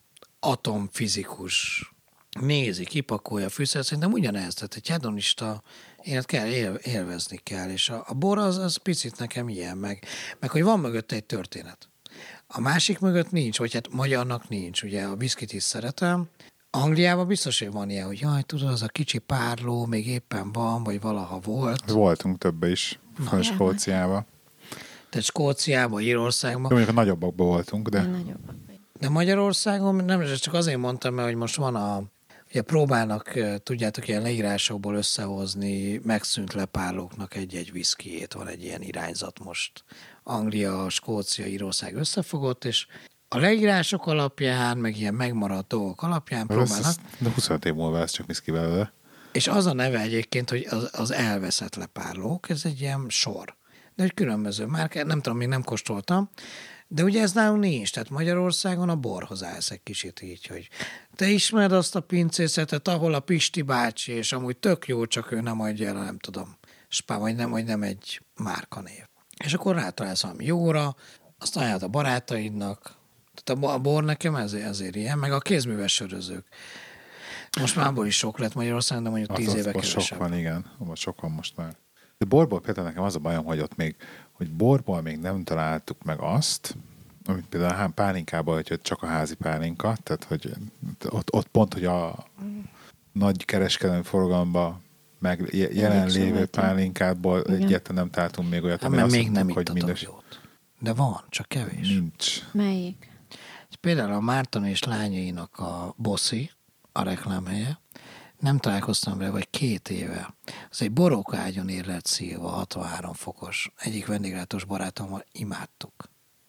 atomfizikus nézi, kipakolja, fűszer, szerintem ugyanez, tehát egy hedonista élet kell, él, élvezni kell, és a, a bor az, az picit nekem ilyen, meg, meg hogy van mögötte egy történet. A másik mögött nincs, vagy hát magyarnak nincs, ugye a viszkit is szeretem. Angliában biztos, hogy van ilyen, hogy jaj, tudod, az a kicsi párló még éppen van, vagy valaha volt. Voltunk többe is, föl Skóciába. Tehát Skóciában, Írországban. De mondjuk a nagyobbakban voltunk, de... De Magyarországon nem, csak azért mondtam, mert hogy most van a... Ugye próbálnak, tudjátok, ilyen leírásokból összehozni megszűnt lepárlóknak egy-egy viszkijét. Van egy ilyen irányzat most. Anglia, Skócia, Írország összefogott, és a leírások alapján, meg ilyen megmaradt dolgok alapján próbálnak. Ez, de huszonöt év múlva ez csak viszki belőle. És az a neve egyébként, hogy az, az elveszett lepárlók, ez egy ilyen sor. De egy különböző márka, nem tudom, még nem kóstoltam, de ugye ez nálunk nincs, tehát Magyarországon a borhoz állsz egy kicsit így, hogy te ismered azt a pincészetet, ahol a Pisti bácsi, és amúgy tök jó, csak ő nem adja el, nem tudom, spá, vagy nem, vagy nem egy márkanév. És akkor rátalálsz valami jóra, azt ajánlod a barátaidnak, tehát a bor nekem ezért, ezért ilyen, meg a kézműves sörözők. Most már abból is sok lett Magyarországon, de mondjuk az, tíz az, éve az kevesebb. sok van, igen. Az sok van most már. De borból például nekem az a bajom, hogy ott még, hogy borból még nem találtuk meg azt, amit például a pálinkában, hogy csak a házi pálinka, tehát hogy ott, ott pont, hogy a nagy kereskedelmi forgalomban meg jelenlévő pálinkádból egyáltalán nem találtunk még olyat, hát, ami azt még nem hogy mindes... jót. De van, csak kevés. Nincs. Melyik? Például a Márton és lányainak a Bossi, a reklámhelye, nem találkoztam vele, vagy két éve. Az egy borókágyon érlelt szilva, hatvanhárom fokos. Egyik vendéglátós barátommal imádtuk.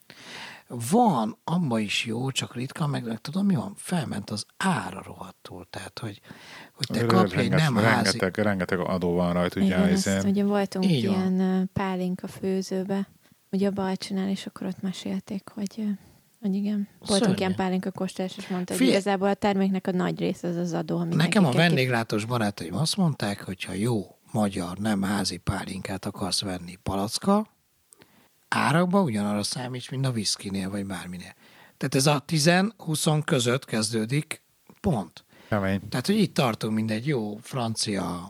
Van, abban is jó, csak ritka, meg, meg tudom mi van, felment az ára rohadtul. Tehát, hogy, hogy te kapj egy nem házi... Rengeteg, rengeteg adó van rajta. Igen, ugye, azt, ugye voltunk így ilyen van. Pálinka főzőbe, ugye a Balcsinál, és akkor ott mesélték, hogy, hogy igen, voltunk Szörnyű. ilyen pálinka kóstolás, és mondta, hogy Figyelj. igazából a terméknek a nagy része az az adó, ami Nekem a vendéglátós barátaim azt mondták, hogy ha jó magyar, nem házi pálinkát akarsz venni palacka, árakban ugyanarra számíts, mint a viszkinél, vagy bárminél. Tehát ez a tíz-húsz között kezdődik, pont. Kemény. Tehát, hogy itt tartunk mindegy jó francia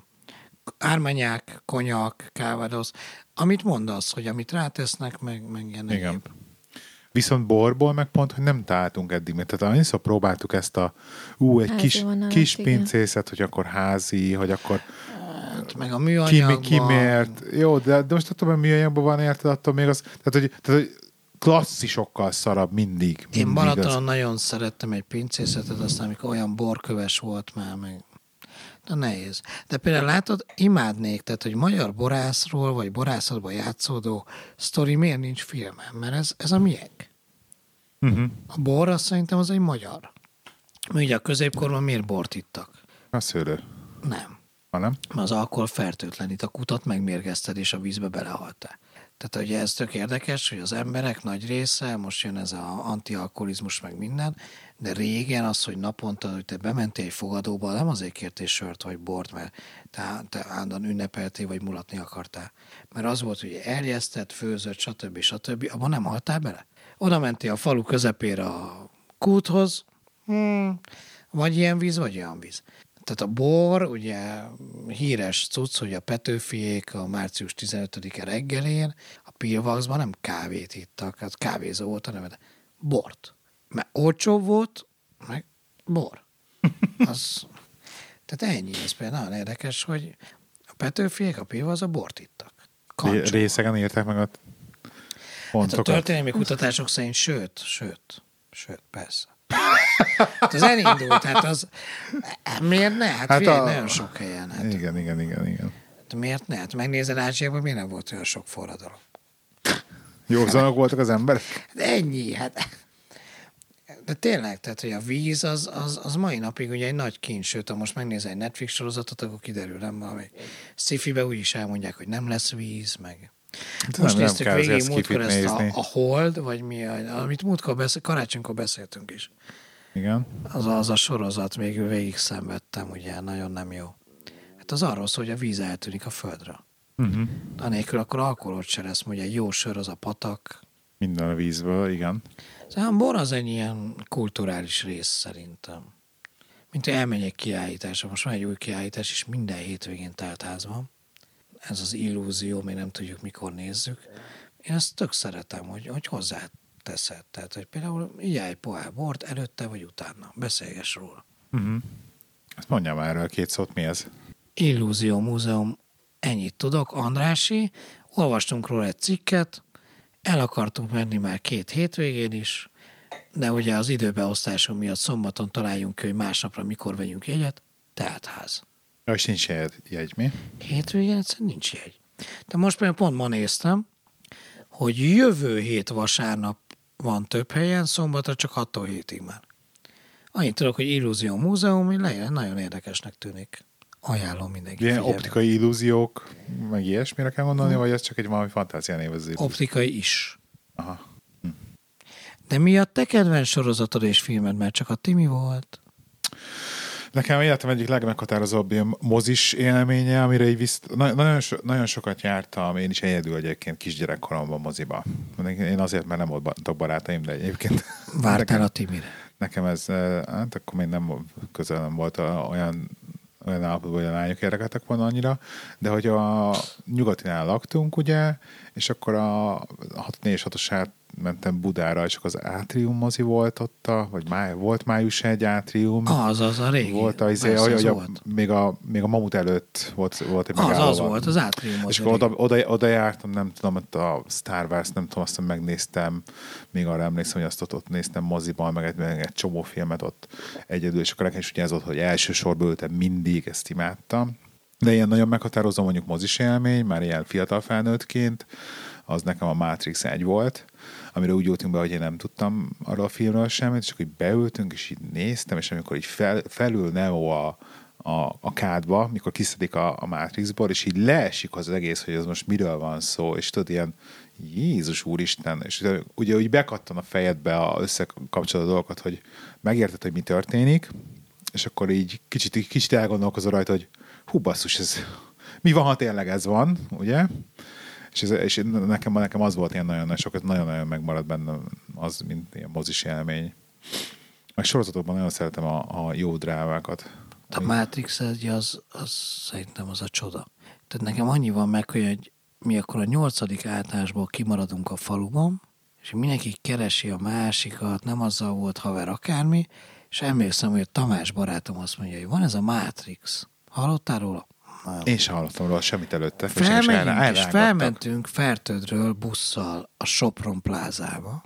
ármányák, konyak, calvados, amit mondasz, hogy amit rátesznek, meg, meg ilyen Igen. egyéb. Viszont borból meg pont, hogy nem találtunk eddig. Tehát annyiszor próbáltuk ezt a ú, egy Házi kis, vonalat, kis igen. pincészet, hogy akkor házi, hogy akkor Hát, meg a ki, műanyagban. ki miért. Jó, de, de most attól, hogy műanyagban van, érted, attól még az, tehát, hogy, tehát, hogy klasszisokkal szarabb mindig. Én mindig Balatonon az. nagyon szerettem egy pincészetet, aztán amikor olyan borköves volt már, meg de nehéz. De például látod, imádnék, tehát, hogy magyar borászról, vagy borászatban játszódó sztori miért nincs filmem, mert ez, ez a miénk. Uh-huh. A bor azt szerintem az egy magyar. Ugye a középkorban miért bort ittak? A szőlő. Nem. Hanem? Mert az alkohol fertőtlenít, a kutat megmérgezted, és a vízbe belehaltál. Tehát ugye ez tök érdekes, hogy az emberek nagy része, most jön ez az antialkoholizmus meg minden, de régen az, hogy naponta, hogy te bementél egy fogadóba, nem azért kértél sört vagy bort, mert te, te állandóan ünnepeltél, vagy mulatni akartál. Mert az volt, hogy erjesztett, főzött, stb. stb. Abban nem haltál bele. Oda mentél a falu közepére a kúthoz, hmm, vagy ilyen víz, vagy olyan víz. Tehát a bor, ugye híres cucc, hogy a Petőfiék a március tizenötödike reggelén a Pilvaxban nem kávét ittak, hát kávézó volt a neve, de bort. Mert olcsó volt, meg bor. Az, tehát ennyi, ez például nagyon érdekes, hogy a Petőfiék a Pilvax a bort ittak. Ré- részegen írták meg a pontokat. Hát a történelmi kutatások szerint sőt, sőt, sőt, persze. Hát az elindult, hát az miért ne? Hát, hát figyelj, a... nagyon sok helyen. Hát. Igen, igen, igen, igen. Hát miért ne? Hát megnézed Ázsiában, miért nem volt olyan sok forradalom? Józanok voltak az emberek? De ennyi, hát. De tényleg, tehát, hogy a víz az, az, az mai napig ugye egy nagy kincs, sőt, ha most megnézel egy Netflix sorozatot, akkor kiderül, nem valami sci-fibe úgy is elmondják, hogy nem lesz víz, meg... De most nem, néztük nem végig múltkor ezt a, nézni. a Hold, vagy mi, a, amit múltkor beszél, karácsonykor beszéltünk is. Igen. Az, az a sorozat, még végig szenvedtem, ugye, nagyon nem jó. Hát az arról szól, hogy a víz eltűnik a földre. Uh-huh. Anélkül akkor alkoholt se lesz, ugye egy jó sör az a patak. Minden a vízből, igen. Szóval a bor az egy ilyen kulturális rész szerintem. Mint hogy elmenjek kiállításra. Most van egy új kiállítás, és minden hétvégén teltház van. Ez az illúzió, még nem tudjuk, mikor nézzük. Én ezt tök szeretem, hogy, hogy hozzá teszed. Tehát, hogy például így egy pohár bort előtte vagy utána. Beszélgess róla. Uh-huh. Ezt mondjam már erről két szót, mi ez? Illúzió Múzeum, ennyit tudok. Andrási, olvastunk róla egy cikket, el akartunk menni már két hétvégén is, de ugye az időbeosztásunk miatt szombaton találjunk ki, hogy másnapra mikor vegyünk jegyet. Teltház. És nincs jegy, jegy, mi? Hétvégén egyszerűen nincs jegy. De most például pont ma néztem, hogy jövő hét vasárnap van több helyen, szombatra csak hattól hétig már. Annyit tudok, hogy Illúzió Múzeum, hogy legyen, nagyon érdekesnek tűnik. Ajánlom mindenki. Ilyen figyelme. optikai illúziók, meg ilyesmire kell gondolni, hmm. vagy ez csak egy valami fantázia név az illúzió? Optikai is. Aha. Hm. De mi a te kedvenc sorozatod és filmed, mert csak a Timi volt? Nekem életem egyik legmeghatározóbb ilyen mozis élménye, amire így visz... Na, nagyon, so, nagyon sokat jártam, én is egyedül egyébként kisgyerekkoromban moziba. Én azért, mert nem voltak barátaim, de egyébként... Vártál a Timire? Nekem ez, hát akkor még nem közel nem volt olyan, olyan állapotban, hogy a lányok érdekeltek volna annyira, de hogy a nyugatinál laktunk, ugye, és akkor a négy hatosát mentem Budára, és akkor az Átrium mozi volt ott, vagy máj, volt május egy Átrium. Az, az a régi. Volt az, az, az, az a, még, a, még a Mamut előtt volt, volt egy megállóval. Az, az volt, az Átrium mozi. És akkor oda, oda, oda jártam, nem tudom, ott a Star Wars, nem tudom, azt megnéztem, még arra emlékszem, hogy azt ott, ott néztem moziban, meg egy, meg egy csomó filmet ott egyedül, és akkor nekem is ugye ez volt, hogy elsősorban ültem mindig, ezt imádtam. De ilyen nagyon meghatározó mondjuk mozis élmény, már ilyen fiatal felnőttként, az nekem a Matrix egy volt, amire úgy ültünk be, hogy én nem tudtam arról a filmről semmit, és akkor így beültünk, és így néztem, és amikor így fel, felül Neo a, a, a kádba, mikor kiszedik a, a Matrixból, és így leesik az egész, hogy ez most miről van szó, és tudod, ilyen Jézus Úristen, és ugye úgy bekattan a fejedbe a összekapcsolódó dolgokat, hogy megérted, hogy mi történik, és akkor így kicsit, kicsit elgondolkozol rajta, hogy hú basszus, ez mi van, ha tényleg ez van, ugye? És, ez, és nekem, nekem az volt ilyen nagyon-nagyon sokat, nagyon-nagyon megmaradt bennem az, mint ilyen mozis élmény. Meg sorozatokban nagyon szeretem a, a jó drámákat. A Matrix egy az, az szerintem az a csoda. Tehát nekem annyi van meg, hogy mi akkor a nyolcadik általánosból kimaradunk a faluban, és mindenki keresi a másikat, nem azzal volt haver akármi, és emlékszem, hogy a Tamás barátom azt mondja, hogy van ez a Matrix. Hallottál róla? Nem. Én sem hallottam róla semmit előtte. Felmegyünk, és, és felmentünk Fertődről busszal a Sopron plázába.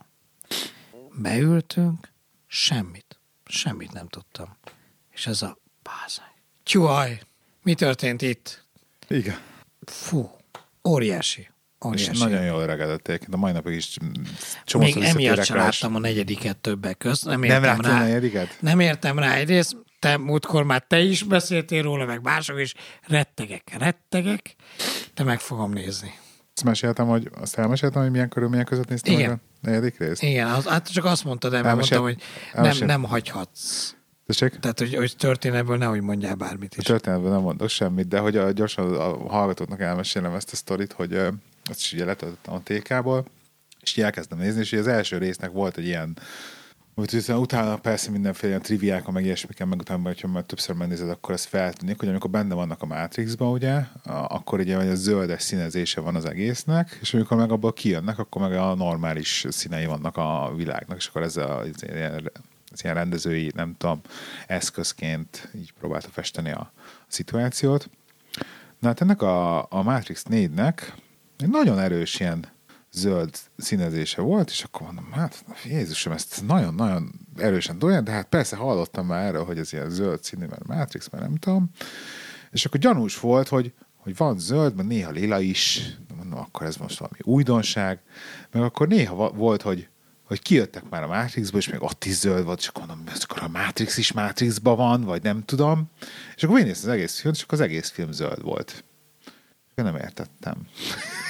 Beültünk, semmit. Semmit nem tudtam. És ez a bázány. Tyuaj! Mi történt itt? Igen. Fú, óriási. óriási. És nagyon jól öregedették. De mai napig is csomószor még emiatt sem láttam a negyediket többek közt. Nem, nem láttam a negyediket? Nem értem rá. Egyrészt te múltkor már te is beszéltél róla, meg mások is. Rettegek, rettegek. De meg fogom nézni. Azt meséltem, hogy, azt elmeséltem, hogy milyen körülmények között néztem meg a negyedik részt? Igen, az, hát csak azt mondtad, de mondtam, hogy nem, nem hagyhatsz. Tessék? Tehát, hogy, hogy történetből nehogy mondjál bármit is. A történetből nem mondok semmit, de hogy a, gyorsan a hallgatóknak elmesélem ezt a sztorit, hogy uh, azt is ugye letöltöttem a té ká-ból, és így elkezdtem nézni, és az első résznek volt egy ilyen, hogy utána persze mindenféle ilyen triviákon, meg ilyesmiken, meg utána, hogyha már többször megnézed, akkor ez feltűnik, hogy amikor benne vannak a Matrixban, ugye, akkor ugye a zöldes színezése van az egésznek, és amikor meg abból kijönnek, akkor meg a normális színei vannak a világnak, és akkor ez a ez ilyen, ez ilyen rendezői, nem tudom, eszközként így próbálta festeni a, a szituációt. Na hát ennek a, a Matrix négynek egy nagyon erős ilyen zöld színezése volt, és akkor mondom, hát Jézusom, ezt nagyon-nagyon erősen dolják, de hát persze hallottam már erről, hogy ez ilyen zöld színű, mert Matrix, mert nem tudom. És akkor gyanús volt, hogy, hogy van zöld, meg néha lila is, mondom, akkor ez most valami újdonság, meg akkor néha volt, hogy, hogy kijöttek már a Matrixba, és még ott is zöld volt, és akkor mondom, ez akkor a Matrix is Matrixba van, vagy nem tudom. És akkor végignéztem az egész film, és akkor az egész film zöld volt. És nem értettem.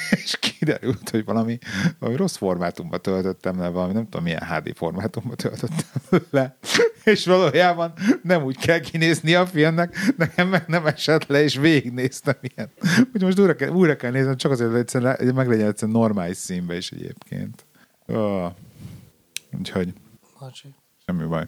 és kiderült, hogy valami, valami rossz formátumba töltöttem le, valami nem tudom milyen há dé formátumba töltöttem le, és valójában nem úgy kell kinézni a filmnek, nekem meg nem esett le, és végignéztem ilyen. Úgyhogy most újra kell, újra kell néznem, csak azért, hogy egyszerűen, meg legyen egyszerűen normális színbe is egyébként. Oh. Úgyhogy Bocsi. Semmi baj.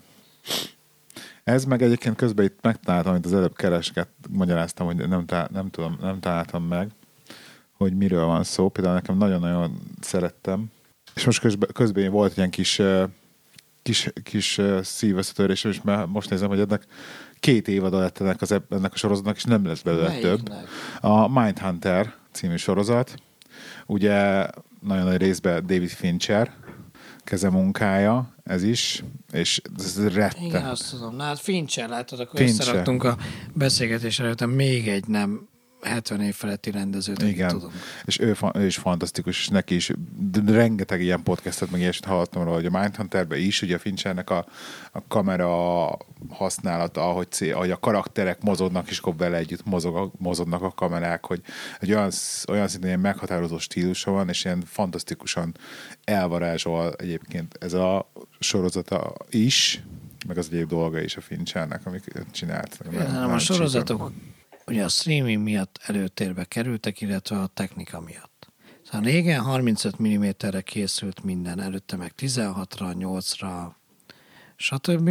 Ez meg egyébként közben itt megtaláltam, amit az előbb keresket, magyaráztam, hogy nem, talál, nem tudom, nem találtam meg, hogy miről van szó. Például nekem nagyon-nagyon szerettem. És most közben, közben volt ilyen kis, kis, kis szívösszetörés, és most nézem, hogy ennek két évada lett ennek, az, ennek a sorozatnak, és nem lesz belőle több. A Mindhunter című sorozat. Ugye nagyon nagy részben David Fincher kezemunkája, ez is, és ez rettem. Igen, azt tudom. Na hát Fincher, látod, akkor Fincher. Összeraktunk a beszélgetés előtt még egy nem hetven év feletti rendezőt, igen, tudom. És ő, ő is fantasztikus, és neki is rengeteg ilyen podcastet, meg ilyesmit hallottam róla, hogy a Mindhunterben is, ugye a Finchernek a, a kamera használata, ahogy, ahogy a karakterek mozognak, és akkor vele együtt mozog, mozognak a kamerák, hogy egy olyan, olyan szintén ilyen meghatározó stílusa van, és ilyen fantasztikusan elvarázsol egyébként ez a sorozata is, meg az egyéb dolga is a Finchernek, amik csinált. Igen, a sorozatok ugye a streaming miatt előtérbe kerültek, illetve a technika miatt. Szóval régen harmincöt milliméterre készült minden, előtte meg tizenhatra, nyolcra, stb.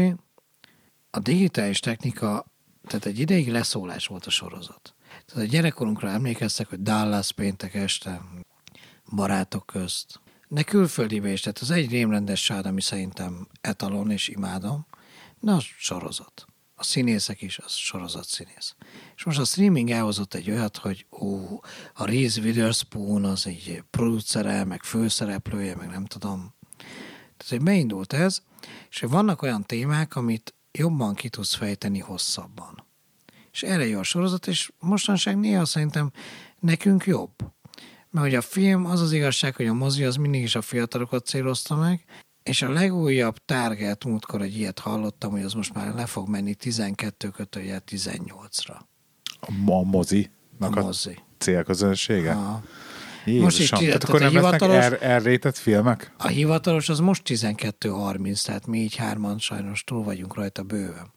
A digitális technika, tehát egy ideig leszólás volt a sorozat. Tehát a gyerekkorunkra emlékeztek, hogy Dallas péntek este, barátok közt, de külföldibe is, tehát az egy rémrendes sád, ami szerintem etalon és imádom, de az sorozat. A színészek is, az sorozat színész. És most a streaming elhozott egy olyat, hogy ó, a Reese Witherspoon az egy producere, meg főszereplője, meg nem tudom. Tehát, hogy beindult ez, és hogy vannak olyan témák, amit jobban ki tudsz fejteni hosszabban. És erre jó a sorozat, és mostanság néha szerintem nekünk jobb. Mert hogy a film, az az igazság, hogy a mozi az mindig is a fiatalokat célozta meg, és a legújabb target múltkor egy ilyet hallottam, hogy az most már le fog menni tizenkettő kötőjel tizennyolcra. A, a mozi? A mozi. Célközönsége? Aha. Most így, tehát akkor nem lesznek elrétett filmek? A hivatalos az most tizenkettő harminc, tehát mi így hárman sajnos túl vagyunk rajta bőven.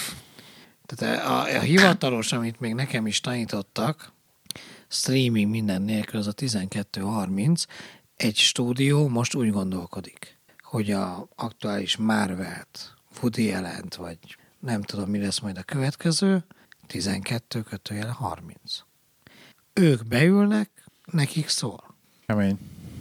Tehát a, a hivatalos, amit még nekem is tanítottak, streaming minden nélkül, az a tizenkettő harminc, egy stúdió most úgy gondolkodik, hogy a aktuális Marvelt, Woody Allent, vagy nem tudom, mi lesz majd a következő, tizenkettő kötőjel harminc. Ők beülnek, nekik szól. Kemény.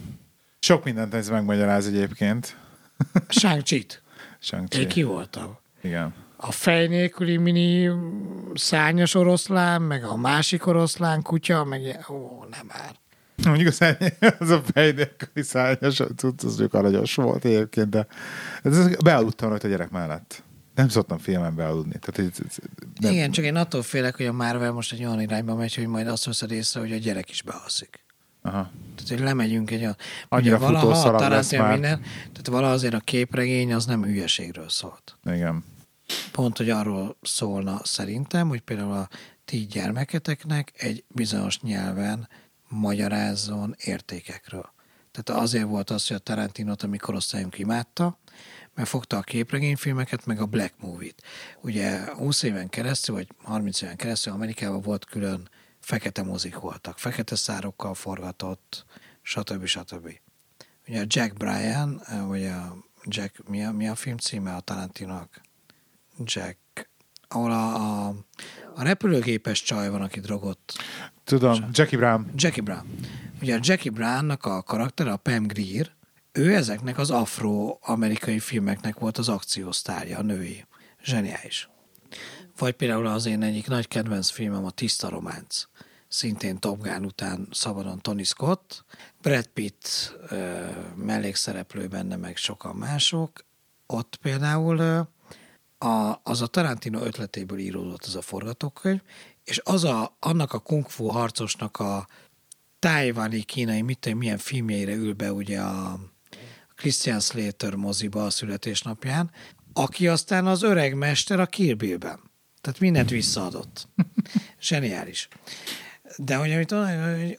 Sok mindent ez megmagyaráz egyébként. Shang-Chi-t. Shang-Chi. Én ki voltam. Igen. A fej nélküli mini szárnyas oroszlán, meg a másik oroszlán kutya, meg ó, nem már. Mondjuk az a fej nélküli szárnyas, az mondjuk aranyos volt egyébként, de bealudtam rajta a gyerek mellett. Nem szoktam filmen bealudni. Tehát, nem... Igen, csak én attól félek, hogy a Marvel most egy olyan irányba megy, hogy majd azt veszed észre, hogy a gyerek is bealszik. Aha. Tehát, hogy lemegyünk egy olyan... Annyira futószalag lesz már. Minden, tehát valaha azért a képregény az nem hülyeségről szólt. Igen. Pont, hogy arról szólna szerintem, hogy például a ti gyermeketeknek egy bizonyos nyelven magyarázzon értékekről. Tehát azért volt az, hogy a Tarantinot a mi korosztályunk imádta, mert fogta a képregényfilmeket, meg a Black Movie-t. Ugye húsz éven keresztül, vagy harminc éven keresztül Amerikában volt külön fekete mozik voltak, fekete szárokkal forgatott, stb. stb. Ugye a Jack Bryan, vagy a Jack, mi a, mi a film címe a Tarantinak? Jack, ahol a, a, a repülőgépes csaj van, aki drogott. Tudom, Jackie Brown. Jackie Brown. Ugye a Jackie Brownnak a karaktere, a Pam Grier, ő ezeknek az afro-amerikai filmeknek volt az akciósztárja, a női. Zseniális. Vagy például az én egyik nagy kedvenc filmem, a Tiszta Románc. Szintén Top Gun után szabadon Tony Scott. Brad Pitt uh, mellékszereplő benne, meg sokan mások. Ott például uh, a, az a Tarantino ötletéből íródott az a forgatókönyv, és az a, annak a kung fu harcosnak a tájvani kínai, mit tudom, milyen filmjeire ül be ugye a Christian Slater moziba a születésnapján, aki aztán az öreg mester a Kill Bill-ben. Tehát mindent visszaadott. Zseniális. De hogy amit mondani, hogy, hogy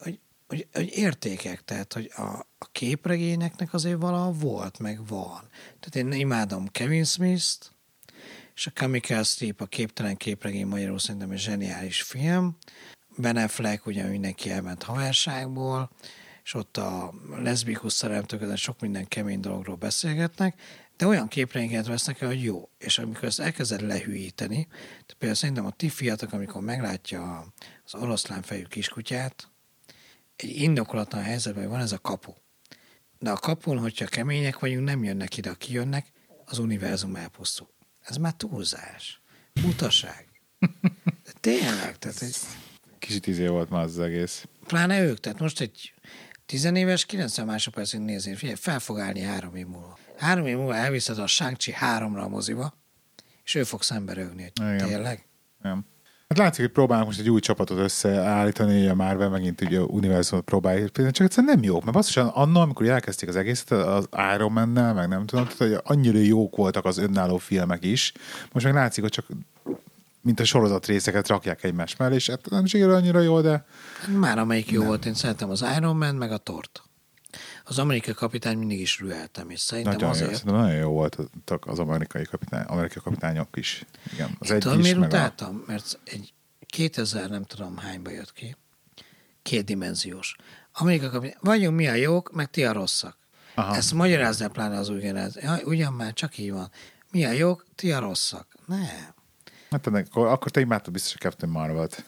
hogy, hogy értékek, tehát hogy a, a képregényeknek azért valaha volt, meg van. Tehát én imádom Kevin Smith-t, és a Chemical Strip, a képtelen képregény magyarul szerintem egy zseniális film. Ben Affleck, ugye mindenki elment haverságból, és ott a leszbikus szerelmtől sok minden kemény dologról beszélgetnek, de olyan képregényeket vesznek el, hogy jó. És amikor ezt elkezded lehűíteni, de például szerintem a ti fiatok, amikor meglátja az oroszlánfejű kiskutyát, egy indokolatlan helyzetben van ez a kapu. De a kapun, hogyha kemények vagyunk, nem jönnek ide, kijönnek, az univerzum elpusztul. Ez már túlzás. Utaság. De tényleg. Tehát egy... Kicsit izé volt már az egész. Pláne ők. Tehát most egy tizenéves, kilencven másodpercig nézni. Figyelj, fel fog állni három év múlva. Három év múlva elviszed a Shang-Chi háromra a moziba, és ő fog szembe rögni, hogy igen. Tényleg? Igen. Hát látszik, hogy próbálnak most egy új csapatot összeállítani, a Marvel megint ugye a univerzumot próbálja, csak egyszerűen nem jók, mert basszusan annól, amikor elkezdték az egészet, az Iron Man-nel, meg nem tudom, tehát, hogy annyira jók voltak az önálló filmek is, most meg látszik, hogy csak mint a sorozat részeket rakják egymás mellé, és hát nem sikerül annyira jó, de... Már amelyik jó nem. volt, én szeretem az Iron Man, meg a Thort. Az amerikai kapitány mindig is rüheltem, és szerintem nagyon azért... Jó, szerintem nagyon jó voltak az amerikai, kapitány, amerikai kapitányok is. Igen, az én egy tudom, is, miért meg utáltam? A... Mert egy kétezer nem tudom hányba jött ki, kétdimenziós. Amerikai kapitány, vagyunk mi a jók, meg ti a rosszak. Aha. Ezt magyarázzál pláne az új generáció. Ja, ugyan már, csak így van. Mi a jók, ti a rosszak. Nem. Hát ennek, akkor, akkor te imádtad biztos a Captain Marvel-t.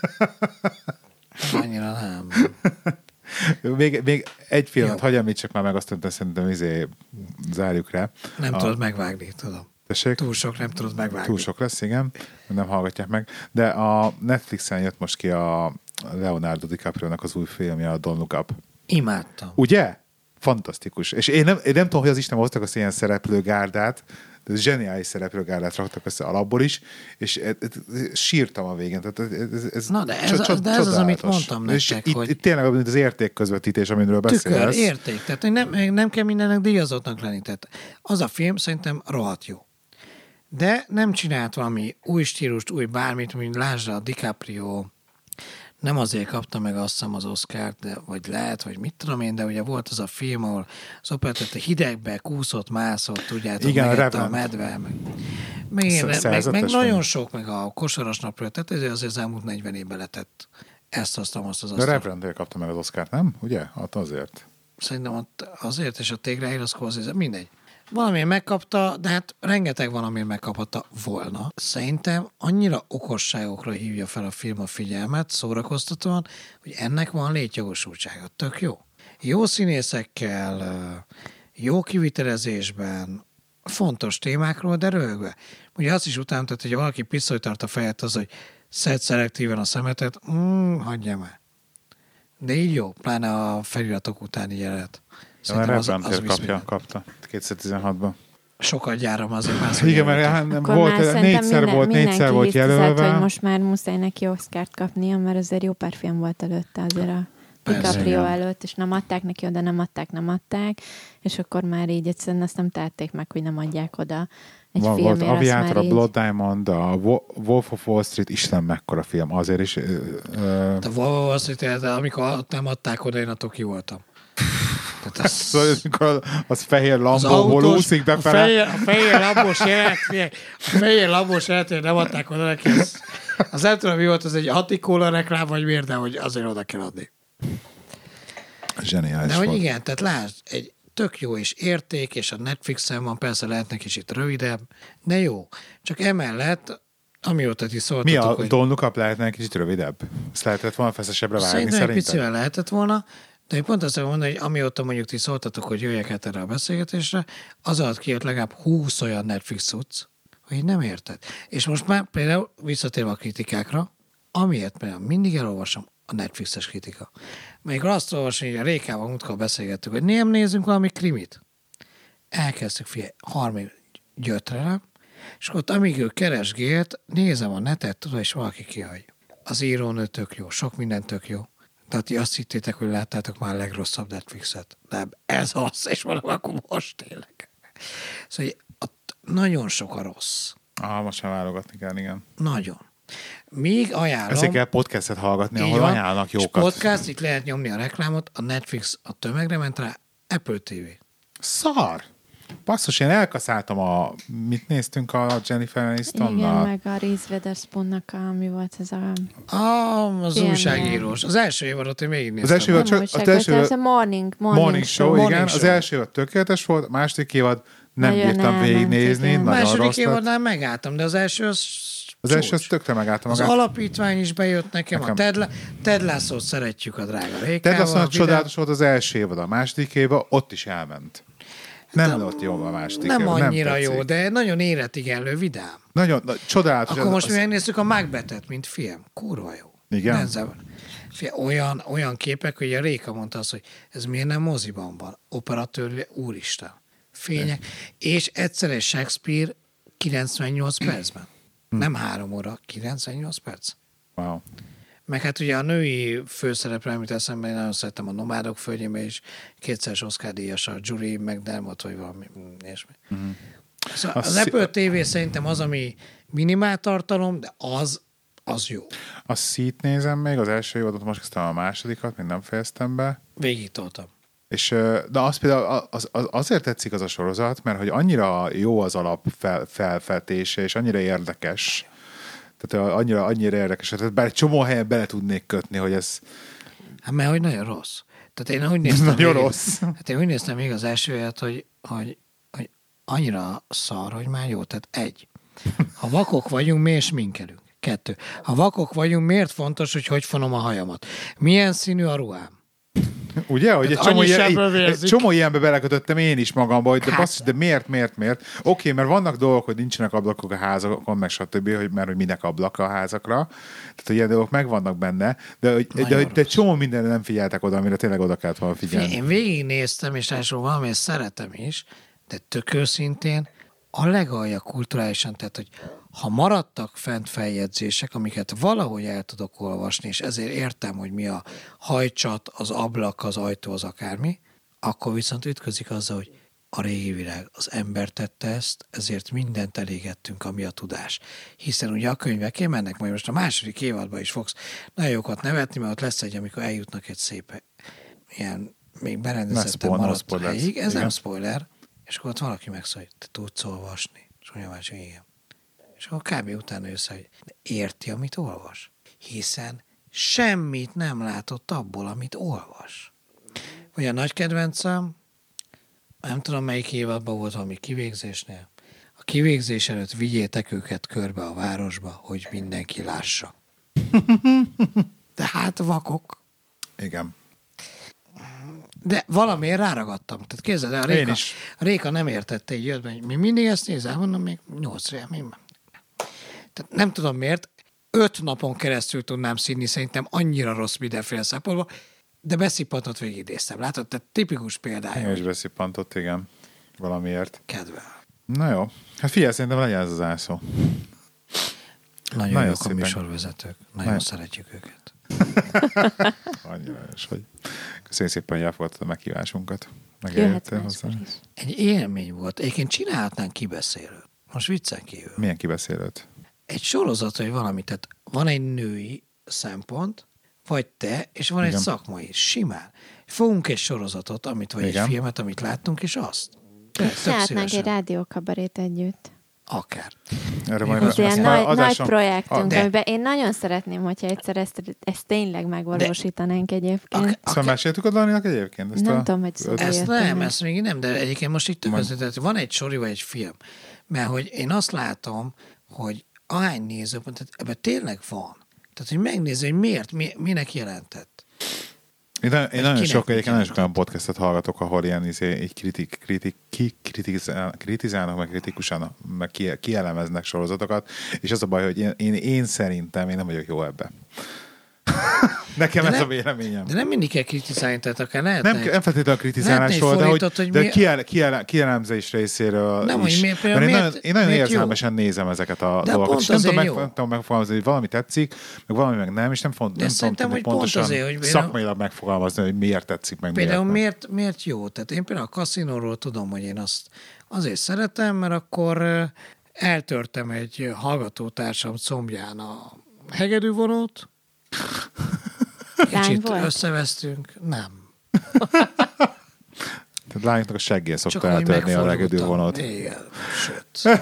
Annyira nem. még, még egy filmet, hagyj említsek már meg, azt szerintem izé zárjuk rá. Nem a... tudod megvágni, tudom. Tessék? Túl sok nem tudod megvágni. Túl sok lesz, igen. Nem hallgatják meg. De a Netflixen jött most ki a Leonardo DiCaprio-nak az új filmje, a Don't Look Up. Imádtam. Ugye? Fantasztikus. És én nem, én nem tudom, hogy az Isten hoztak az ilyen szereplőgárdát, de ez zseniális szereplőgárdát raktak össze alapból is, és e, e, e, sírtam a végén. Tehát ez, ez Na, de ez, cso- de ez az, amit mondtam nektek, itt, hogy... Itt tényleg az értékközvetítés, amiről beszélsz. Tükör, érték. Tehát nem, nem kell mindennek díjazottnak lenni. Tehát az a film szerintem rohadt jó. De nem csinált valami új stílust, új bármit, mint lásd a DiCaprio, nem azért kapta meg azt hiszem az Oscart, de vagy lehet, vagy mit tudom én, de ugye volt az a film, ahol az operatőr hidegbe kúszott, mászott, tudjátok, igen, megette a medve, meg, meg, én, meg, meg nagyon sok, meg a kosaras napról, tehát ezért azért az elmúlt negyven évben letett ezt, azt, azt, az De Revenant kapta meg az Oscart, nem? Ugye? Hát azért. Szerintem ott azért, és a Tégre az Scorsese, mindegy. Valamiért megkapta, de hát rengeteg valamiért megkaphatta volna. Szerintem annyira okosságokra hívja fel a film a figyelmet, szórakoztatóan, hogy ennek van létjogosultsága. Tök jó. Jó színészekkel, jó kivitelezésben, fontos témákról, de röhögve. Ugye azt is utálom, tehát, hogy valaki pisztolyt tart a fejet, az, hogy szed szelektíven a szemetet, mm, hagyja már. De így jó, pláne a feliratok utáni jelenet. Szerintem az, az kapja, kapta kétezer-tizenhatban. Sokat gyáram azért már. Igen, mert hát nem volt, négyszer minden, volt, négyszer volt jelölve. Hogy most már muszáj neki Oscart kapnia, mert azért jó pár film volt előtte azért a DiCaprio előtt, és nem adták neki oda, nem adták, nem adták, és akkor már így egyszerűen azt nem tették meg, hogy nem adják oda egy Van, filmért. Volt Aviator, a így... Blood Diamond, a Wolf of Wall Street, Isten mekkora film, azért is. Uh, a Wolf of Wall Street, amikor nem adták oda, én attól ki voltam. Az... Szóval, az fehér lambóból úszik befele. A fehér, a fehér lambós jelet, a fehér lambós jelet, nem adták oda neki. Az, az nem tudom, mi volt, az egy hatikóla reklám, vagy miért, de hogy azért oda kell adni. Zseniális de hogy volt. igen, tehát lásd, egy tök jó és érték, és a Netflixen van, persze lehetne kicsit rövidebb, de jó. Csak emellett, amióta ti szóltatok, Mi a hogy... Don't Look Up lehetne egy kicsit rövidebb? Ezt lehetett volna feszesebbre vágni szerintem? Szerintem egy picivel lehetett volna, de én pont azt mondani, hogy amióta mondjuk ti szóltatok, hogy jöjjek át erre a beszélgetésre, az alatt kijött legalább húsz olyan Netflix cucc, hogy nem érted. És most már például visszatérve a kritikákra, amiért például mindig elolvasom a Netflixes kritika. Amikor azt olvasom, hogy a Rékával múltkor beszélgettük, hogy nem nézzünk valami krimit. Elkezdtük, figyelj, harminc gyötrelem, és ott amíg ő keresgélt, nézem a netet, tudod, és valaki kihagy. Az írónő tök jó, sok minden tök jó. Tehát ti azt hittétek, hogy láttátok már a legrosszabb Netflixet. De ez az, és valami akkor most tényleg. Szóval ott nagyon sok a rossz. Ah, most már válogatni kell, igen. Nagyon. Még ajánlom. Ezért kell podcastet hallgatni, ahol van, ajánlnak jókat. És podcast, itt lehet nyomni a reklámot, a Netflix a tömegre ment rá, Apple té vé. Szar! Basszus, én elkaszáltam a... Mit néztünk a Jennifer Anistonnal? Igen, meg a Reese Witherspoonnak a... Mi volt ez a... Ah, az Ilyen újságírós. Az első évadot én végignéztem. Az első évad csak... Az első évad... a morning, morning, morning Show, show morning igen. Show. Az első évad tökéletes volt, a második évad nem Nagyon bírtam végignézni. A második évadnál megálltam, de az első az... Az első az tökre megálltam magát. Az alapítvány is bejött nekem, nekem. a Ted, Ted Lasso-t szeretjük a drága Rékával. Ted Lasso csodálatos volt az első évad, a második évad ott is elment. Nem de volt jó a második Nem évad, annyira nem jó, de nagyon életigenlő, vidám. Nagyon na, csodálatos. Akkor most az... mi megnéztük a Macbethet, mint film. Kurva jó. Igen? Fia, olyan, olyan képek, hogy a Réka mondta azt, hogy ez miért nem moziban van. Operatőr, úristen. Fények. És egyszer egy Shakespeare kilencvennyolc percben. Nem három óra, kilencvennyolc perc. Wow. Meg hát ugye a női főszerepre, amit eszembe, én nagyon szerettem a Nomádok földjében is, kétszeres Oscar-díjas a Julie McDermott, vagy valami ilyesmi. Mm. Szóval az szí- Apple té vé szerintem az, ami minimál tartalom, de az, az jó. A Seat nézem még, az első évadot, most kezdtem a másodikat, még nem fejeztem be. Végig toltam. És, de az például az, az, azért tetszik az a sorozat, mert hogy annyira jó az alap fel, felfedése, és annyira érdekes. Tehát annyira, annyira érdekes. Tehát bár egy csomó helyen bele tudnék kötni, hogy ez... Hát mert hogy nagyon rossz. Tehát én úgy néztem... nagyon még, rossz. Hát én úgy néztem még az első évet, hogy, hogy, hogy annyira szar, hogy már jó. Tehát egy. Ha vakok vagyunk, miért sminkelünk? Kettő. Ha vakok vagyunk, miért fontos, hogy hogy fonom a hajamat? Milyen színű a ruhám? Ugye, hogy egy csomó, ilyen, egy csomó ilyenbe belekötöttem én is magamba, hogy de, hát. basszus, de miért, miért, miért? Oké, okay, mert vannak dolgok, hogy nincsenek ablakok a házakon, meg stb., hogy, mert hogy minek ablak a házakra. Tehát, hogy ilyen dolgok megvannak benne, de, hogy, de, de, de csomó mindenre nem figyeltek oda, amire tényleg oda kellett volna figyelni. Én végignéztem, és elsősorban valamilyen szeretem is, de tök őszintén a legalja kulturálisan, tehát, hogy ha maradtak fent feljegyzések, amiket valahogy el tudok olvasni, és ezért értem, hogy mi a hajcsat, az ablak, az ajtó, az akármi, akkor viszont ütközik azzal, hogy a régi világ, az ember tette ezt, ezért mindent elégettünk, ami a tudás. Hiszen ugye a könyvek mennek, majd most a második évadban is fogsz nagyon jókat nevetni, mert ott lesz egy, amikor eljutnak egy szép ilyen még berendezetten maradt helyig. Ez igen. Nem spoiler. És akkor ott valaki megszól, hogy te tudsz olvasni. És mondja már, hogy igen. És akkor kb. Utána össze, hogy érti, amit olvas. Hiszen semmit nem látott abból, amit olvas. Vagy a nagy kedvencem, nem tudom melyik évadban volt valami kivégzésnél, a kivégzés előtt vigyétek őket körbe a városba, hogy mindenki lássa. De hát vakok. Igen. De valamiért ráragadtam. Tehát képzeld el, a Réka, a Réka nem értette, így jött, hogy mi mindig ezt nézel, mondom, még nyolc rél, mi Tehát nem tudom miért, öt napon keresztül tudnám színni, szerintem annyira rossz mindenféle szempontból, de beszippantott végignéztem. Látod? Tehát tipikus példája. Én is beszippantott, igen. Valamiért. Kedvel. Na jó. Hát figyelj, szerintem legyen ez az ászó. Nagyon, Nagyon jók a műsorvezetők. Nagyon, Nagyon szeretjük őket. Annyira is, hogy köszönjük szépen, hogy elfogadtad a meghívásunkat. Megérhettél hozzá. Egy élmény volt. Egyébként csinálhatnánk kibeszélőt. Most viccen kívül. Milyen kibeszélőt? Egy sorozat, vagy valami. Tehát van egy női szempont, vagy te, és van Igen. egy szakmai. Simán. Fogunk egy sorozatot, amit, vagy Igen. egy filmet, amit láttunk, és azt. Csinálhatnánk egy rádiókabarét együtt. Akár. Erre majd ez ilyen nagy, adásom, nagy projektünk, de, amiben én nagyon szeretném, hogyha egyszer ezt, ezt tényleg megvalósítanánk de, egyébként. Ak- Szóval meséltük a Daninak egyébként? Ezt nem a, tudom, hogy szóval Ezt nem, ezt még nem, de egyébként most itt tök van egy sori vagy egy film. Mert hogy én azt látom, hogy ahány nézőpont, tehát ebben tényleg van. Tehát, hogy megnézni, hogy miért, mi, minek jelentett. Én, én nagyon sok, egyébként nagyon sok olyan podcastot hallgatok, ahol ilyen izé, így kritik, kritik, ki kritizál, kritizálnak, meg kritikusan, meg ki, kielemeznek sorozatokat, és az a baj, hogy én, én, én szerintem én nem vagyok jó ebben. Nekem de ez nem, a véleményem. De nem mindig kell kritizálni, tehát akár lehet. Nem, nem feltétlenül a kritizálásról, de, hogy, hogy de mi... kiel, kiel, kielemzés részéről nem, is. Miért, mert én, miért, nagyon, én nagyon érzelmesen jó? nézem ezeket a de dolgokat. És nem tudom, meg, nem tudom megfogalmazni, hogy valami tetszik, meg valami meg nem, és nem, font, nem tudom hogy pontosan azért, hogy szakmailag megfogalmazni, hogy miért tetszik, meg például miért, miért, miért jó. Tehát én például a kaszinóról tudom, hogy én azt azért szeretem, mert akkor eltörtem egy hallgatótársam combján a hegedűvonót. Kicsit összevesztünk. Nem. Tehát lányoknak a seggén szokta eltörni a hegedűvonót. Igen, sőt.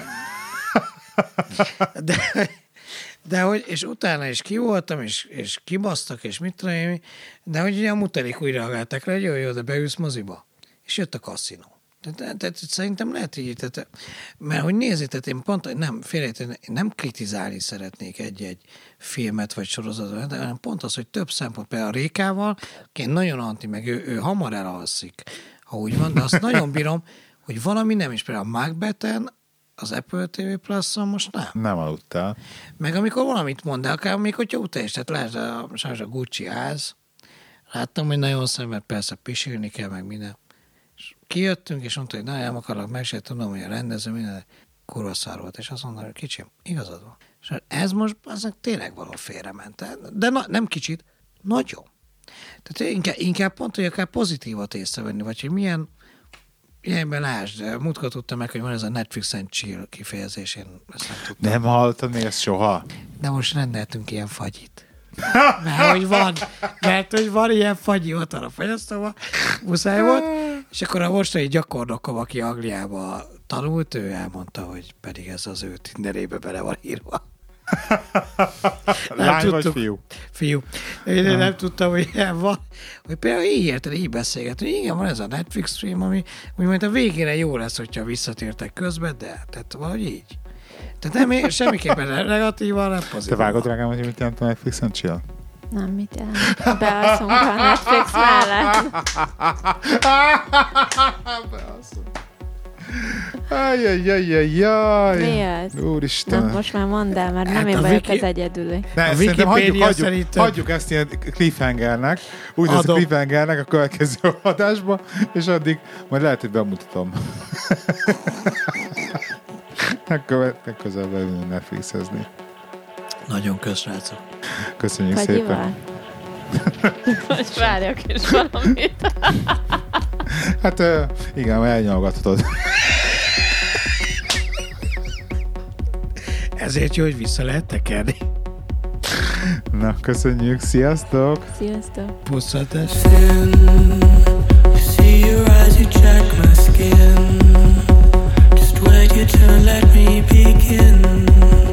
De, de hogy, és utána is ki voltam, és, és kibasztak, és mit tudom én, de hogy ugye a mutelik úgy reagáltak rá, hogy jó, jó, de beülsz moziba. És jött a kaszinó. Tehát, tehát szerintem lehet így, tehát, mert hogy nézzétek, én pont, nem, félrejteni, nem kritizálni szeretnék egy-egy filmet vagy sorozatot, de pont az, hogy több szempont, például a Rékával, én nagyon anti, meg ő, ő hamar elalszik, ha úgy van, de azt nagyon bírom, hogy valami nem is, például a Macbethen, az Apple té vé Plus-on most nem. Nem aludtál. Meg amikor valamit mond, de akár még hogyha utána is, tehát lehet a, sajnos a Gucci ház, láttam, hogy nagyon szemben persze pisilni kell, meg minden. És kijöttünk, és mondta, hogy na, nem akarok meg, se tudom, hogy a rendező minden kurva szar volt, és azt mondta, hogy kicsim, igazad van. És ez most aznak tényleg való félrement. De na, nem kicsit, nagyon. Tehát inkább, inkább pont, hogy akár pozitívat észrevenni, vagy hogy milyen ilyenben lásd, múltkor tudtam meg, hogy van ez a Netflix and chill kifejezés, én ezt nem tudtam. Nem hallottam még ezt soha. De most rendeltünk ilyen fagyit. Mert hogy van, mert hogy van ilyen fagyi ott a fogyasztóban, muszáj volt, és akkor a mostani gyakornokom, aki Angliába tanult, ő elmondta, hogy pedig ez az ő Tinderébe bele van írva. Lány tudtuk, vagy fiú? Fiú. Én nem, nem tudtam, hogy ilyen van. Hogy például így érted, így beszélget, hogy igen, van ez a Netflix stream, ami majd a végére jó lesz, hogyha visszatértek közben, de tehát valahogy így. Tehát nem, semmiképpen negatívan, nem pozitívan. Te vágod, drágám, hogy mit jelent a Netflix and chill? Nem, mit jelent? Bealszunk a Netflix mellett. Bealszunk. Ajjajjajjaj. Mi ez? Úristen. Na, most már mondd el, mert nem Hát én a vagyok Wiki... az egyedüli. Ne, a szerintem hagyjuk, hagyjuk, szerintem... hagyjuk ezt ilyen cliffhangernek, úgy lesz a cliffhangernek a következő adásba, és addig majd lehet, hogy bemutatom. Legközelebb leülünk Netflixezni. Nagyon köszönjük. Köszönjük Fagyival? Szépen. Most várjak is valamit. Hát igen, majd elnyalgathatod. Ezért jó, hogy vissza lehet tekerni. Na, köszönjük, sziasztok! Sziasztok! Puszatás! See your eyes, you check my skin. Just wait your turn, let me begin.